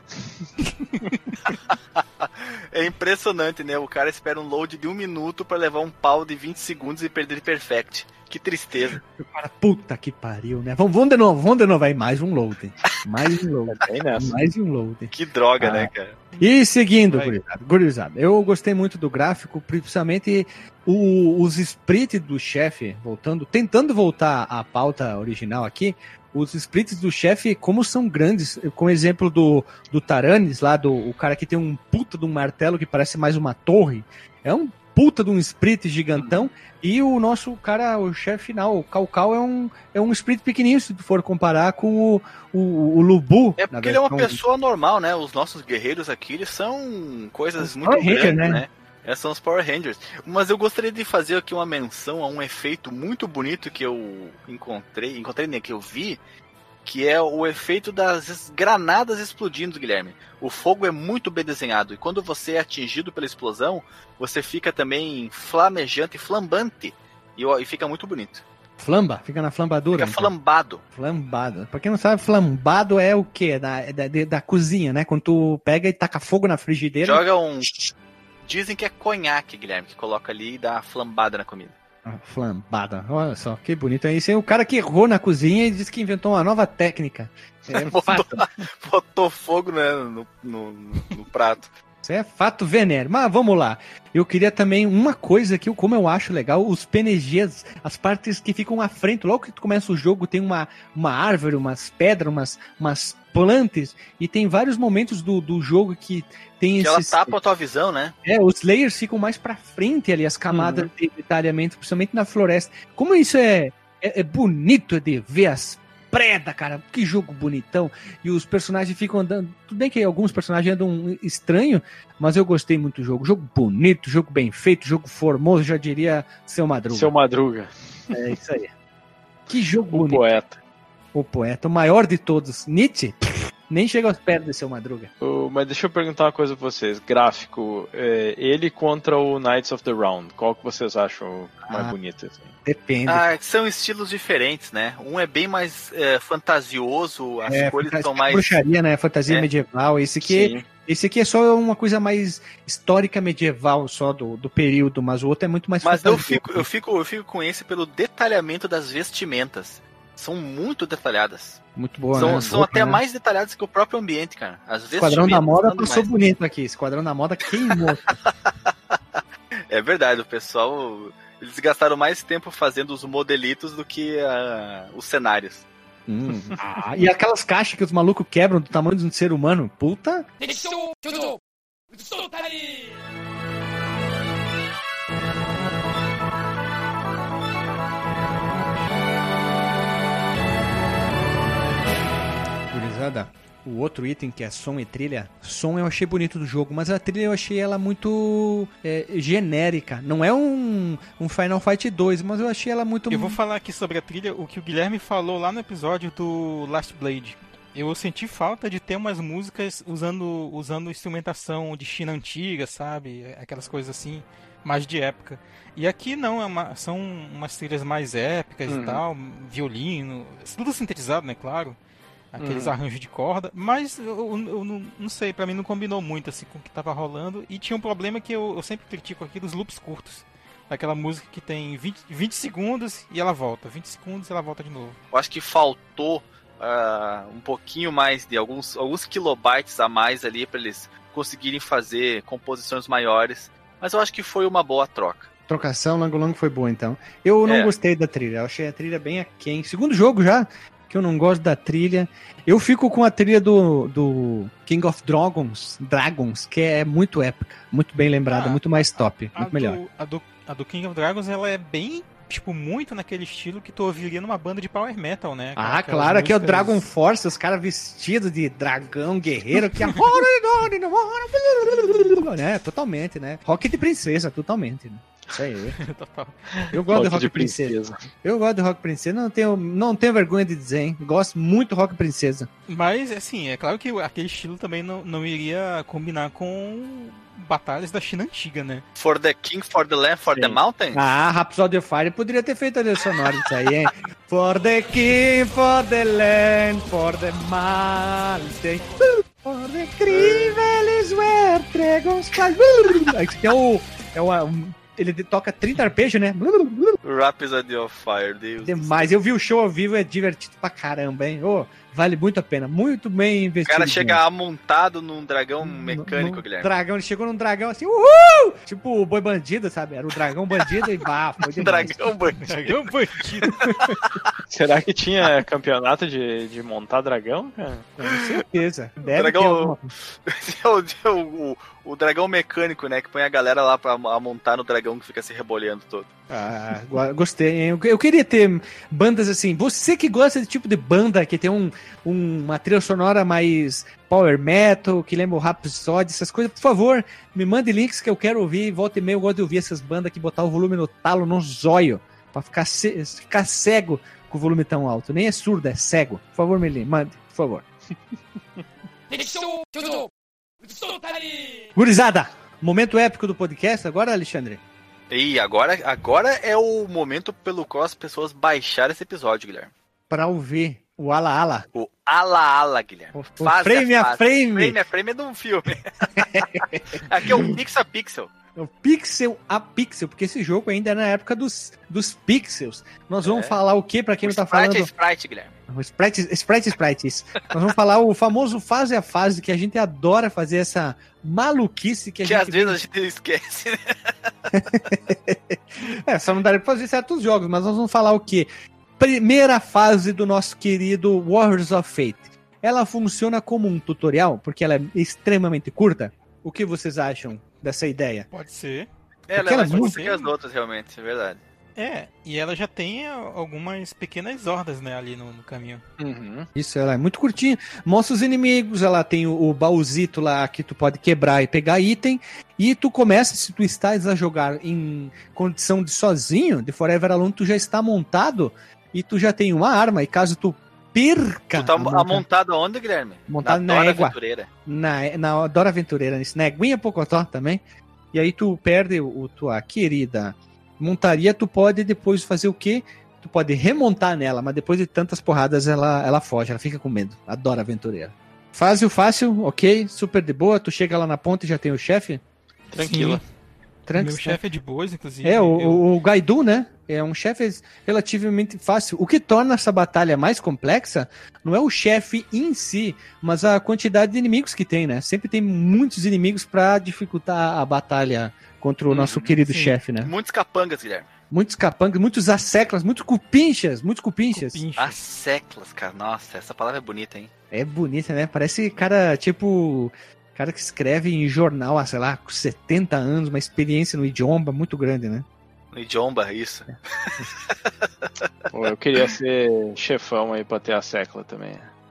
B: É impressionante, né? O cara espera um load de 1 minuto pra levar um pau de 20 segundos e perder perfect. Que tristeza.
A: Puta que pariu, né? Vamos de novo aí, mais um loading. Mais um loading.
B: Que droga, né, cara?
A: E seguindo, gurizada, eu gostei muito do gráfico, principalmente os sprites do chefe, tentando voltar à pauta original aqui, os sprites do chefe, como são grandes, com o exemplo do Taranis lá, o cara que tem um puta de um martelo que parece mais uma torre, é um puta de um sprit gigantão, e o nosso cara, o chefe final, o Cao é um sprit pequenininho, se tu for comparar com o Lubu.
B: É porque ele é uma pessoa normal, né? Os nossos guerreiros aqui, eles são coisas muito
A: Power
B: grandes,
A: Ranger,
B: né? São os Power Rangers. Mas eu gostaria de fazer aqui uma menção a um efeito muito bonito que eu encontrei, que eu vi, que é o efeito das granadas explodindo, Guilherme. O fogo é muito bem desenhado, e quando você é atingido pela explosão, você fica também flamejante e flambante, e fica muito bonito.
A: Flamba? Fica na flambadura?
B: Fica flambado.
A: Flambado. Pra quem não sabe, flambado é o quê? Da cozinha, né? Quando tu pega e taca fogo na frigideira.
B: Joga um... Dizem que é conhaque, Guilherme, que coloca ali e dá flambada na comida.
A: Flambada. Olha só, que bonito. Esse é o cara que errou na cozinha e disse que inventou uma nova técnica. É fato.
B: Botou fogo, né, no prato.
A: Isso é fato venéreo. Mas vamos lá. Eu queria também uma coisa que, como eu acho legal, os PNGs, as partes que ficam à frente. Logo que tu começa o jogo, tem uma árvore, umas pedras, umas plantas, e tem vários momentos do jogo que tem
B: que esses... ela tapa a tua visão, né?
A: Os layers ficam mais pra frente ali, as camadas de detalhamento, principalmente na floresta. Como isso é bonito de ver as preda, cara, que jogo bonitão, e os personagens ficam andando, tudo bem que alguns personagens andam estranho, mas eu gostei muito do jogo bonito, jogo bem feito, jogo formoso, já diria Seu Madruga.
C: Seu Madruga.
A: É isso aí. Que jogo bonito. O poeta, o maior de todos, Nietzsche, nem chega aos pés de Seu Madruga.
C: Mas deixa eu perguntar uma coisa pra vocês, gráfico, ele contra o Knights of the Round, qual que vocês acham mais bonito? Assim?
A: Depende.
B: São estilos diferentes, né? Um é bem mais fantasioso, as cores são mais...
A: bruxaria, né? Fantasia medieval. Esse aqui é só uma coisa mais histórica medieval, só do período, mas o outro é muito mais fantasioso.
B: Eu fico com esse pelo detalhamento das vestimentas. São muito detalhadas.
A: Muito boa,
B: são até mais detalhadas que o próprio ambiente, cara.
A: Esquadrão da Moda passou bonito aqui. Esquadrão da Moda queimou.
B: É verdade, o pessoal... Eles gastaram mais tempo fazendo os modelitos do que os cenários.
A: E aquelas caixas que os malucos quebram do tamanho de um ser humano. Puta... Gurizada, o outro item que é som e trilha. Som eu achei bonito do jogo, mas a trilha eu achei ela muito genérica. Não é um Final Fight 2, mas eu achei ela muito...
D: Eu vou falar aqui sobre a trilha, o que o Guilherme falou lá no episódio do Last Blade. Eu senti falta de ter umas músicas usando instrumentação de China antiga, sabe? Aquelas coisas assim, mais de época. E aqui não, são umas trilhas mais épicas e tal, violino, tudo sintetizado, né, claro. Aqueles arranjos de corda, mas eu não sei, pra mim não combinou muito assim com o que tava rolando, e tinha um problema que eu sempre critico aqui dos loops curtos. Aquela música que tem 20 segundos e ela volta, 20 segundos e ela volta de novo.
B: Eu acho que faltou um pouquinho mais de alguns kilobytes a mais ali pra eles conseguirem fazer composições maiores, mas eu acho que foi uma boa troca.
A: Trocação, Lang Lang foi boa então. Eu não gostei da trilha, eu achei a trilha bem aquém. Segundo jogo já, que eu não gosto da trilha. Eu fico com a trilha do King of Dragons, que é muito épica, muito bem lembrada, muito mais top, muito melhor.
D: A do King of Dragons, ela é bem, tipo, muito naquele estilo que tu ouviria numa banda de power metal, né?
A: Claro, aqui é o Dragon Force, os caras vestidos de dragão, guerreiro, que é... né? Totalmente, né? Rock de princesa, totalmente, né? Isso aí.
D: Total.
A: Eu gosto de Rock Princesa. Eu gosto de Rock Princesa, não tenho vergonha de dizer, hein? Gosto muito de Rock Princesa.
D: Mas, assim, é claro que aquele estilo também não iria combinar com batalhas da China antiga, né?
B: For the King, for the Land, for the Mountain?
A: Rhapsody of Fire poderia ter feito a trilha sonora disso aí, hein? For the King, for the Land, for the Mountain. For the Crivelis where dragons fly. Isso aqui ele toca 30 arpejos, né?
B: Rhapsody of Fire, Deus.
A: Demais. Eu vi o show ao vivo, é divertido pra caramba, hein? Vale muito a pena. Muito bem investido.
B: O cara chega amontado num dragão mecânico, Guilherme.
A: Ele chegou num dragão assim, uhul! Tipo o Boi Bandido, sabe? Era o dragão bandido e foi demais.
B: Dragão bandido.
C: Será que tinha campeonato de montar dragão, cara?
A: Com certeza. Deve
B: dragão... O dragão mecânico, né? Que põe a galera lá pra montar no dragão que fica se rebolhando todo.
A: Gostei, hein? Eu queria ter bandas assim. Você que gosta desse tipo de banda que tem uma trilha sonora mais power metal, que lembra o Rhapsody, essas coisas, por favor, me mande links que eu quero ouvir. Volta e meia eu gosto de ouvir essas bandas que botar o volume no talo, no zóio, pra ficar cego com o volume tão alto. Nem é surdo, é cego. Por favor, Melim, mande, por favor. Gurizada, momento épico do podcast agora, Alexandre.
B: E agora é o momento pelo qual as pessoas baixaram esse episódio, Guilherme.
A: Pra ouvir o Ala Ala.
B: O Ala Ala, Guilherme.
A: O frame a frame.
B: Frame a frame é de um filme. Aqui é o Pixel a Pixel.
A: O Pixel a Pixel, porque esse jogo ainda é na época dos pixels. Nós vamos falar o que pra quem não tá falando?
B: Sprite, Guilherme.
A: O Sprite. Nós vamos falar o famoso fase a fase, que a gente adora fazer essa maluquice que a gente...
B: às vezes a gente esquece, né?
A: Só não daria pra fazer certos jogos, mas nós vamos falar o quê? Primeira fase do nosso querido Warriors of Fate. Ela funciona como um tutorial, porque ela é extremamente curta. O que vocês acham dessa ideia?
D: Pode ser.
B: Ela é mais curta que as outras, realmente, é verdade.
D: E ela já tem algumas pequenas hordas, né, ali no caminho.
A: Uhum. Isso, ela é muito curtinha. Mostra os inimigos, ela tem o baúzito lá que tu pode quebrar e pegar item. E tu começa, se tu estás a jogar em condição de sozinho, de Forever Alone, tu já está montado e tu já tem uma arma. E caso tu perca...
B: Tu tá montado aonde, Guilherme?
A: Montado na
B: Dora
A: égua.
B: Aventureira.
A: Na Dora Aventureira, na Éguinha Pocotó também. E aí tu perde tua querida montaria, tu pode depois fazer o quê? Tu pode remontar nela, mas depois de tantas porradas ela foge, ela fica com medo. Adora aventureira. Fácil, ok, super de boa, tu chega lá na ponta e já tem o chefe?
D: Tranquilo.
A: Meu
D: chefe é de boas, inclusive.
A: O Gaidu, né? É um chefe relativamente fácil. O que torna essa batalha mais complexa não é o chefe em si, mas a quantidade de inimigos que tem, né? Sempre tem muitos inimigos pra dificultar a batalha contra o nosso querido chefe, né?
B: Muitos capangas, Guilherme.
A: Muitos capangas, muitos asseclas, muitos cupinchas.
B: Asseclas, cara. Nossa, essa palavra é bonita, hein?
A: É bonita, né? Parece cara, tipo... Cara que escreve em jornal há, sei lá, 70 anos, uma experiência no idioma muito grande, né?
B: No idioma, isso.
C: Pô, eu queria ser chefão aí pra ter a secla também.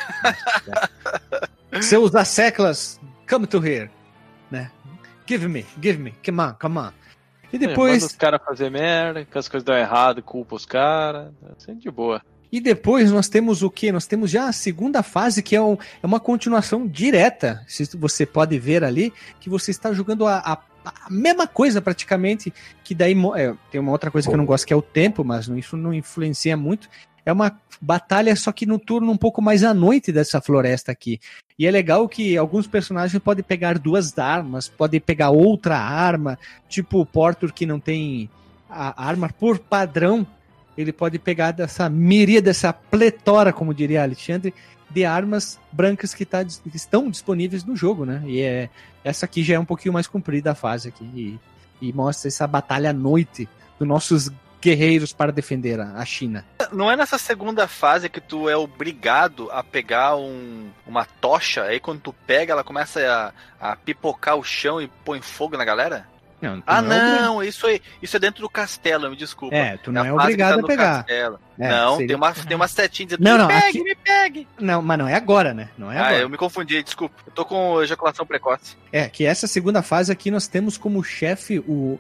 A: Seus asseclas, come to here, né? Give me, come on. E depois...
C: Manda os caras fazer merda, que as coisas dão errado, culpa os caras, assim de boa.
A: E depois nós temos o quê? Nós temos já a segunda fase, que é uma continuação direta. Você pode ver ali que você está jogando a mesma coisa praticamente, que daí tem uma outra coisa que eu não gosto, que é o tempo, mas isso não influencia muito. É uma batalha só que no turno um pouco mais à noite dessa floresta aqui. E é legal que alguns personagens podem pegar duas armas, podem pegar outra arma, tipo o Portur que não tem a arma por padrão. Ele pode pegar dessa miríade, dessa pletora, como diria Alexandre, de armas brancas que estão disponíveis no jogo, né? E essa aqui já é um pouquinho mais comprida a fase aqui. E mostra essa batalha à noite dos nossos guerreiros para defender a China.
B: Não é nessa segunda fase que tu é obrigado a pegar uma tocha, aí quando tu pega, ela começa a pipocar o chão e põe fogo na galera? Não, isso é dentro do castelo, me desculpa.
A: Tu não é obrigado a pegar.
B: Não, seria... tem uma setinha dizendo, me pegue.
A: Não, mas não é agora, né? Não é agora.
B: Eu me confundi, desculpa. Eu tô com ejaculação precoce.
A: Que essa segunda fase aqui nós temos como chefe o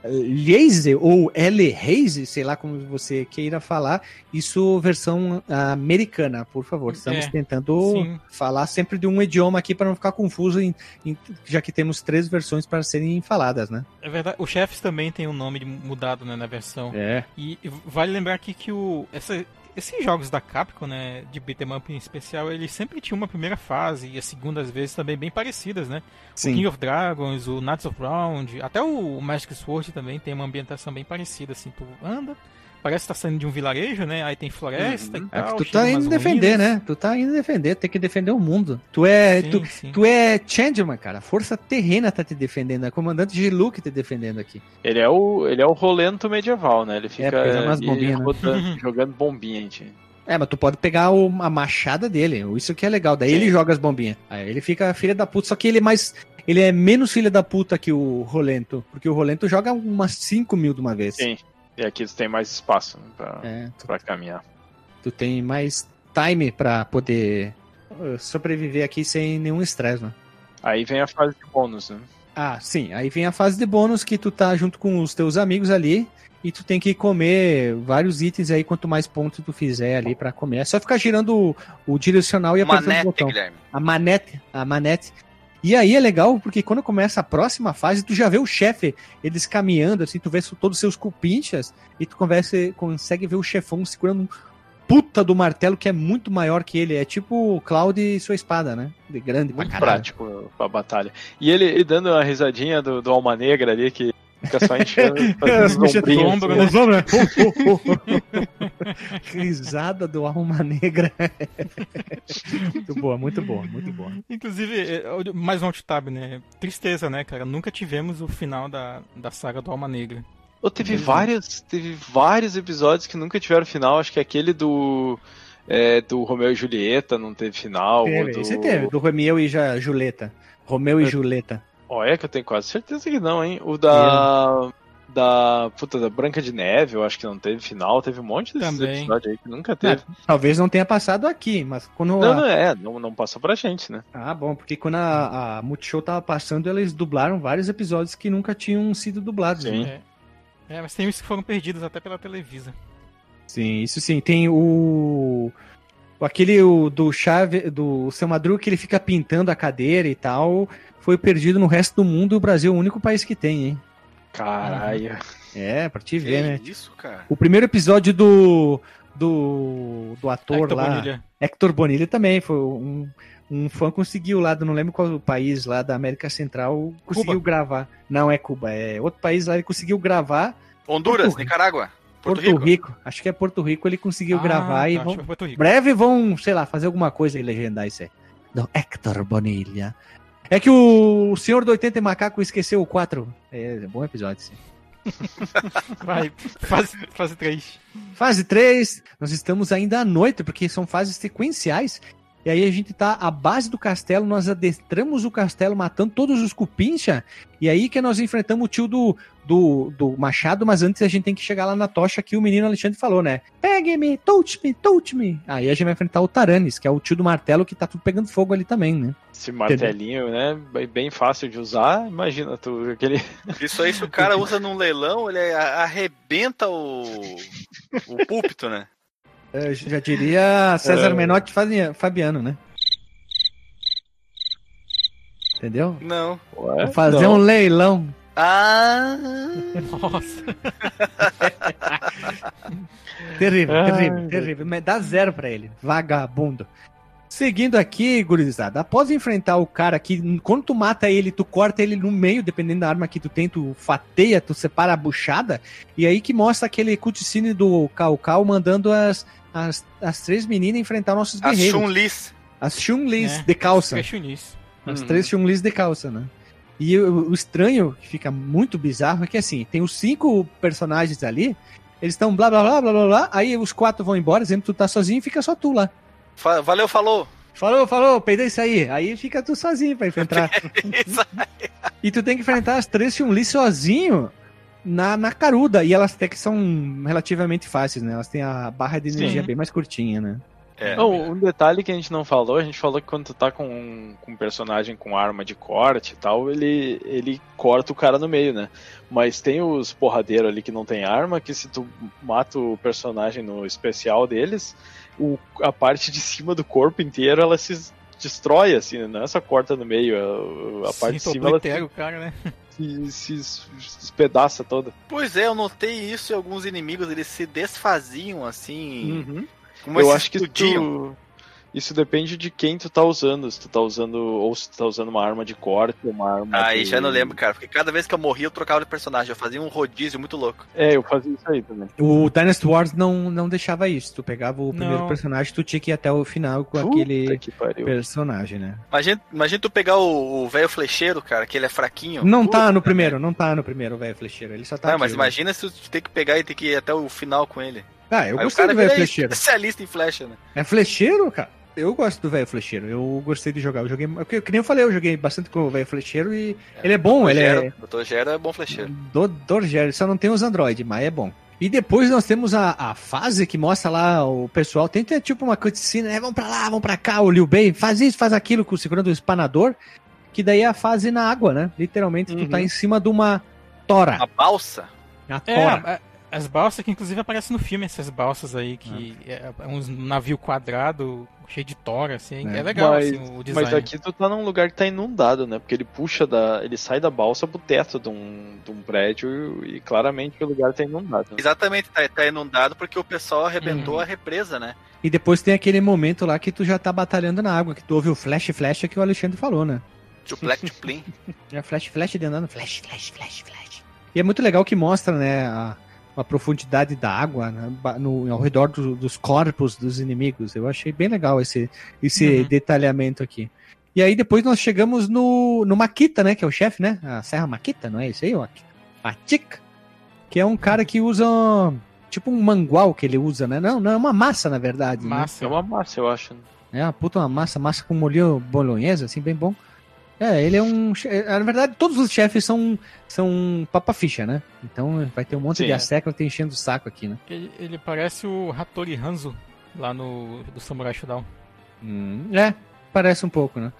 A: Laze ou L-Haze, sei lá como você queira falar, isso versão americana, por favor. Estamos tentando falar sempre de um idioma aqui para não ficar confuso, já que temos 3 versões para serem faladas, né?
D: É verdade, os chefes também tem um nome mudado, né, na versão. E vale lembrar aqui que esses jogos da Capcom, né, de beat'em up em especial, eles sempre tinham uma primeira fase e a segunda, às vezes, também bem parecidas, né?
A: Sim.
D: O King of Dragons, o Knights of Round, até o Magic Sword também tem uma ambientação bem parecida, assim, tu anda, parece que tá saindo de um vilarejo, né? Aí tem floresta e tal.
A: Tu tá indo defender, né? Tu tá indo defender, tem que defender o mundo. Tu é Changeman, cara. A força terrena tá te defendendo. É o comandante Gilu que tá te defendendo aqui.
C: Ele é o Rolento medieval, né? Ele fica
A: umas bombinhas,
C: rodando, jogando bombinha, gente.
A: Mas tu pode pegar a machada dele. Isso que é legal. Daí ele joga as bombinhas. Aí ele fica filha da puta. Só que ele é menos filha da puta que o Rolento. Porque o Rolento joga umas 5 mil de uma vez.
C: Sim. E aqui tu tem mais espaço, né, pra caminhar.
A: Tu tem mais time pra poder sobreviver aqui sem nenhum estresse, né?
C: Aí vem a fase de bônus, né?
A: Ah, sim. Aí vem a fase de bônus que tu tá junto com os teus amigos ali e tu tem que comer vários itens aí, quanto mais pontos tu fizer ali pra comer. É só ficar girando o direcional e apertando
B: Manete,
A: o botão.
B: Guilherme.
A: A manete. E aí é legal, porque quando começa a próxima fase, tu já vê o chefe, eles caminhando, assim, tu vê todos os seus cupinchas, e tu consegue ver o chefão segurando um puta do martelo que é muito maior que ele. É tipo o Cloud e sua espada, né? De grande pra
C: Muito
A: caralho.
C: prático pra batalha. E ele dando uma risadinha do Alma Negra ali, que fica só enchendo, fazendo os ombrinhos,
D: ombro,
C: assim.
A: Os ombros, né? Risada do Alma Negra. Muito boa, muito boa, muito boa.
D: Inclusive, mais um alt-tab, né? Tristeza, né, cara? Nunca tivemos o final da saga do Alma Negra.
C: Teve vários episódios que nunca tiveram final. Acho que aquele do Romeu e Julieta não teve final.
A: Esse teve, do Romeu e Julieta. Romeu e Julieta.
C: Olha, que eu tenho quase certeza que não, hein? O da Branca de Neve, eu acho que não teve final. Teve um monte desses episódios aí que nunca teve.
A: Talvez não tenha passado aqui, mas quando...
C: Não passou pra gente, né?
A: Ah, bom, porque quando a Multishow tava passando, eles dublaram vários episódios que nunca tinham sido dublados.
C: Sim.
A: Né?
D: Mas tem uns que foram perdidos até pela Televisa.
A: Sim, isso sim. Tem aquele do Chave, do Seu Madruga, que ele fica pintando a cadeira e tal, foi perdido no resto do mundo, e o Brasil é o único país que tem, hein?
C: Caralho.
A: É, pra te ver, né?
B: Isso, cara.
A: O primeiro episódio do ator
D: Hector
A: lá,
D: Bonilha.
A: Hector Bonilha também, foi um fã conseguiu lá, não lembro qual país lá da América Central, conseguiu
D: Cuba.
A: gravar. Não é Cuba, é outro país lá, ele conseguiu gravar.
B: Honduras, Nicarágua.
A: Porto Rico. Acho que é Porto Rico, ele conseguiu gravar e
D: acho que foi Porto Rico.
A: breve vão, sei lá, fazer alguma coisa e legendar isso aí. Do Hector Bonilha. É que o Senhor do 80 Macaco esqueceu o 4. É bom episódio, sim.
D: Vai, fase 3.
A: Fase 3, nós estamos ainda à noite, porque são fases sequenciais. E aí a gente tá à base do castelo, nós adestramos o castelo, matando todos os cupincha. E aí que nós enfrentamos o tio do machado, mas antes a gente tem que chegar lá na tocha que o menino Alexandre falou, né? Pegue-me, touch me. Aí a gente vai enfrentar o Taranis, que é o tio do martelo que tá tudo pegando fogo ali também, né?
C: Esse martelinho, né? Bem fácil de usar. Imagina tu, aquele...
B: Isso aí, se o cara usa num leilão, ele arrebenta o púlpito, né?
A: Eu já diria César Menotti Fabiano, né? Entendeu?
B: Não.
C: Ué?
A: Vou fazer
C: Não.
A: um leilão.
B: Ah!
D: Nossa.
A: Terrível. Mas dá 0 pra ele. Vagabundo. Seguindo aqui, gurizada, após enfrentar o cara aqui, quando tu mata ele, tu corta ele no meio, dependendo da arma que tu tem, tu fatiia, tu separa a buchada, e aí que mostra aquele cutscene do Cao mandando as 3 meninas enfrentar nossos
B: As
A: guerreiros.
B: Chun-Lis.
A: As Chun-Lis de calça.
D: Fecho nisso.
A: As 3 Chun-Lis de calça, né? E o estranho, que fica muito bizarro, é que assim, tem os 5 personagens ali, eles estão blá blá blá blá blá blá, aí os 4 vão embora, dizendo que tu tá sozinho e fica só tu lá.
B: Valeu, falou.
A: Falou, peidei isso aí. Aí fica tu sozinho pra enfrentar.
B: Isso aí.
A: E tu tem que enfrentar as 3 Chun-Li sozinho na caruda. E elas até que são relativamente fáceis, né? Elas têm a barra de energia bem mais curtinha, né?
B: É.
C: Um detalhe que a gente não falou, a gente falou que quando tu tá com um personagem com arma de corte e tal, ele corta o cara no meio, né? Mas tem os porradeiros ali que não tem arma, que se tu mata o personagem no especial deles, a parte de cima do corpo inteiro, ela se destrói, assim, né? Não é só corta no meio, a parte de cima ela
D: o cara, né?
C: se despedaça toda.
B: Pois é, eu notei isso e alguns inimigos, eles se desfaziam, assim... Como
C: Eu
B: eles
C: acho que
B: explodiam.
C: isso depende de quem tu tá usando. Se tu tá usando, ou se tu tá usando uma arma de corte, uma arma
B: Aí já não lembro, cara, porque cada vez que eu morria eu trocava de personagem, eu fazia um rodízio muito louco.
C: Eu fazia isso aí também.
A: O Dynasty Wars não deixava isso. Tu pegava o primeiro
D: Não.
A: personagem, tu tinha que ir até o final com
C: Puta
A: aquele
C: que pariu.
A: personagem, né?
B: Imagina tu pegar o velho flecheiro, cara, que ele é fraquinho.
A: Não
B: Puta,
A: tá no primeiro, o velho flecheiro. Ele só tá
B: Não,
A: aqui,
B: mas
A: né?
B: imagina se tu tem que pegar e tem que ir até o final com ele.
A: Ah, eu
B: Aí o
A: gostei
B: cara
A: do velho
B: vira
A: flecheiro.
B: especialista em flecha, né?
A: É flecheiro, cara? Eu gosto do velho flecheiro. Eu gostei de jogar. Eu joguei. Que nem eu falei, eu joguei bastante com o velho flecheiro e ele é bom, ele é.
B: O Dr. Gero é bom flecheiro.
A: Dr. Gero, só não tem os Android, mas é bom. E depois nós temos a fase que mostra lá o pessoal. Tem tipo uma cutscene, né? Vamos pra lá, vamos pra cá, o Liu Bei faz isso, faz aquilo, segurando o espanador. que daí é a fase na água, né? Literalmente, tu tá em cima de uma tora.
B: Uma balsa?
A: Uma tora.
D: As balsas que inclusive aparecem no filme, essas balsas aí, que é um navio quadrado, cheio de tora, assim, é legal assim, o design.
C: Mas aqui tu tá num lugar que tá inundado, né? Porque ele ele sai da balsa pro teto de um prédio e claramente o lugar tá inundado.
B: Exatamente, tá inundado porque o pessoal arrebentou a represa, né?
A: E depois tem aquele momento lá que tu já tá batalhando na água, que tu ouve o flash que o Alexandre falou, né?
B: Tuplec, tuplim.
A: É flash de andando, flash. E é muito legal que mostra, né, a profundidade da água, né, ao redor dos corpos dos inimigos. Eu achei bem legal esse detalhamento aqui. E aí depois nós chegamos no Makita, né, que é o chefe, né? A Serra Makita, não é isso aí? Matik, que é um cara que usa tipo um mangual que ele usa, né? Não é uma massa, na verdade.
C: Massa. Né? É uma massa, eu acho.
A: É uma massa com molho bolonhesa, assim, bem bom. Ele é um... Na verdade, todos os chefes são papa-ficha, né? Então vai ter um monte de Azteca te enchendo o saco aqui, né?
D: Ele parece o Hattori Hanzo, lá do Samurai Shodown.
A: Parece um pouco, né?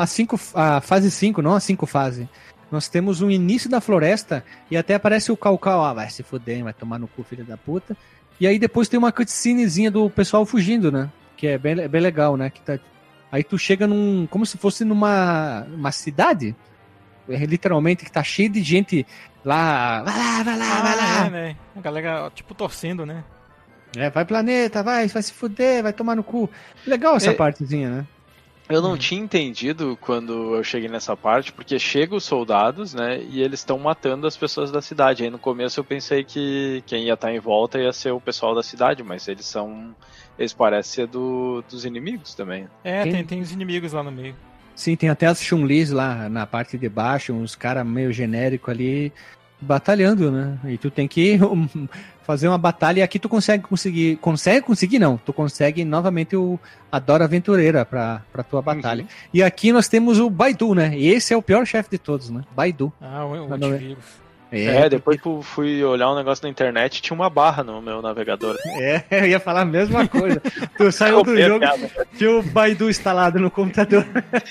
A: A fase 5, não a 5 fase. Nós temos um início da floresta e até aparece o Cao. Vai se fuder, vai tomar no cu, filho da puta. E aí depois tem uma cutscenezinha do pessoal fugindo, né? Que é bem legal, né? Que tá... Aí tu chega como se fosse numa cidade, literalmente, que tá cheio de gente lá, vai lá.
D: Né? A galera, tipo, torcendo, né?
A: Vai planeta, vai se fuder, vai tomar no cu. Legal essa partezinha, né?
C: Eu não tinha entendido quando eu cheguei nessa parte, porque chegam os soldados, né, e eles estão matando as pessoas da cidade. Aí no começo eu pensei que quem ia estar em volta ia ser o pessoal da cidade, mas eles parecem ser dos inimigos também.
D: Tem os inimigos lá no meio.
A: Sim, tem até as Chun-Lis lá na parte de baixo, uns caras meio genéricos ali batalhando, né? E tu tem que fazer uma batalha e aqui tu consegue conseguir não, tu consegue novamente a Dora Aventureira pra tua batalha. E aqui nós temos o Baidu, né? E esse é o pior chefe de todos, né? Baidu.
D: O antivírus.
C: Depois que eu fui olhar um negócio na internet, tinha uma barra no meu navegador.
A: Eu ia falar a mesma coisa. Tu saiu do jogo, tinha o Baidu instalado no computador.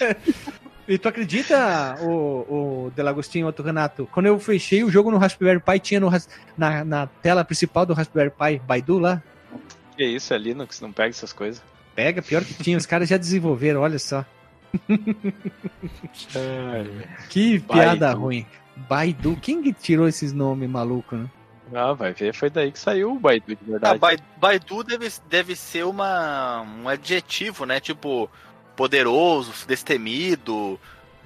A: E tu acredita, o Delagostinho, outro Renato, quando eu fechei o jogo no Raspberry Pi, tinha na tela principal do Raspberry Pi Baidu lá?
C: Que isso, é Linux, não pega essas coisas.
A: Pega, pior que tinha, os caras já desenvolveram, olha só. Que piada
C: Baidu.
A: Ruim. Baidu, quem que tirou esses nomes malucos, né?
C: Vai ver, foi daí que saiu o Baidu, de verdade.
B: Baidu deve ser um adjetivo, né? Tipo, poderoso, destemido,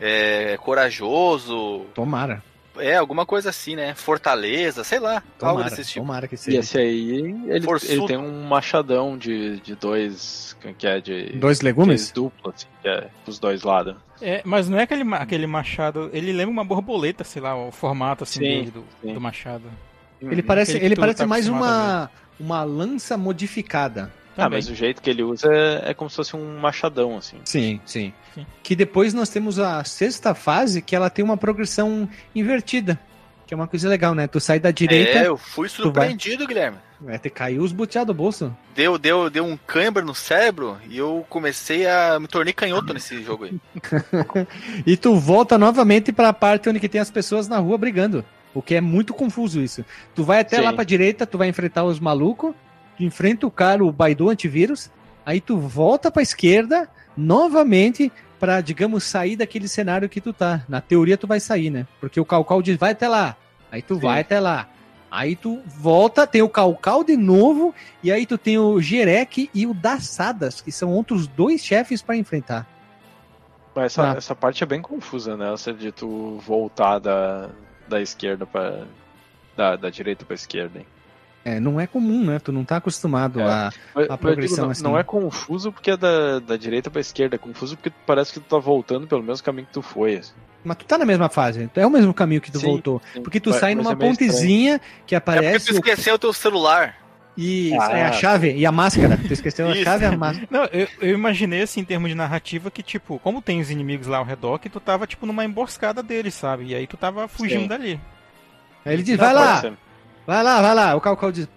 B: corajoso.
A: Tomara.
B: Alguma coisa assim, né? Fortaleza, sei lá. Algo desse tipo.
A: Tomara que seja.
C: E esse aí, ele tem um machadão de dois... Que é de...
A: Dois legumes?
C: Duplo, assim, que é os dois lados.
D: Mas não é aquele machado... Ele lembra uma borboleta, sei lá, o formato assim dele, do machado.
A: Ele parece mais uma lança modificada.
C: Mas o jeito que ele usa é como se fosse um machadão, assim.
A: Sim. Que depois nós temos a sexta fase, que ela tem uma progressão invertida. Que é uma coisa legal, né? Tu sai da direita...
B: eu fui surpreendido, Guilherme.
A: Te caiu os buteados do bolso.
B: Deu um cãibra no cérebro e eu comecei a me tornar canhoto nesse jogo aí.
A: E tu volta novamente pra parte onde que tem as pessoas na rua brigando. O que é muito confuso isso. Tu vai até lá pra direita, tu vai enfrentar os malucos, tu enfrenta o cara, o Baidu antivírus, aí tu volta pra esquerda, novamente, pra, digamos, sair daquele cenário que tu tá. Na teoria tu vai sair, né? Porque o Cao diz, vai até lá. Aí tu vai até lá. Aí tu volta, tem o Cao de novo, e aí tu tem o Jerek e o Dassadas, que são outros dois chefes pra enfrentar.
C: Mas essa parte é bem confusa, né? Essa de tu voltar da esquerda pra... Da direita pra esquerda, hein?
A: Não é comum, né? Tu não tá acostumado a progressão assim.
C: Não é confuso porque é da direita pra esquerda, é confuso porque parece que tu tá voltando pelo mesmo caminho que tu foi. Assim.
A: Mas tu tá na mesma fase, é o mesmo caminho que tu voltou. Sim. Porque tu sai numa pontezinha que aparece...
B: porque tu esqueceu o teu celular.
A: E a chave e a máscara. Tu esqueceu a chave e a máscara.
D: Não, eu imaginei assim, em termos de narrativa, que tipo, como tem os inimigos lá ao redor, que tu tava tipo numa emboscada deles, sabe? E aí tu tava fugindo dali.
A: Aí ele diz, vai lá. O Cao diz,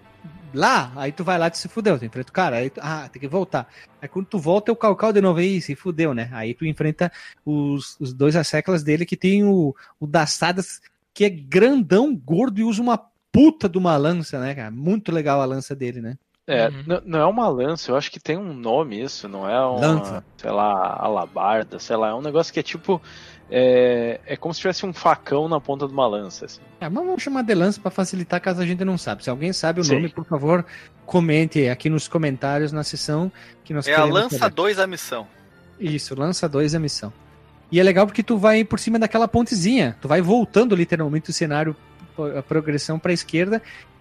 A: lá, aí tu vai lá e se fudeu, tu enfrenta o cara, aí tu, tem que voltar. Aí quando tu volta, é o Calcal de novo, aí se fudeu, né? Aí tu enfrenta os dois asseclas dele, que tem o Daçadas, que é grandão, gordo e usa uma puta de uma lança, né, cara? Muito legal a lança dele, né?
C: Não é uma lança, eu acho que tem um nome isso, não é uma,
A: Lança.
C: sei lá, alabarda, sei lá, é um negócio que é tipo, é como se tivesse um facão na ponta de uma lança, assim.
A: Mas vamos chamar de lança pra facilitar caso a gente não sabe. Se alguém sabe o
C: Sim.
A: nome, por favor, comente aqui nos comentários na sessão que nós
B: É a
A: queremos
B: Lança
A: saber.
B: 2 a missão.
A: Isso, Lança 2 a missão. E é legal porque tu vai por cima daquela pontezinha, tu vai voltando literalmente o cenário, a progressão pra esquerda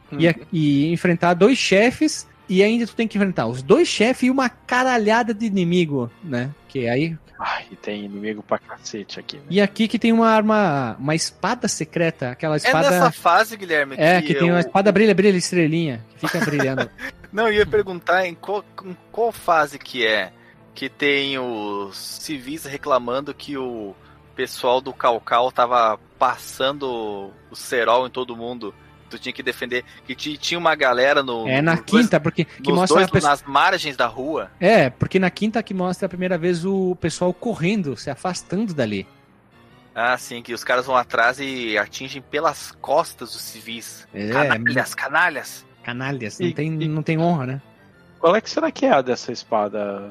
A: e enfrentar 2 chefes. E ainda tu tem que enfrentar os 2 chefes e uma caralhada de inimigo, né? Que aí...
C: Ai, e tem inimigo pra cacete aqui, né?
A: E aqui que tem uma espada secreta, aquela espada...
B: É nessa fase, Guilherme,
A: que tem uma espada brilha, estrelinha, que fica brilhando.
B: Não, eu ia perguntar em qual fase que é que tem os civis reclamando que o pessoal do Calcal tava passando o cerol em todo mundo. Tu tinha que defender, que tinha uma galera
A: na quinta, porque que mostra
B: nas margens da rua.
A: Porque na quinta que mostra a primeira vez o pessoal correndo, se afastando dali.
B: Ah, sim, que os caras vão atrás e atingem pelas costas os civis. Canalhas.
A: Canalhas, não tem honra, né?
C: Qual é que será que é a dessa espada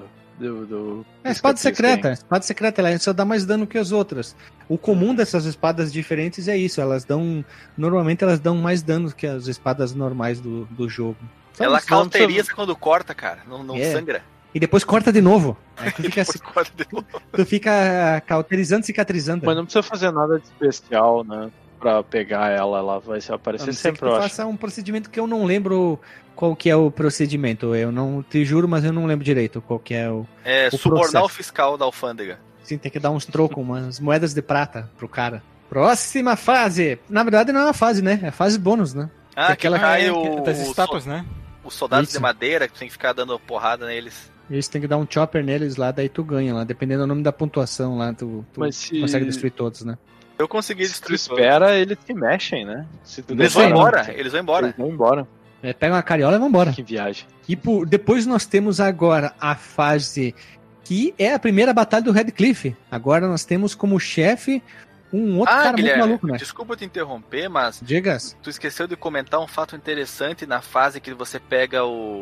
C: do
A: espada secreta. A espada secreta, ela só dá mais dano que as outras. O comum dessas espadas diferentes é isso, normalmente elas dão mais dano que as espadas normais do jogo.
B: Ela cauteriza quando corta, cara, não sangra.
A: E depois corta de novo. Aí tu fica,
B: corta de novo.
A: Tu fica cauterizando, cicatrizando.
C: Mas não precisa fazer nada de especial, né? Pra pegar ela vai aparecer sempre, eu acho.
A: Faça um procedimento que eu não lembro qual que é o procedimento. Eu não te juro, mas eu não lembro direito qual que é o
B: subornar
A: processo.
B: o fiscal da alfândega.
A: Sim, tem que dar uns trocos, umas moedas de prata pro cara. Próxima fase. Na verdade não é uma fase, né? É fase bônus, né?
B: Aquela cai
D: das estátuas, né?
B: Os soldados de madeira, que tu tem que ficar dando porrada neles.
A: Eles têm que dar um chopper neles lá, daí tu ganha lá. Dependendo do nome da pontuação lá, tu consegue destruir todos, né?
B: Eu consegui destruir
C: todos. Espera, eles se mexem, né?
B: Eles vão embora.
C: Eles vão embora.
A: Pega uma cariola e vão embora.
C: Que viagem.
A: E depois nós temos agora a fase que é a primeira batalha do Redcliffe. Agora nós temos como chefe um outro cara
B: Guilherme,
A: muito maluco, né?
B: Desculpa te interromper, mas
A: Digas.
B: Tu esqueceu de comentar um fato interessante na fase que você pega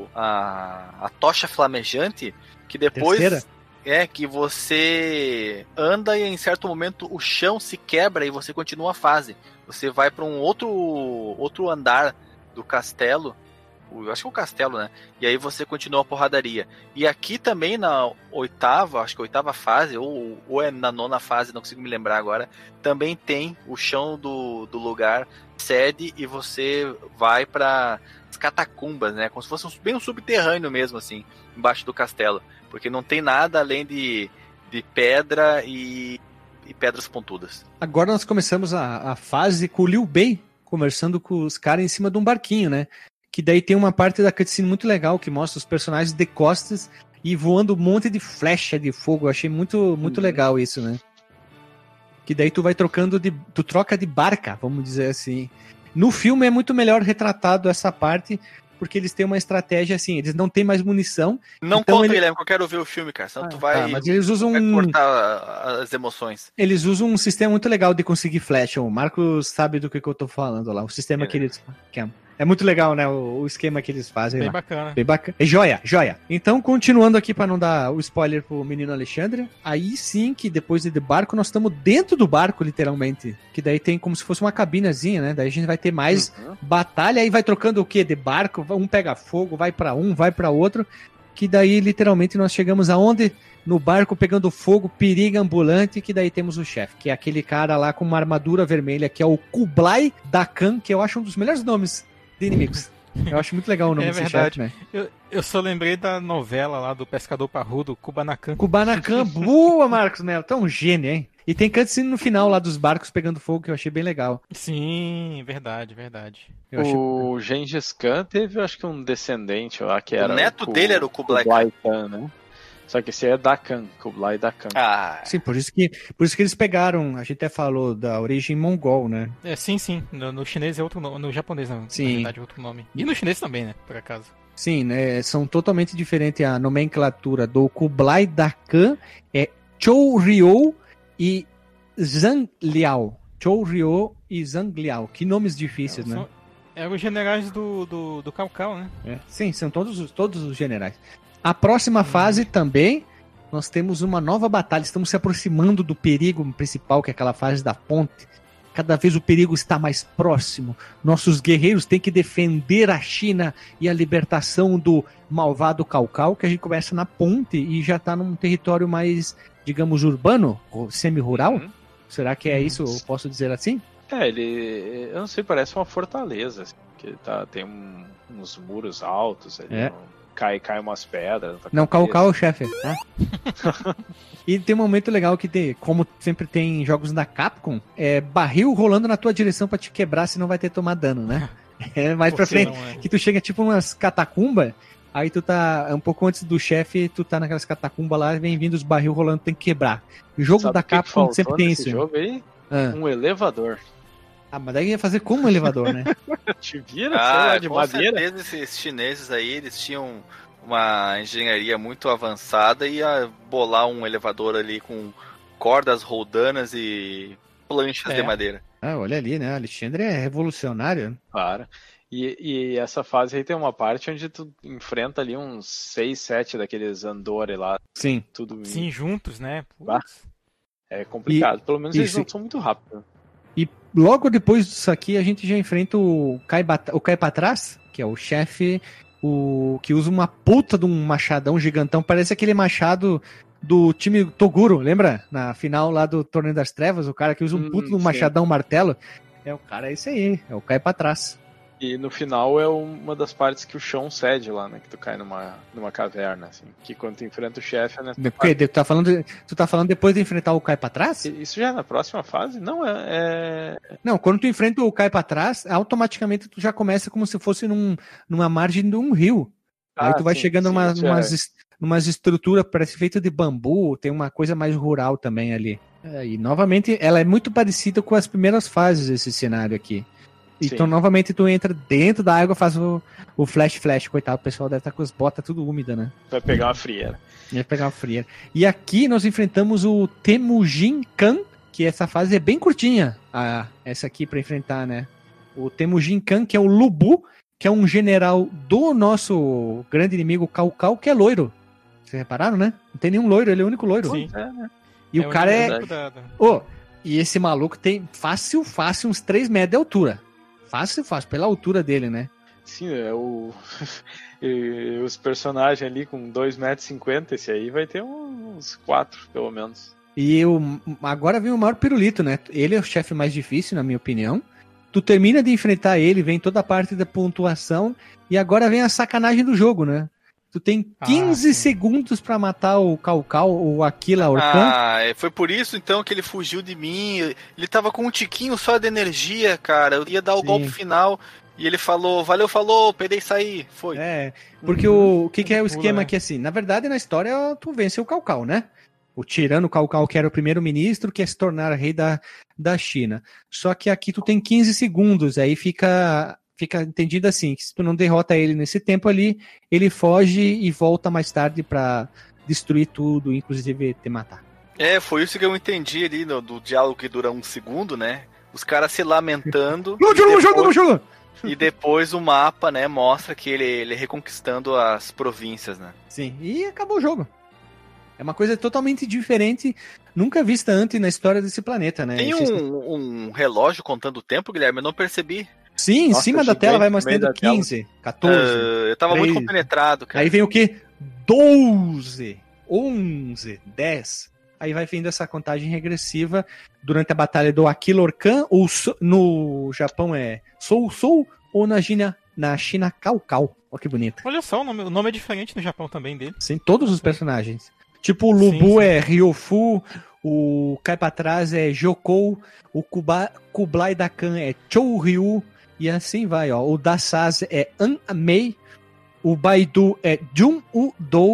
B: a tocha flamejante, que depois
A: Terceira?
B: que você anda e em certo momento o chão se quebra e você continua a fase. Você vai para um outro andar do castelo, eu acho que é o castelo, né? E aí você continua a porradaria. E aqui também na oitava fase, ou é na nona fase, não consigo me lembrar agora, também tem o chão do lugar, cede e você vai para as catacumbas, né? Como se fosse bem um subterrâneo mesmo, assim, embaixo do castelo. Porque não tem nada além de pedra e pedras pontudas.
A: Agora nós começamos a fase com o Liu Bei conversando com os caras em cima de um barquinho, né? Que daí tem uma parte da cutscene muito legal que mostra os personagens de costas e voando um monte de flecha de fogo. Eu achei muito legal isso, né? Que daí tu vai tu troca de barca, vamos dizer assim. No filme é muito melhor retratado essa parte, porque eles têm uma estratégia assim, eles não têm mais munição.
B: Não
A: então
B: conta, Guilherme, que eu quero ver o filme, cara. Senão tu vai,
A: mas eles usam
B: cortar as emoções.
A: Eles usam um sistema muito legal de conseguir flecha. O Marcos sabe do que eu tô falando lá. O sistema que eles... É muito legal, né? O esquema que eles fazem
D: Bem
A: lá.
D: bacana.
A: Bem bacana. É joia. Então, continuando aqui para não dar o spoiler pro menino Alexandre, aí sim que depois de barco, nós estamos dentro do barco, literalmente. Que daí tem como se fosse uma cabinazinha, né? Daí a gente vai ter mais batalha, aí vai trocando o quê? De barco, um pega fogo, vai para um, vai para outro. Que daí, literalmente, nós chegamos aonde? No barco pegando fogo, perigo ambulante, que daí temos o chefe, que é aquele cara lá com uma armadura vermelha, que é o Kublai Dakan, que eu acho um dos melhores nomes de inimigos. Eu acho muito legal o nome desse chefe, né?
D: Eu só lembrei da novela lá do Pescador Parrudo, Kubanacan.
A: Kubanacan, boa, Marcos Melo, tá um gênio, hein? E tem cutscene no final lá dos barcos pegando fogo, que eu achei bem legal.
D: Sim, verdade.
C: O Gengis Khan teve, acho que um descendente lá, que era...
B: O neto dele era o Kublai
C: Khan, né? Só que esse aí é Dakan, Kublai Dakan.
B: Ah,
A: Sim, por isso que eles pegaram, a gente até falou da origem mongol, né?
D: Sim. No chinês é outro nome. No japonês, na
A: Sim.
D: verdade, é outro nome. E no chinês também, né? Por acaso.
A: Sim, né? São totalmente diferentes a nomenclatura do Kublai Dakan, é Chouryo e Zangliao. Chouryo e Zangliao. Que nomes difíceis, né?
D: Eram os generais do Cao Cao, né?
A: Sim, são todos os generais. A próxima fase também, nós temos uma nova batalha. Estamos se aproximando do perigo principal, que é aquela fase da ponte. Cada vez o perigo está mais próximo. Nossos guerreiros têm que defender a China e a libertação do malvado Cao Cao, que a gente começa na ponte e já está num território mais, digamos, urbano, ou semi-rural. Será que é isso? Eu posso dizer assim?
C: Eu não sei, parece uma fortaleza, assim, que tem uns muros altos ali, cai umas pedras.
A: Não, Cao Cao é o chefe, tá? E tem um momento legal que tem, como sempre tem em jogos da Capcom, é barril rolando na tua direção pra te quebrar, senão vai ter tomar dano, né? É mais pra frente, que tu chega tipo umas catacumbas, aí tu tá um pouco antes do chefe, tu tá naquelas catacumbas lá, vem vindo os barril rolando, tem que quebrar. O jogo da Capcom sempre tem isso.
C: Jogo aí? Um elevador.
A: Ah, mas daí ia fazer como um elevador, né?
C: Te vira, sei lá, de
B: com
C: madeira.
B: certeza esses chineses aí, eles tinham uma engenharia muito avançada e ia bolar um elevador ali com cordas roldanas e planchas de madeira.
A: Ah, olha ali, né? Alexandre é revolucionário.
C: Claro. E essa fase aí tem uma parte onde tu enfrenta ali uns 6, 7 daqueles Andore lá.
A: Sim.
C: Tudo
D: Sim, juntos, né?
C: É complicado. Pelo menos eles não são muito rápidos.
A: E logo depois disso aqui, a gente já enfrenta o Cai pra trás, que é o chefe, que usa uma puta de um machadão gigantão. Parece aquele machado do time Toguro, lembra? Na final lá do Torneio das Trevas, o cara que usa um puto de um machadão martelo. É o cara, é esse aí, é o Cai pra trás.
C: E no final é uma das partes que o chão cede lá, né? Que tu cai numa caverna, assim. Que quando tu enfrenta o chefe é nessa parte.
A: Tu tá falando depois de enfrentar o Cai pra trás?
C: Isso já é na próxima fase? Não,
A: Não, quando tu enfrenta o Cai pra trás, automaticamente tu já começa como se fosse numa margem de um rio. Aí tu vai chegando numas estruturas, parece feita de bambu, tem uma coisa mais rural também ali. E novamente, ela é muito parecida com as primeiras fases desse cenário aqui. Então, novamente, tu entra dentro da água, faz o flash, coitado, o pessoal deve estar com as botas tudo úmidas, né?
C: Vai pegar uma frieira.
A: E aqui nós enfrentamos o Temujin Khan, que essa fase é bem curtinha, essa aqui pra enfrentar, né? O Temujin Khan, que é o Lubu, que é um general do nosso grande inimigo Cao Cao, que é loiro. Vocês repararam, né? Não tem nenhum loiro, ele é o único loiro.
D: Sim.
A: E o cara e esse maluco tem fácil uns 3 metros de altura. Fácil, pela altura dele, né?
C: Sim, os personagens ali com 2,50 m, esse aí vai ter uns 4, pelo menos.
A: E agora vem o maior pirulito, né? Ele é o chefe mais difícil, na minha opinião. Tu termina de enfrentar ele, vem toda a parte da pontuação, e agora vem a sacanagem do jogo, né? Tu tem 15 segundos pra matar o Cao Cao, o Aquila Orkan.
B: Foi por isso então que ele fugiu de mim. Ele tava com um tiquinho só de energia, cara. Eu ia dar o golpe final e ele falou, valeu, falou, peguei e saí. Foi.
A: Porque o que é o esquema aqui assim? Na verdade, na história, tu vence o Cao Cao, né? O tirano Cao Cao, que era o primeiro-ministro, que ia se tornar rei da China. Só que aqui tu tem 15 segundos, aí fica entendido assim, que se tu não derrota ele nesse tempo ali, ele foge e volta mais tarde pra destruir tudo, inclusive te matar.
B: Foi isso que eu entendi ali do diálogo que dura 1 segundo, né? Os caras se lamentando. E depois o mapa, né, mostra que ele reconquistando as províncias, né?
A: Sim, e acabou o jogo. É uma coisa totalmente diferente, nunca vista antes na história desse planeta, né?
B: Tem um relógio contando o tempo, Guilherme? Eu não percebi.
A: Sim, em cima da tela vai mostrando 15, 14.
B: Eu tava 13, muito compenetrado, cara.
A: Aí vem o quê? 12, 11, 10. Aí vai vindo essa contagem regressiva durante a batalha do Aquila Orkan, ou no Japão é Sou, ou na China Cao Cao. Olha que bonito.
D: Olha só, o nome é diferente no Japão também dele.
A: Sim, todos os personagens. Tipo, o Lubu é Ryofu, o Cai pra trás é Jokou, o Kublai Dakan é Chouryu, e assim vai, O Dasaz é An Mei, o Baidu é Jun Udou,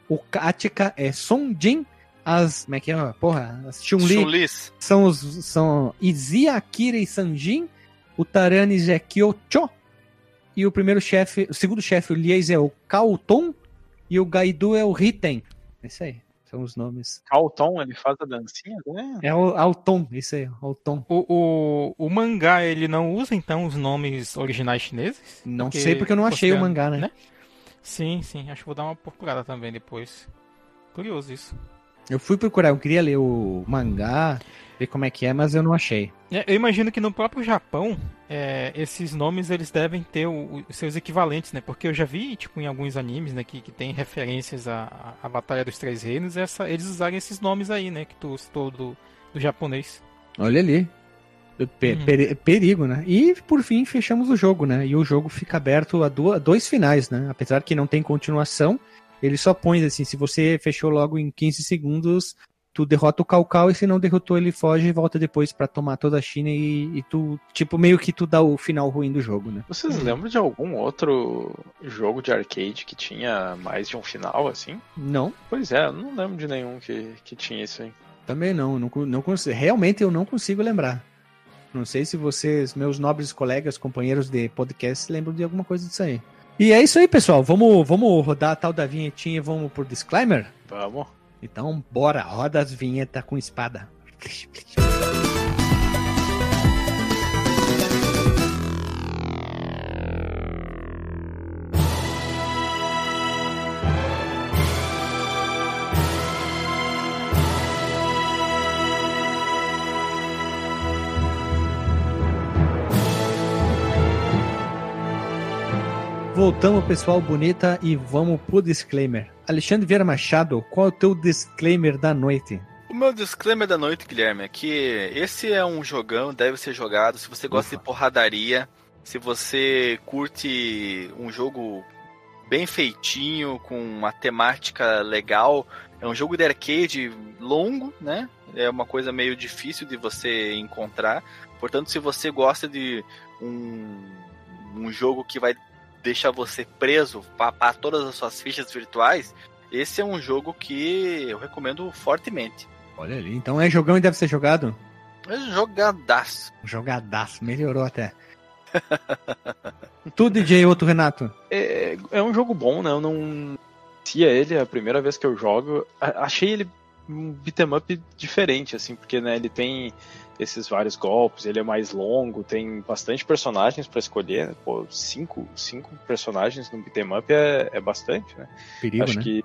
A: o Katika é Son Jin, as... Como é que é? Porra, as Chun-Li são Izia, Akira e Sanjin, o Taranis é Kyocho, e o segundo chefe, o Lies, é o Kauton, e o Gaidu é o Riten. É isso aí, são os nomes.
C: Kauton, ele faz a dancinha, né?
A: É o Alton, isso aí, Alton.
D: O mangá, ele não usa, então, os nomes originais chineses?
A: Não sei porque eu não achei o mangá, né?
D: Sim, acho que vou dar uma procurada também depois. Curioso isso.
A: Eu fui procurar, eu queria ler o mangá, ver como é que é, mas eu não achei.
D: Eu imagino que no próprio Japão, esses nomes eles devem ter os seus equivalentes, né? Porque eu já vi, tipo, em alguns animes, né, que tem referências à Batalha dos Três Reinos, eles usarem esses nomes aí, né, que tu citou do japonês.
A: Olha ali. Perigo, né? E, por fim, fechamos o jogo, né? E o jogo fica aberto a dois finais, né? Apesar que não tem continuação, ele só põe assim, se você fechou logo em 15 segundos, tu derrota o Cao Cao, e se não derrotou, ele foge e volta depois pra tomar toda a China e tu, tipo, meio que tu dá o final ruim do jogo, né?
C: Vocês lembram de algum outro jogo de arcade que tinha mais de um final, assim?
A: Não.
C: Pois é, eu não lembro de nenhum que tinha isso aí.
A: Também não consigo. Realmente eu não consigo lembrar. Não sei se vocês, meus nobres colegas, companheiros de podcast, lembram de alguma coisa disso aí. E é isso aí, pessoal. Vamos rodar a tal da vinhetinha e vamos pro disclaimer?
C: Vamos.
A: Então, bora. Roda as vinhetas com espada. Voltamos, pessoal bonita, e vamos pro disclaimer. Alexandre Vieira Machado, qual é o teu disclaimer da noite?
B: O meu disclaimer da noite, Guilherme, é que esse é um jogão, deve ser jogado. Se você gosta de porradaria, se você curte um jogo bem feitinho, com uma temática legal, é um jogo de arcade longo, né? É uma coisa meio difícil de você encontrar. Portanto, se você gosta de um jogo que vai deixar você preso para todas as suas fichas virtuais, esse é um jogo que eu recomendo fortemente.
A: Olha ali, então é jogão e deve ser jogado?
B: É jogadaço.
A: Jogadaço, melhorou até. Tu, DJ, outro Renato?
C: É um jogo bom, né? Eu não conhecia ele, é a primeira vez que eu jogo. Achei ele um beat'em up diferente, assim, porque, né, ele tem esses vários golpes, ele é mais longo, tem bastante personagens pra escolher, né? Pô, cinco personagens no beat'em up é bastante, né?
A: Perigo,
C: acho
A: né?
C: que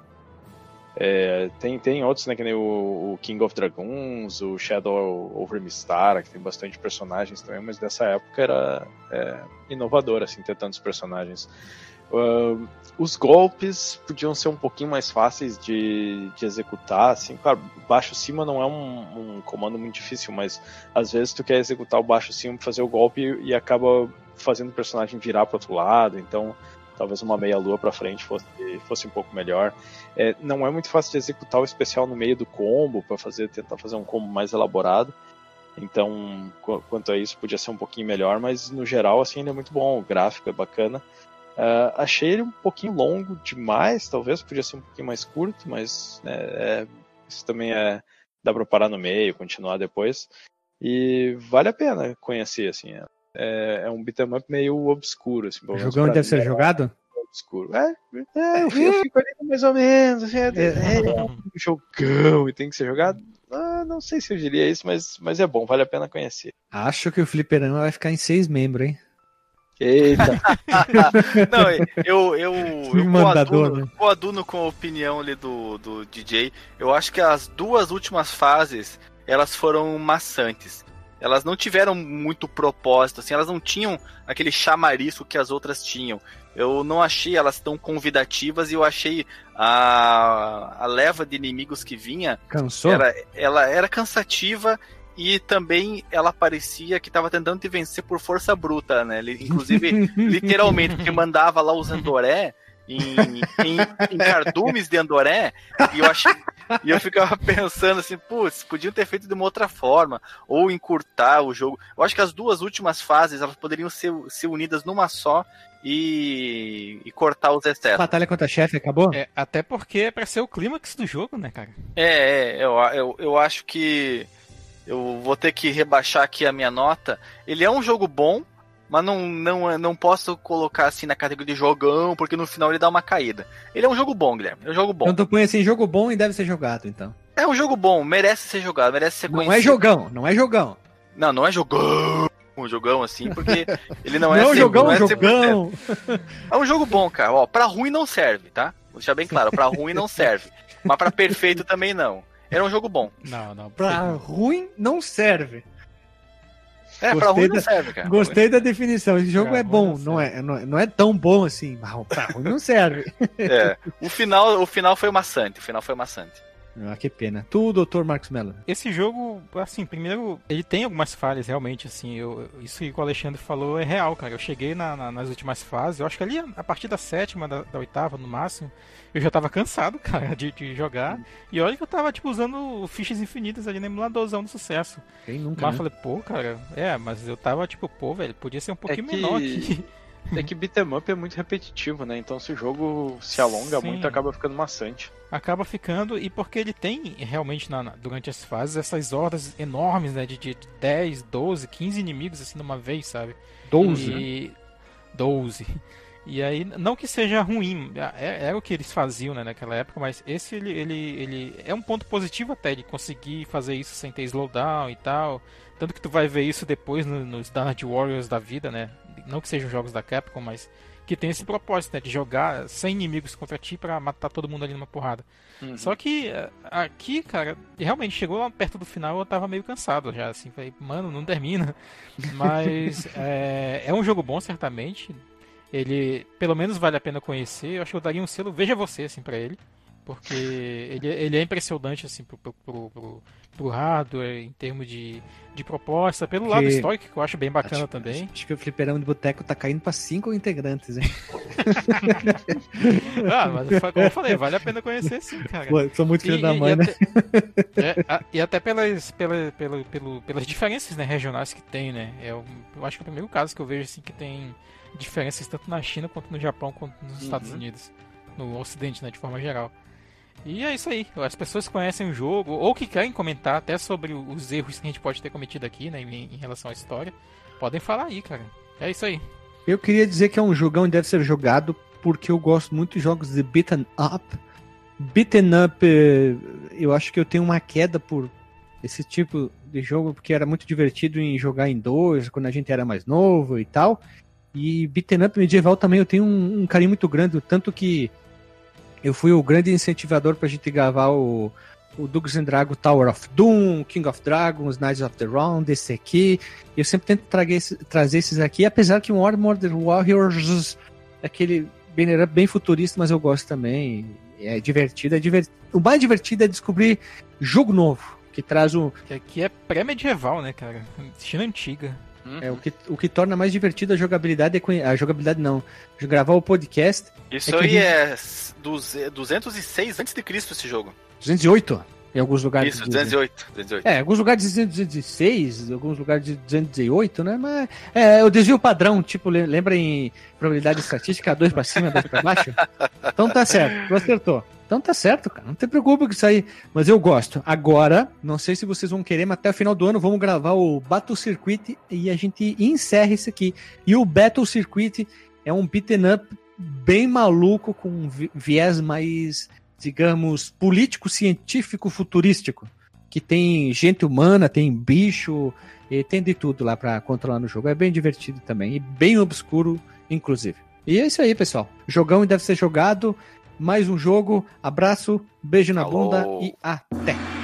C: tem outros, né, que nem o King of Dragons, o Shadow over Mistara, que tem bastante personagens também, mas dessa época era inovador, assim, ter tantos personagens. Os golpes podiam ser um pouquinho mais fáceis de executar, assim, claro, baixo-cima não é um comando muito difícil, mas às vezes tu quer executar o baixo-cima pra fazer o golpe e acaba fazendo o personagem virar pro outro lado, então talvez uma meia-lua pra frente fosse um pouco melhor. Não é muito fácil de executar o especial no meio do combo, pra tentar fazer um combo mais elaborado, então quanto a isso podia ser um pouquinho melhor, mas no geral, assim, ele é muito bom, o gráfico é bacana. Achei ele um pouquinho longo demais, talvez podia ser um pouquinho mais curto, mas isso também dá pra parar no meio, continuar depois, e vale a pena conhecer, assim, é um beat'em up meio obscuro, assim,
A: Jogão deve ser jogado?
C: Obscuro. Eu fico ali mais ou menos, assim, é um jogão e tem que ser jogado. Não sei se eu diria isso, mas é bom, vale a pena conhecer.
A: Acho que o fliperama vai ficar em 6 membros, hein?
C: Eita!
B: Não, eu
A: Mandador,
B: coaduno com a opinião ali do DJ. Eu acho que as duas últimas fases, elas foram maçantes. Elas não tiveram muito propósito, assim, elas não tinham aquele chamarisco que as outras tinham. Eu não achei elas tão convidativas e eu achei a leva de inimigos que vinha...
A: Cansou?
B: Ela era cansativa e também ela parecia que estava tentando te vencer por força bruta, né? Inclusive, literalmente, porque mandava lá os Andoré em cardumes de Andoré, e E eu ficava pensando assim, putz, podiam ter feito de uma outra forma, ou encurtar o jogo. Eu acho que as duas últimas fases, elas poderiam ser unidas numa só e cortar os excessos.
A: Batalha contra chefe acabou?
D: Até porque é pra ser o clímax do jogo, né, cara?
B: Eu acho que eu vou ter que rebaixar aqui a minha nota. Ele é um jogo bom, mas não posso colocar assim na categoria de jogão, porque no final ele dá uma caída. Ele é um jogo bom, Guilherme. É um jogo bom.
A: Então tu põe assim, jogo bom e deve ser jogado, então.
B: É um jogo bom, merece ser jogado, merece ser conhecido.
A: Não é jogão, não é jogão.
B: Não é jogão. Um jogão assim, porque ele não
A: é jogão,
B: não é
A: jogão.
B: É um jogo bom, cara. Ó, pra ruim não serve, tá? Vou deixar bem claro, pra ruim não serve. Mas pra perfeito também não. Era um jogo bom.
D: Não.
A: Pra ruim não serve.
B: Pra ruim não serve, cara.
A: Gostei da definição. Esse jogo é bom, não é tão bom assim, mas pra ruim não serve.
B: O final foi maçante.
A: Ah, que pena. Tu, Dr. Marcos Mello?
D: Esse jogo, assim, primeiro, ele tem algumas falhas, realmente, assim, isso que o Alexandre falou é real, cara. Eu cheguei nas últimas fases, eu acho que ali, a partir da 7ª, da 8ª, no máximo, eu já tava cansado, cara, de jogar. E olha que eu tava, tipo, usando fichas infinitas ali no emuladorzão do sucesso.
A: Quem nunca,
D: mas
A: né?
D: eu falei, pô, cara, mas eu tava, tipo, pô, velho, podia ser um pouquinho menor aqui.
C: É que beat'em up é muito repetitivo, né? Então se o jogo se alonga muito, acaba ficando maçante.
D: Acaba ficando, e porque ele tem realmente durante as fases essas hordas enormes, né? De 10, 12, 15 inimigos assim numa vez, sabe?
A: 12.
D: 12. E aí, não que seja ruim, é o que eles faziam, né, naquela época, mas esse ele é um ponto positivo até de conseguir fazer isso sem ter slowdown e tal. Tanto que tu vai ver isso depois nos Dynasty Warriors da vida, né? Não que sejam jogos da Capcom, mas que tem esse propósito, né? De jogar 100 inimigos contra ti pra matar todo mundo ali numa porrada.
C: Uhum.
D: Só que aqui, cara, realmente chegou lá perto do final, eu tava meio cansado já, assim. Falei, mano, não termina. Mas é um jogo bom, certamente. Ele, pelo menos, vale a pena conhecer. Eu acho que eu daria um selo Veja Você, assim, pra ele. Porque ele é impressionante, assim, pro hardware, em termos de proposta, pelo lado histórico, que eu acho bem bacana também.
A: Acho que o fliperama de boteco tá caindo pra 5 integrantes, hein?
D: Mas como eu falei, vale a pena conhecer sim, cara.
A: Pô, sou muito filho da mãe, né?
D: E até pelas diferenças, né, regionais que tem, né? Eu acho que é o primeiro caso que eu vejo assim, que tem diferenças tanto na China, quanto no Japão, quanto nos Estados Unidos. No Ocidente, né, de forma geral. E é isso aí. As pessoas que conhecem o jogo, ou que querem comentar até sobre os erros que a gente pode ter cometido aqui, né, em relação à história, podem falar aí, cara. É isso aí.
A: Eu queria dizer que é um jogão e deve ser jogado porque eu gosto muito de jogos de beat'em up. Beat'em up, eu acho que eu tenho uma queda por esse tipo de jogo, porque era muito divertido em jogar em dois, quando a gente era mais novo e tal. E beat'em up medieval também eu tenho um carinho muito grande, tanto que eu fui o grande incentivador pra gente gravar o Dungeons & Dragons Tower of Doom, King of Dragons, Knights of the Round, esse aqui. Eu sempre tento trazer esses aqui, apesar que o Modern Warriors, aquele banner up bem futurista, mas eu gosto também. É divertido, O mais divertido é descobrir jogo novo, que traz o...
D: Aqui é pré-medieval, né, cara? China antiga.
A: O que torna mais divertido a jogabilidade de gravar o podcast.
B: Isso aí é 206 a.C. esse jogo.
A: 208 em alguns lugares.
B: Isso, 208.
A: Em alguns lugares dizem 206, em alguns lugares de 208, né? Mas o desvio padrão, tipo, lembra em probabilidade estatística 2 pra cima, 2 pra baixo? Então tá certo, tu acertou. Então tá certo, cara, não te preocupa com isso aí. Mas eu gosto. Agora, não sei se vocês vão querer, mas até o final do ano vamos gravar o Battle Circuit e a gente encerra isso aqui. E o Battle Circuit é um beat'em up bem maluco, com viés mais, digamos, político, científico, futurístico. Que tem gente humana, tem bicho, e tem de tudo lá pra controlar no jogo. É bem divertido também, e bem obscuro, inclusive. E é isso aí, pessoal. Jogão e deve ser jogado. Mais um jogo. Abraço, beijo na bunda e até!